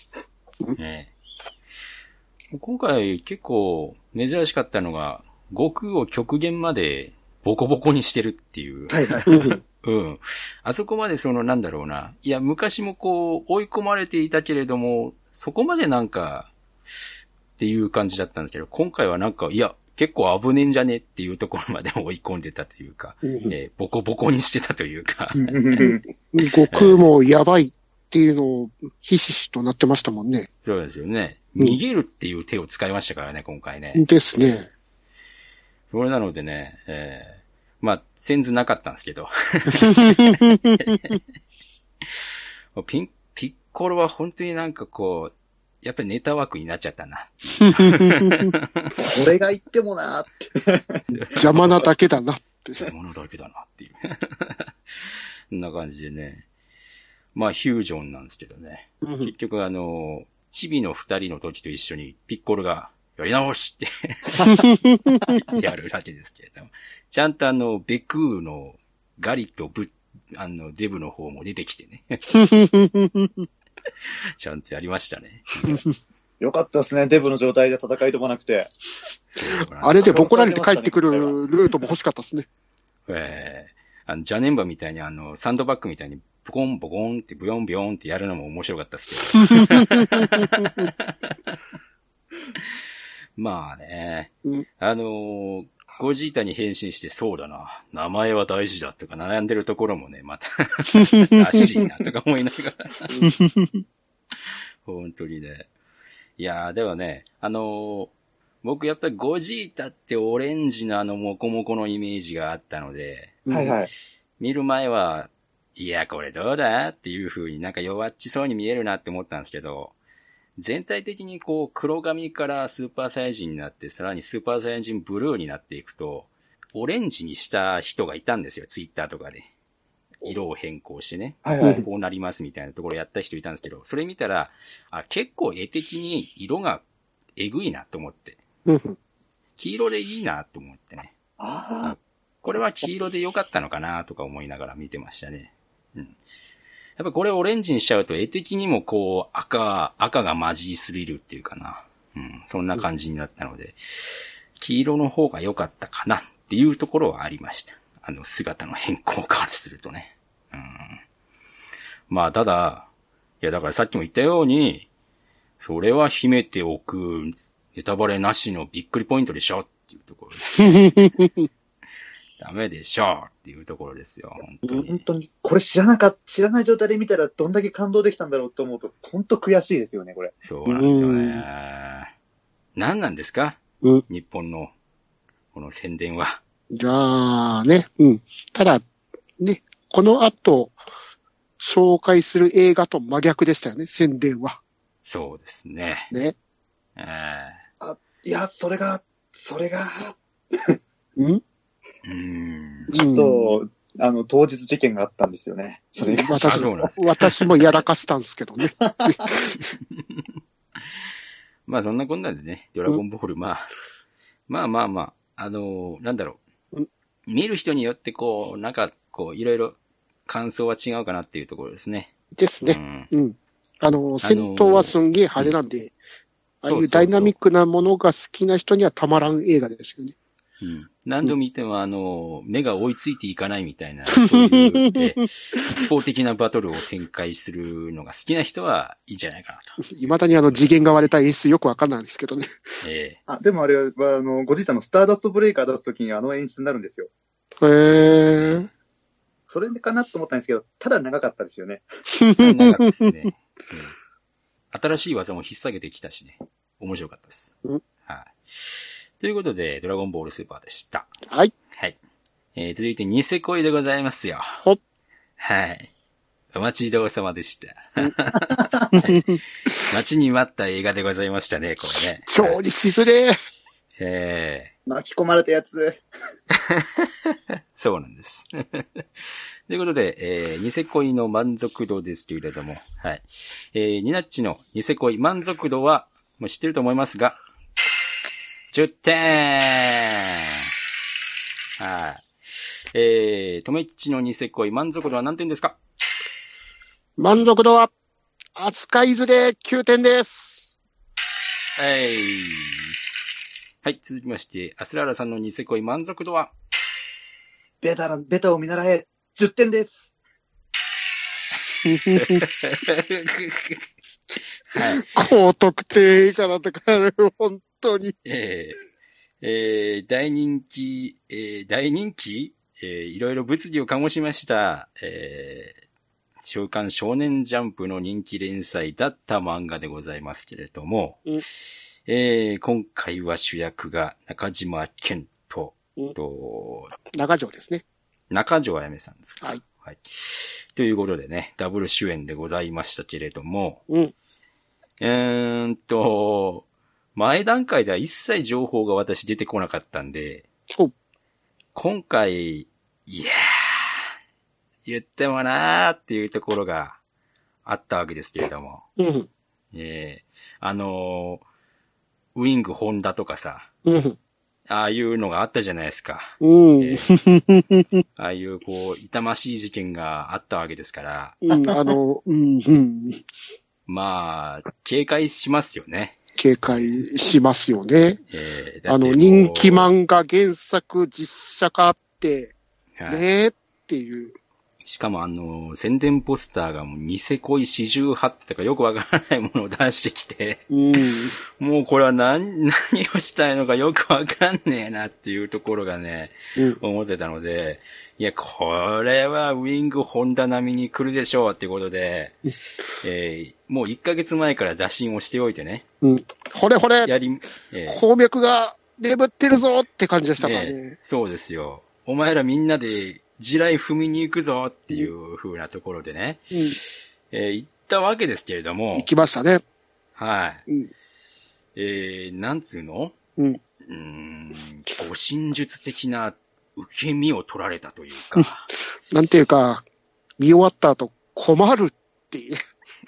今回結構珍しかったのが、悟空を極限までボコボコにしてるっていう。あそこまでなんだろうな。いや、昔もこう、追い込まれていたけれども、そこまでなんか、っていう感じだったんですけど、今回はなんか、いや、結構危ねえんじゃねっていうところまで追い込んでたというか、ボコボコにしてたというか。 悟空もやばいっていうのをひしひしとなってましたもんね。 そうですよね。逃げるっていう手を使いましたからね、今回ね。 ですね。 それなのでね、まあ、センズなかったんですけど。ピッコロは本当になんかこう、やっぱりネタ枠になっちゃったな。 俺が言ってもなーって。 邪魔なだけだなって。 邪魔なだけだなっていう。そんな感じでね。まあ、フュージョンなんですけどね。結局チビの二人の時と一緒にピッコロが、やり直しってやるわけですけれども。ちゃんとベクーのガリとデブの方も出てきてね。ちゃんとやりましたね。 よかったですね、デブの状態で戦いとかなくて。 あれでボコられて帰ってくるルートも欲しかったですね。 ジャネンバみたいにサンドバッグみたいにボコンボコンってブヨンブヨンってやるのも面白かったですけど。まあね、ゴジータに変身してそうだな、名前は大事だとか悩んでるところもね、また、らしいなとか思いながら。本当にね。いやー、でもね、僕やっぱりゴジータってオレンジのモコモコのイメージがあったので、見る前は、いや、これどうだっていう風になんか弱っちそうに見えるなって思ったんですけど、全体的にこう黒髪からスーパーサイヤ人になってさらにスーパーサイヤ人ブルーになっていくとオレンジにした人がいたんですよ、ツイッターとかで。色を変更してね、こうなりますみたいなところやった人いたんですけど、それ見たら結構絵的に色がえぐいなと思って、黄色でいいなと思ってね。これは黄色で良かったのかなとか思いながら見てましたね。やっぱこれオレンジにしちゃうと絵的にもこう赤が混じりすぎるっていうかな。そんな感じになったので、黄色の方が良かったかなっていうところはありました。姿の変更からするとね。まあただ、いやだからさっきも言ったように、それは秘めておくネタバレなしのびっくりポイントでしょっていうところで。ダメでしょっていうところですよ、 本当に。これ知らない状態で見たらどんだけ感動できたんだろうと思うと、本当悔しいですよね、これ。 そうなんですよね。何なんですか、日本のこの宣伝は。 じゃあね、ただ、ね、この後、紹介する映画と真逆でしたよね、宣伝は。 そうですね。 ね。 いや、それが、 ちょっと、当日事件があったんですよね。それが。 私もやらかしたんですけどね。 まあそんなこんなんでね、ドラゴンボール、まあ、なんだろう。見る人によってこう、なんかこう、いろいろ感想は違うかなっていうところですね。 ですね。うん。戦闘はすんげえ派手なんで、ああいうダイナミックなものが好きな人にはたまらん映画ですよね。 うん。何度見ても目が追いついていかないみたいな、そういう、一方的なバトルを展開するのが好きな人はいいんじゃないかなと。 未だに次元が割れた演出よくわかんないんですけどね。 でもあれは、ご自体のスターダストブレイカー出すときに演出になるんですよ。 へー。 それかなと思ったんですけど、ただ長かったですよね。 長かったですね。新しい技も引っ提げてきたしね。面白かったです。はい。ということで、ドラゴンボールスーパーでした。 はい。 はい。続いて、ニセ恋でございますよ。はい。お待ちどうさまでした。はい、待ちに待った映画でございましたね、これね。 調理しづれー。巻き込まれたやつ。 そうなんです。ということで、ニセ恋の満足度ですけれども、はい。ニナッチのニセ恋満足度は、もう知ってると思いますが、10点はい。とめきちのニセ恋満足度は何点ですか？ 満足度は、扱いずれ9点です。 はい、続きまして、アスラーラさんのニセ恋満足度はベタを見習え、10点です。 はい。高得点以下だったから、本当に。 大人気、いろいろ物議を醸しました、週刊少年ジャンプの人気連載だった漫画でございますけれども、今回は主役が中島健と、 中条ですね。 中条あやめさんですか。 はい。 はい。ということでね、ダブル主演でございましたけれども、前段階では一切情報が私出てこなかったんで、今回、いやー、言ってもなーっていうところがあったわけですけれども、ウィングホンダとかさ、ああいうのがあったじゃないですか。ああいう痛ましい事件があったわけですから、まあ、警戒しますよね。 警戒しますよね。人気漫画原作実写化って、ねっていう。 しかも宣伝ポスターがもうニセ恋四十八ってかよくわからないものを出してきて、もうこれは何をしたいのかよくわかんねえなっていうところがね、思ってたので、いや、これはウィングホンダ並みに来るでしょうっていうことで、もう1ヶ月前から打診をしておいてね。 ほれ、鉱脈が眠ってるぞって感じでしたからね。 そうですよ。お前らみんなで地雷踏みに行くぞっていう風なところでね、行ったわけですけれども。 行きましたね。 はい。なんつうの？護身術的な受け身を取られたというか。 なんていうか、見終わった後困るっていう。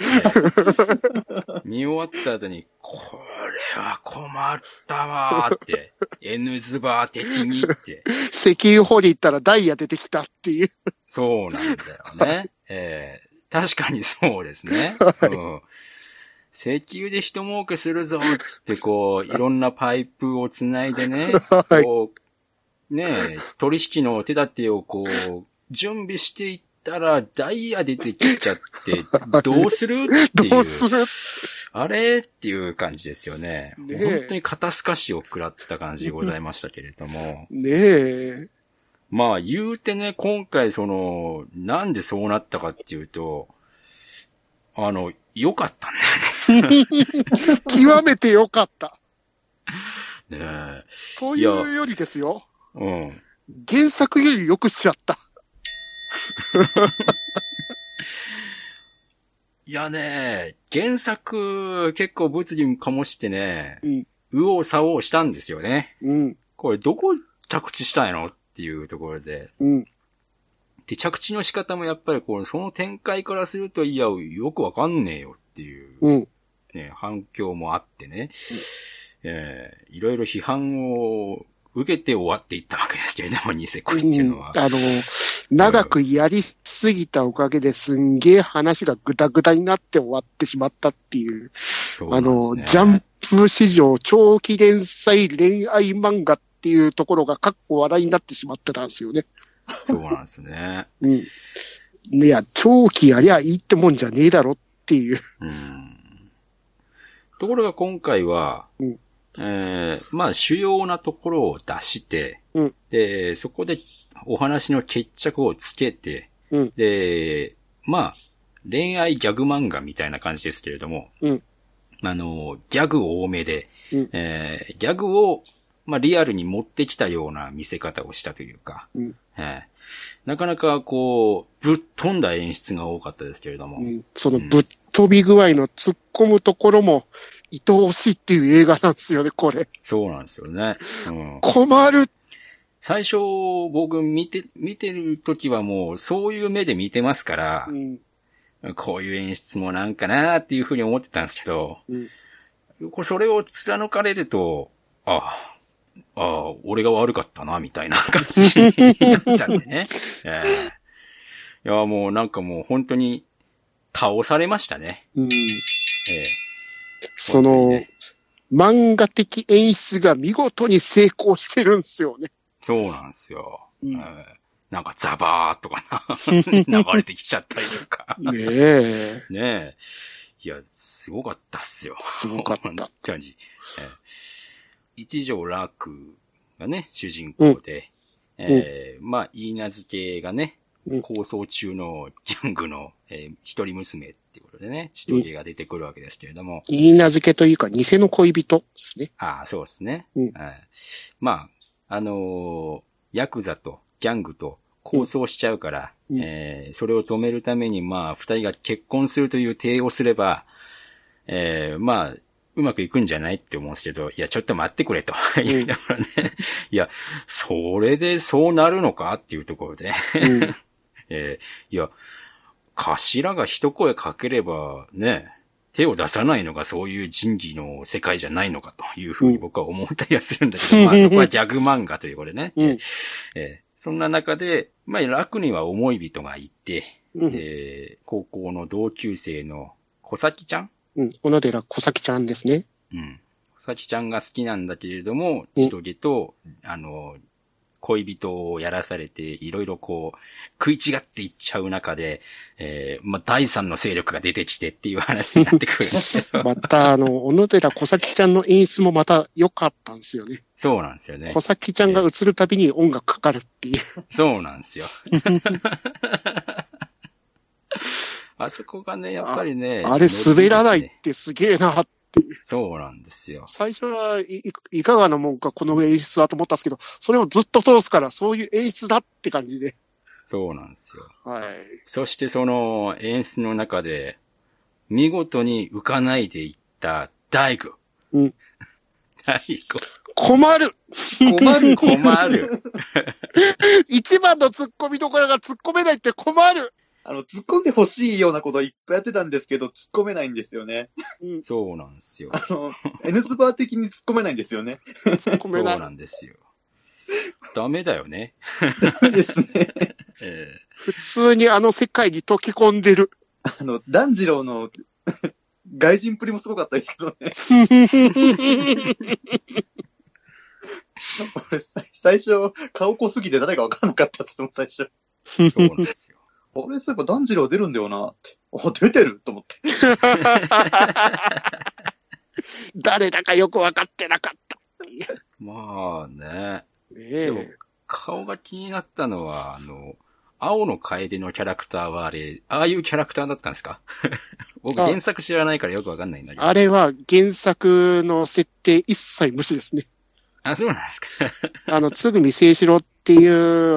見終わった後に、これは困ったわーって、N ズバー的にって。 石油掘り行ったらダイヤ出てきたっていう。 そうなんだよね。確かにそうですね。石油で一儲けするぞっつっていろんなパイプをつないでね、取引の手立てを準備していったらダイヤ出てきちゃって、どうするっていう。 どうするあれっていう感じですよね。本当に肩透かしを食らった感じでございましたけれども。まあ言うてね、今回なんでそうなったかっていうと、良かったんだよね。 極めて良かった。 ねえ。 というよりですよ。原作よりよくしちゃった。 いやね、原作結構物議醸してね、右往左往したんですよね。これどこ着地したいのっていうところで。で、着地の仕方もやっぱりその展開からすると、いや、よくわかんねえよっていう、反響もあってね、いろいろ批判を受けて終わっていったわけですけれども、ニセ恋っていうのは。 長くやりすぎたおかげですんげえ話がぐだぐだになって終わってしまったっていう、ジャンプ史上長期連載恋愛漫画っていうところがかっこ話題になってしまってたんですよね。 そうなんですね。 うん。いや、長期やりゃいいってもんじゃねえだろっていう。 ところが今回は、まあ主要なところを出して、で、そこでお話の決着をつけて、で、まあ、恋愛ギャグ漫画みたいな感じですけれども、ギャグ多めで、ギャグを、まあ、リアルに持ってきたような見せ方をしたというか、なかなかこう、ぶっ飛んだ演出が多かったですけれども。 そのぶっ飛び具合の突っ込むところも、愛おしいっていう映画なんですよね、これ。 そうなんですよね。 困る。 最初、僕見てるときはもう、そういう目で見てますから、こういう演出もなんかなーっていうふうに思ってたんですけど、それを貫かれると、俺が悪かったな、みたいな感じになっちゃってね。いや、もうなんかもう本当に倒されましたね。 その、漫画的演出が見事に成功してるんですよね。 そうなんですよ。なんかザバーとか流れてきちゃったりとか。ねえ。いや、すごかったっすよ。 すごかった。 本当に。一条楽がね、主人公で、まあ、言い名付けがね、構想中のギャングの、一人娘っていうことでね、千鳥が出てくるわけですけれども。 言い名付けというか、偽の恋人ですね。 そうですね。まあ、ヤクザとギャングと抗争しちゃうから、それを止めるために、まあ、二人が結婚するという体をすれば、まあ、うまくいくんじゃないって思うんですけど、いや、ちょっと待ってくれと言いながらね。いや、それでそうなるのかっていうところで。いや、頭が一声かければね、手を出さないのがそういう仁義の世界じゃないのかというふうに僕は思ったりはするんだけど、まあそこはギャグ漫画ということでね。そんな中で、まあ楽には思い人がいて、高校の同級生の小崎ちゃん？ 小野寺小崎ちゃんですね。 小崎ちゃんが好きなんだけれども、千鳥と、恋人をやらされて、いろいろこう、食い違っていっちゃう中で、まあ、第三の勢力が出てきてっていう話になってくるんだけど。 また、小野寺小崎ちゃんの演出もまた良かったんですよね。 そうなんですよね。 小崎ちゃんが映るたびに音楽かかるっていう。 そうなんですよ。あそこがね、やっぱりね。 あれ滑らないってすげえなっていう。 そうなんですよ。 最初はいかがなもんかこの演出はと思ったんですけど、それをずっと通すからそういう演出だって感じで。 そうなんですよ。そしてその演出の中で、見事に浮かないでいった大悟。大悟。 困る一番の突っ込みどころが突っ込めないって困る。 突っ込んでほしいようなことをいっぱいやってたんですけど、突っ込めないんですよね。 そうなんですよ。 N ズバー的に突っ込めないんですよね。 突っ込めない。 そうなんですよ。ダメだよね。 ダメですね。 普通にあの世界に溶け込んでる。 團次郎の外人っぷりもすごかったですけどね。俺最初、顔濃すぎて誰か分かんなかったですもん、最初。 そうなんですよ。 俺、そういえば團次郎出るんだよなって。出てると思って。 誰だかよく分かってなかった。 まあね。でも、顔が気になったのは、青の楓のキャラクターはああいうキャラクターだったんですか？僕原作知らないからよくわかんないんだけど。 あれは原作の設定一切無視ですね。 そうなんですか。つぐみ清志郎っていう、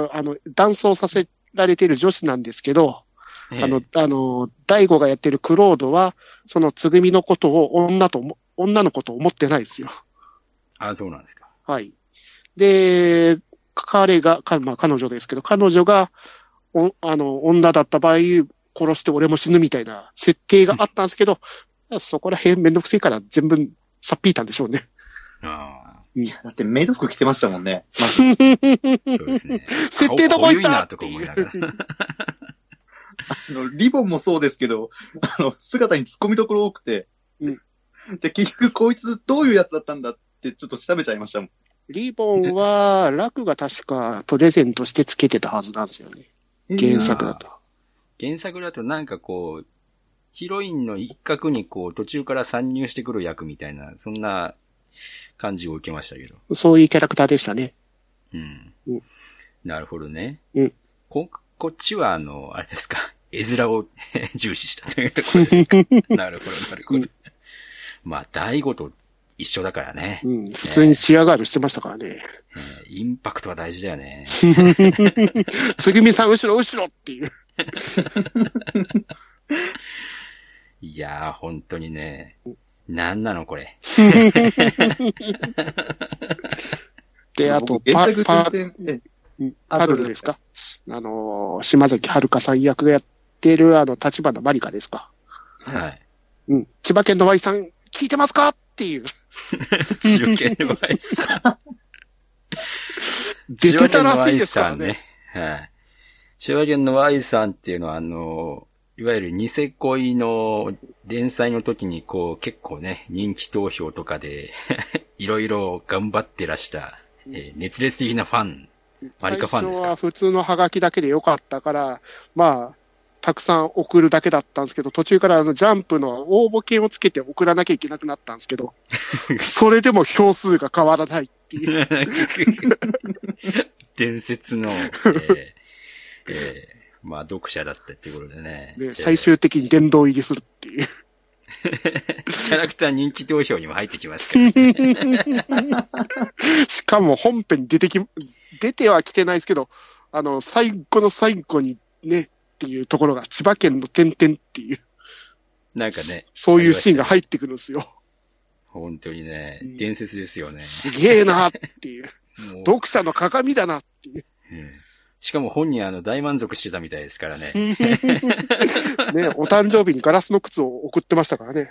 男装させられている女子なんですけど、大悟がやってるクロードは、そのつぐみのことを女の子と思ってないですよ。 そうなんですか。 はい。で、彼女ですけど、彼女が、女だった場合、殺して俺も死ぬみたいな設定があったんですけど、そこら辺めんどくせえから全部さっぴいたんでしょうね。 いや、だってメイド服着てましたもんね。まずそうですね。 設定どこ行ったなとか思いながら。 リボンもそうですけど、姿に突っ込みどころ多くて、で、結局こいつどういうやつだったんだってちょっと調べちゃいましたもん。 リボンは、ラクが確かプレゼントしてつけてたはずなんですよね。原作だと。 原作だとなんかこう、ヒロインの一角にこう途中から参入してくる役みたいな、そんな感じを受けましたけど。 そういうキャラクターでしたね。 うん。なるほどね。こっちはあれですか、絵面を重視したというところですか。なるほど、なるほど。まあ、大悟と一緒だからね。 普通にチアガールしてましたからね。 インパクトは大事だよね。 つぐみさん後ろ後ろっていう。 いやー、本当にね。なんなのこれ。 で、あと、パルルですか？島崎遥さん役がやってる、立花まりかですか？ はい。 千葉県の Y さん、聞いてますかっていう。 千葉県の Y さん。 出てたらしいですからね。 はい。千葉県の Y さんっていうのは、いわゆるニセ恋の連載の時にこう結構ね、人気投票とかでいろいろ頑張ってらした、熱烈的なファン、マリカファンですか？ 最初は普通のハガキだけでよかったから、まあ、たくさん送るだけだったんですけど、途中からジャンプの応募券をつけて送らなきゃいけなくなったんですけど、それでも票数が変わらないっていう。 伝説の、まあ、読者だったっていうことでね。 で、最終的に殿堂入りするっていう。 キャラクター人気投票にも入ってきますからね。 しかも本編出ては来てないですけど、最後の最後にね、っていうところが千葉県の点々っていう。 なんかね。 そういうシーンが入ってくるんですよ。 本当にね、伝説ですよね。 すげえなっていう。読者の鏡だなっていう。 しかも本人大満足してたみたいですからね。 ね、お誕生日にガラスの靴を送ってましたからね。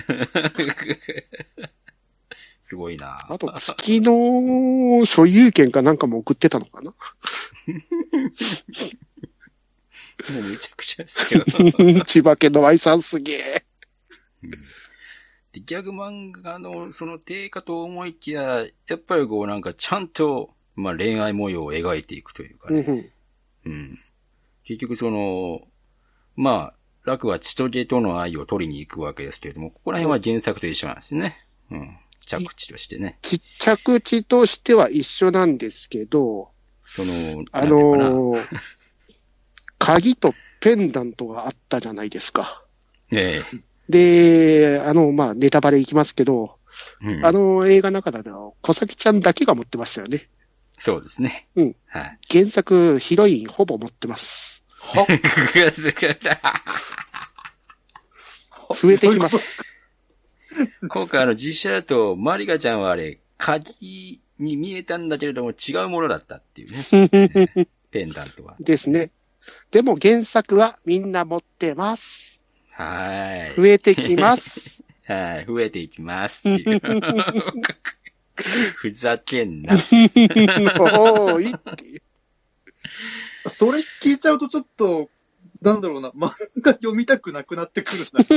すごいな。 あと月の所有権かなんかも送ってたのかな。 もうめちゃくちゃですよ。 千葉県の Y さんすげえ。 でギャグ漫画のその低下と思いきや、やっぱりこうなんかちゃんと、まあ恋愛模様を描いていくというかね。結局まあ、楽は千棘との愛を取りに行くわけですけれども、ここら辺は原作と一緒なんですね。着地としてね。 着地としては一緒なんですけど、鍵とペンダントがあったじゃないですか。で、まあ、ネタバレいきますけど、映画の中では小崎ちゃんだけが持ってましたよね。 そうですね。 はい。原作、ヒロインほぼ持ってます。増えてきます。 今回実写だと、マリカちゃんはあれ、鍵に見えたんだけれども違うものだったっていうね。ペンダントは。 ですね。でも原作はみんな持ってます。 はい。 増えてきます。 はい。増えていきますっていう。ふざけんな。 おーいっていう。 それ聞いちゃうとちょっと、なんだろうな、漫画読みたくなくなってくるな。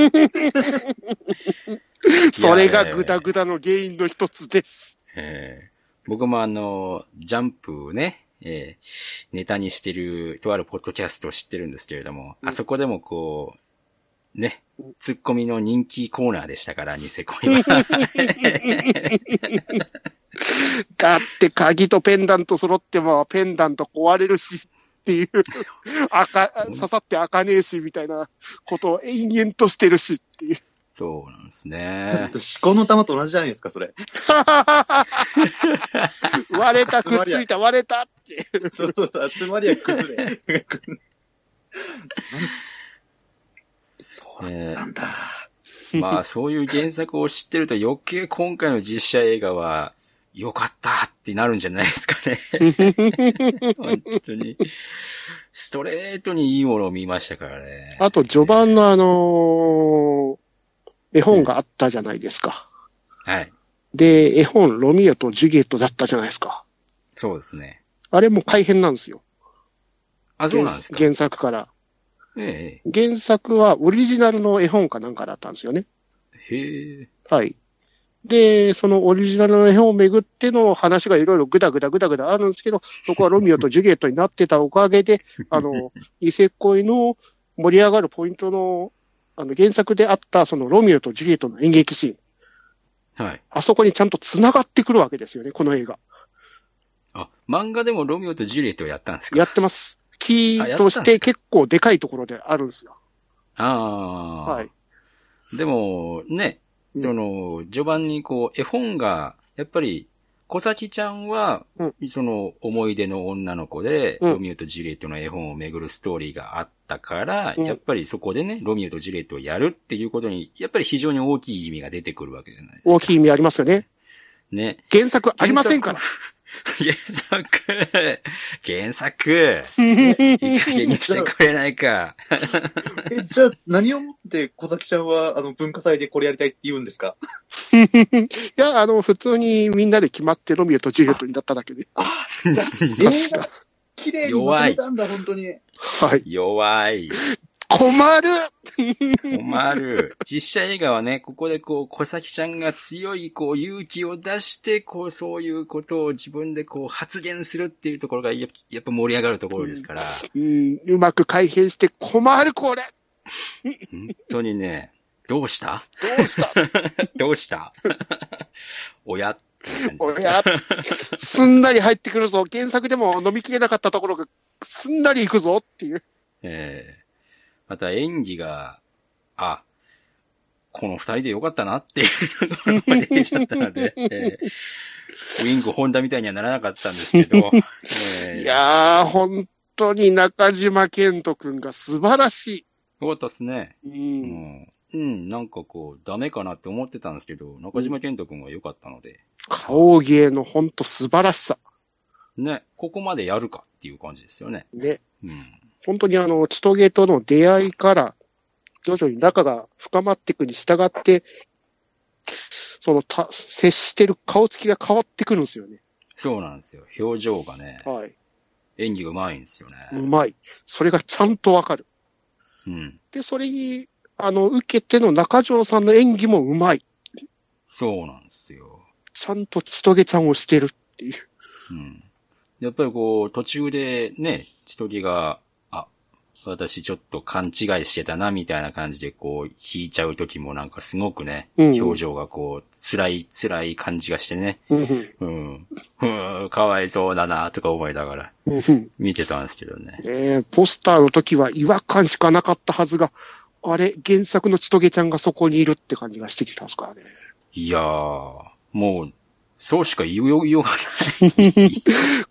それがグダグダの原因の一つです。 僕もジャンプね、ネタにしてるとあるポッドキャストを知ってるんですけれども、あそこでもこう、ね、ツッコミの人気コーナーでしたから、ニセ恋は。 だって鍵とペンダント揃ってもペンダント壊れるしっていう、刺さって開かねえしみたいなことを延々としてるしっていう。 そうなんですね。 思考の玉と同じじゃないですか、それ。 割れた、くっついた、割れたって。 そうそうそう、集まりは崩れ。そうなんだ。 まあそういう原作を知ってると余計今回の実写映画は良かったってなるんじゃないですかね。本当に。ストレートにいいものを見ましたからね。 あと序盤の絵本があったじゃないですか。 はい。 で、絵本、ロミオとジュリエットだったじゃないですか。 そうですね。 あれも改編なんですよ。 あ、そうなんですか。 原作から。 ええ。原作はオリジナルの絵本かなんかだったんですよね。 へえ。 はい。で、そのオリジナルの絵本をめぐっての話がいろいろぐだぐだあるんですけど、そこはロミオとジュリエットになってたおかげで、異性恋の盛り上がるポイントの、原作であった、そのロミオとジュリエットの演劇シーン。はい。 あそこにちゃんと繋がってくるわけですよね、この映画。 あ、漫画でもロミオとジュリエットをやったんですか？ やってます。キーとして結構でかいところであるんですよ。 ああ。 はい。 でも、ね、序盤に絵本が、やっぱり、小崎ちゃんは、思い出の女の子で、ロミオとジュリエットの絵本をめぐるストーリーがあったから、やっぱりそこでね、ロミオとジュリエットをやるっていうことに、やっぱり非常に大きい意味が出てくるわけじゃないですか。 大きい意味ありますよね。 ね。 原作ありませんから。 原作いい加減にしてくれないか。 じゃあ、何をもって小崎ちゃんは、文化祭でこれやりたいって言うんですか？ いや、普通にみんなで決まってロミオとジュリエットになっただけで。 映画、綺麗にまとめたんだ、本当に。 はい。 弱い。 困る実写映画はね、ここで小崎ちゃんが強い勇気を出して、そういうことを自分で発言するっていうところがやっぱ盛り上がるところですから。 うまく改変して困るこれ本当にね、どうした親って感じです。 親すんなり入ってくるぞ。原作でも飲みきれなかったところがすんなりいくぞっていう。 また演技が、この二人でよかったなっていうところまで出ちゃったので、ウィングホンダみたいにはならなかったんですけど。 いやー、本当に中島健人くんが素晴らしい。 よかったっすね。なんかダメかなって思ってたんですけど、中島健人くんが良かったので。 顔芸の本当素晴らしさ。 ね、ここまでやるかっていう感じですよね。 ね。本当に千棘との出会いから徐々に仲が深まっていくに従って、接してる顔つきが変わってくるんですよね。 そうなんですよ。表情がね。 はい。 演技が上手いんですよね。 うまい。それがちゃんとわかる。で、それに、受けての中条さんの演技もうまい。 そうなんですよ。 ちゃんと千棘ちゃんをしてるっていう。 やっぱり途中でね、千棘が、私ちょっと勘違いしてたな、みたいな感じで引いちゃう時もなんかすごくね、表情が辛い感じがしてね。かわいそうだな、とか思いながら、見てたんですけどね。 ポスターの時は違和感しかなかったはずが、あれ、原作の千棘ちゃんがそこにいるって感じがしてきたんですからね。 いやー、もう、そうしか言いようがない。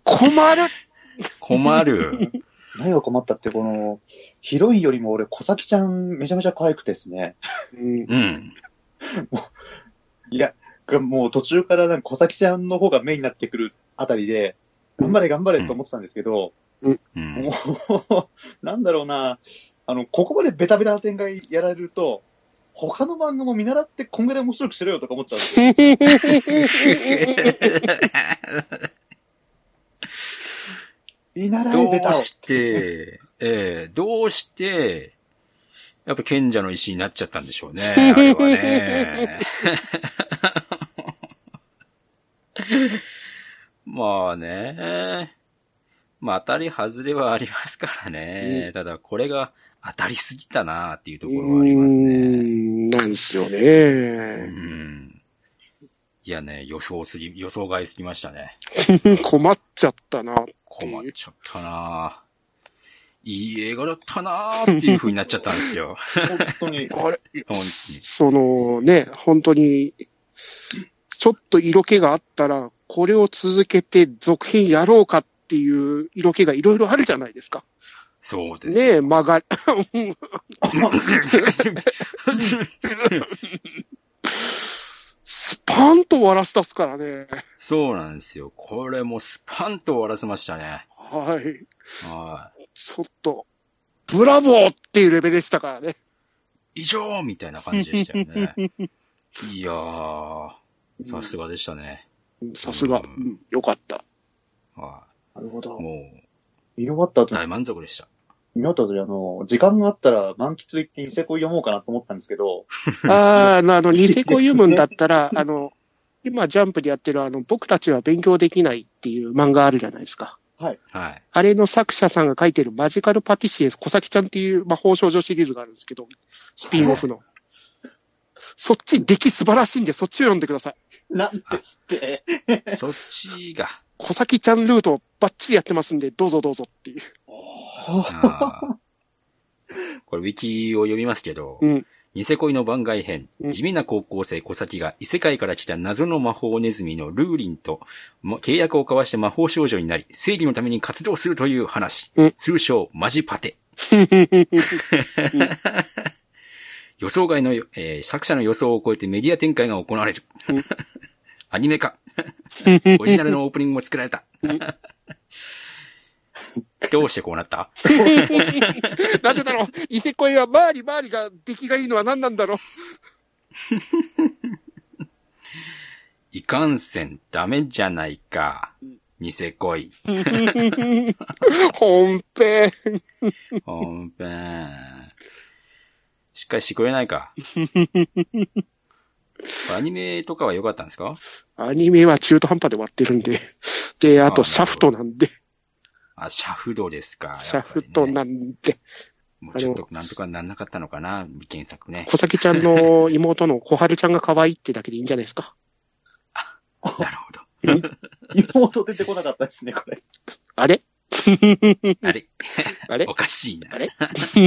困る。 何が困ったって、ヒロインよりも俺、小崎ちゃんめちゃめちゃ可愛くてですね。いや、もう途中から小崎ちゃんの方がメインになってくるあたりで、頑張れと思ってたんですけど、もう、なんだろうな、ここまでベタベタな展開やられると、他の漫画も見習ってこんぐらい面白くしろよとか思っちゃうんですよ。見習いベタを。 どうして、やっぱ賢者の石になっちゃったんでしょうね、あれはね。まあね。当たり外れはありますからね。ただこれが当たりすぎたなっていうところはありますね。 なんですよね。 いやね、予想外すぎましたね。 困っちゃったな。 困っちゃったな。いい映画だったなーっていう風になっちゃったんですよ。 本当に。 あれ本当に、ちょっと色気があったら、これを続けて続編やろうかっていう色気がいろいろあるじゃないですか。 そうですね。曲がり。スパンと終わらせたっすからね。 そうなんですよ。これもスパンと終わらせましたね。 はい。ちょっと、ブラボーっていうレベルでしたからね。 以上みたいな感じでしたよね。いやー、 さすがでしたね。 さすが。よかった。 なるほど。 もう、 見終わった後大満足でした。 見終わった後に時間があったら満喫行ってニセコ読もうかなと思ったんですけど。 ニセコ読むんだったら、今ジャンプでやってる僕たちは勉強できないっていう漫画あるじゃないですか。 はい。 はい。 あれの作者さんが書いてるマジカルパティシエ小崎ちゃんっていう魔法少女シリーズがあるんですけど、スピンオフの。そっち出来素晴らしいんで、そっちを読んでください。 なんですって。 そっちが。 小崎ちゃんルートバッチリやってますんで、どうぞどうぞっていう。 これウィキを読みますけど、ニセ恋の番外編、地味な高校生小崎が異世界から来た謎の魔法ネズミのルーリンと契約を交わして魔法少女になり、正義のために活動するという話。通称、マジパテ。予想外の、作者の予想を超えてメディア展開が行われる。アニメ化。オリジナルのオープニングも作られた。どうしてこうなったなぜだろう、伊勢恋は周りが出来がいいのは何なんだろう。 いかんせんダメじゃないか。ニセ恋。 本編。 しっかりしてくれないか。アニメとかは良かったんですか？ アニメは中途半端で終わってるんで。で、あとシャフトなんで。 シャフトですか。 シャフトなんで。 もうちょっとなんとかなんなかったのかな、未検索ね。 小崎ちゃんの妹の小春ちゃんが可愛いってだけでいいんじゃないですか。 なるほど。 妹出てこなかったですね、これ。 あれあれおかしいな。 あれ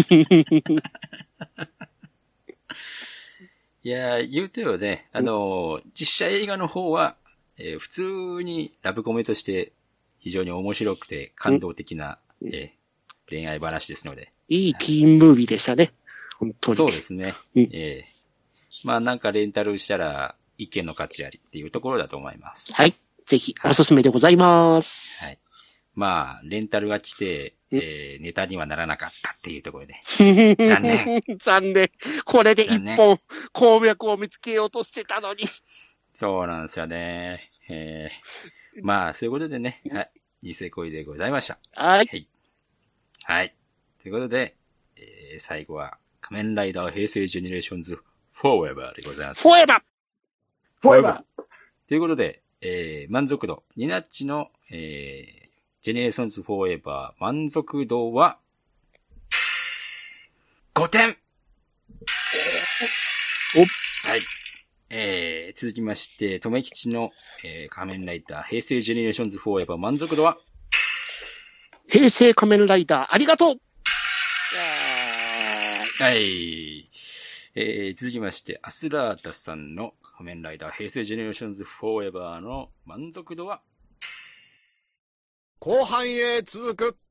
いや、言うてよね、実写映画の方は、普通にラブコメとして非常に面白くて感動的な、恋愛話ですので。 いいティーンムービーでしたね。本当に。 そうですね。まあなんかレンタルしたら一見の価値ありっていうところだと思います。 はい。ぜひ、おすすめでございます。 はい。まあ、レンタルが来て、ネタにはならなかったっていうところで。残念。 残念。これで一本、鉱脈を見つけようとしてたのに。 そうなんですよね。まあ、そういうことでね、はい。ニセ恋でございました。 はい。 はい。ということで、最後は、仮面ライダー平成ジェネレーションズフォーエバーでございます。 フォーエバーということで、満足度、ニナッチの、ジェネレーションズフォーエバー満足度は、5点はい。続きまして、とめきちの、仮面ライダー平成ジェネレーションズフォーエバー満足度は、 平成仮面ライダーありがとうはい。続きまして、アスラータさんの仮面ライダー平成ジェネレーションズフォーエバーの満足度は、 後半へ続く。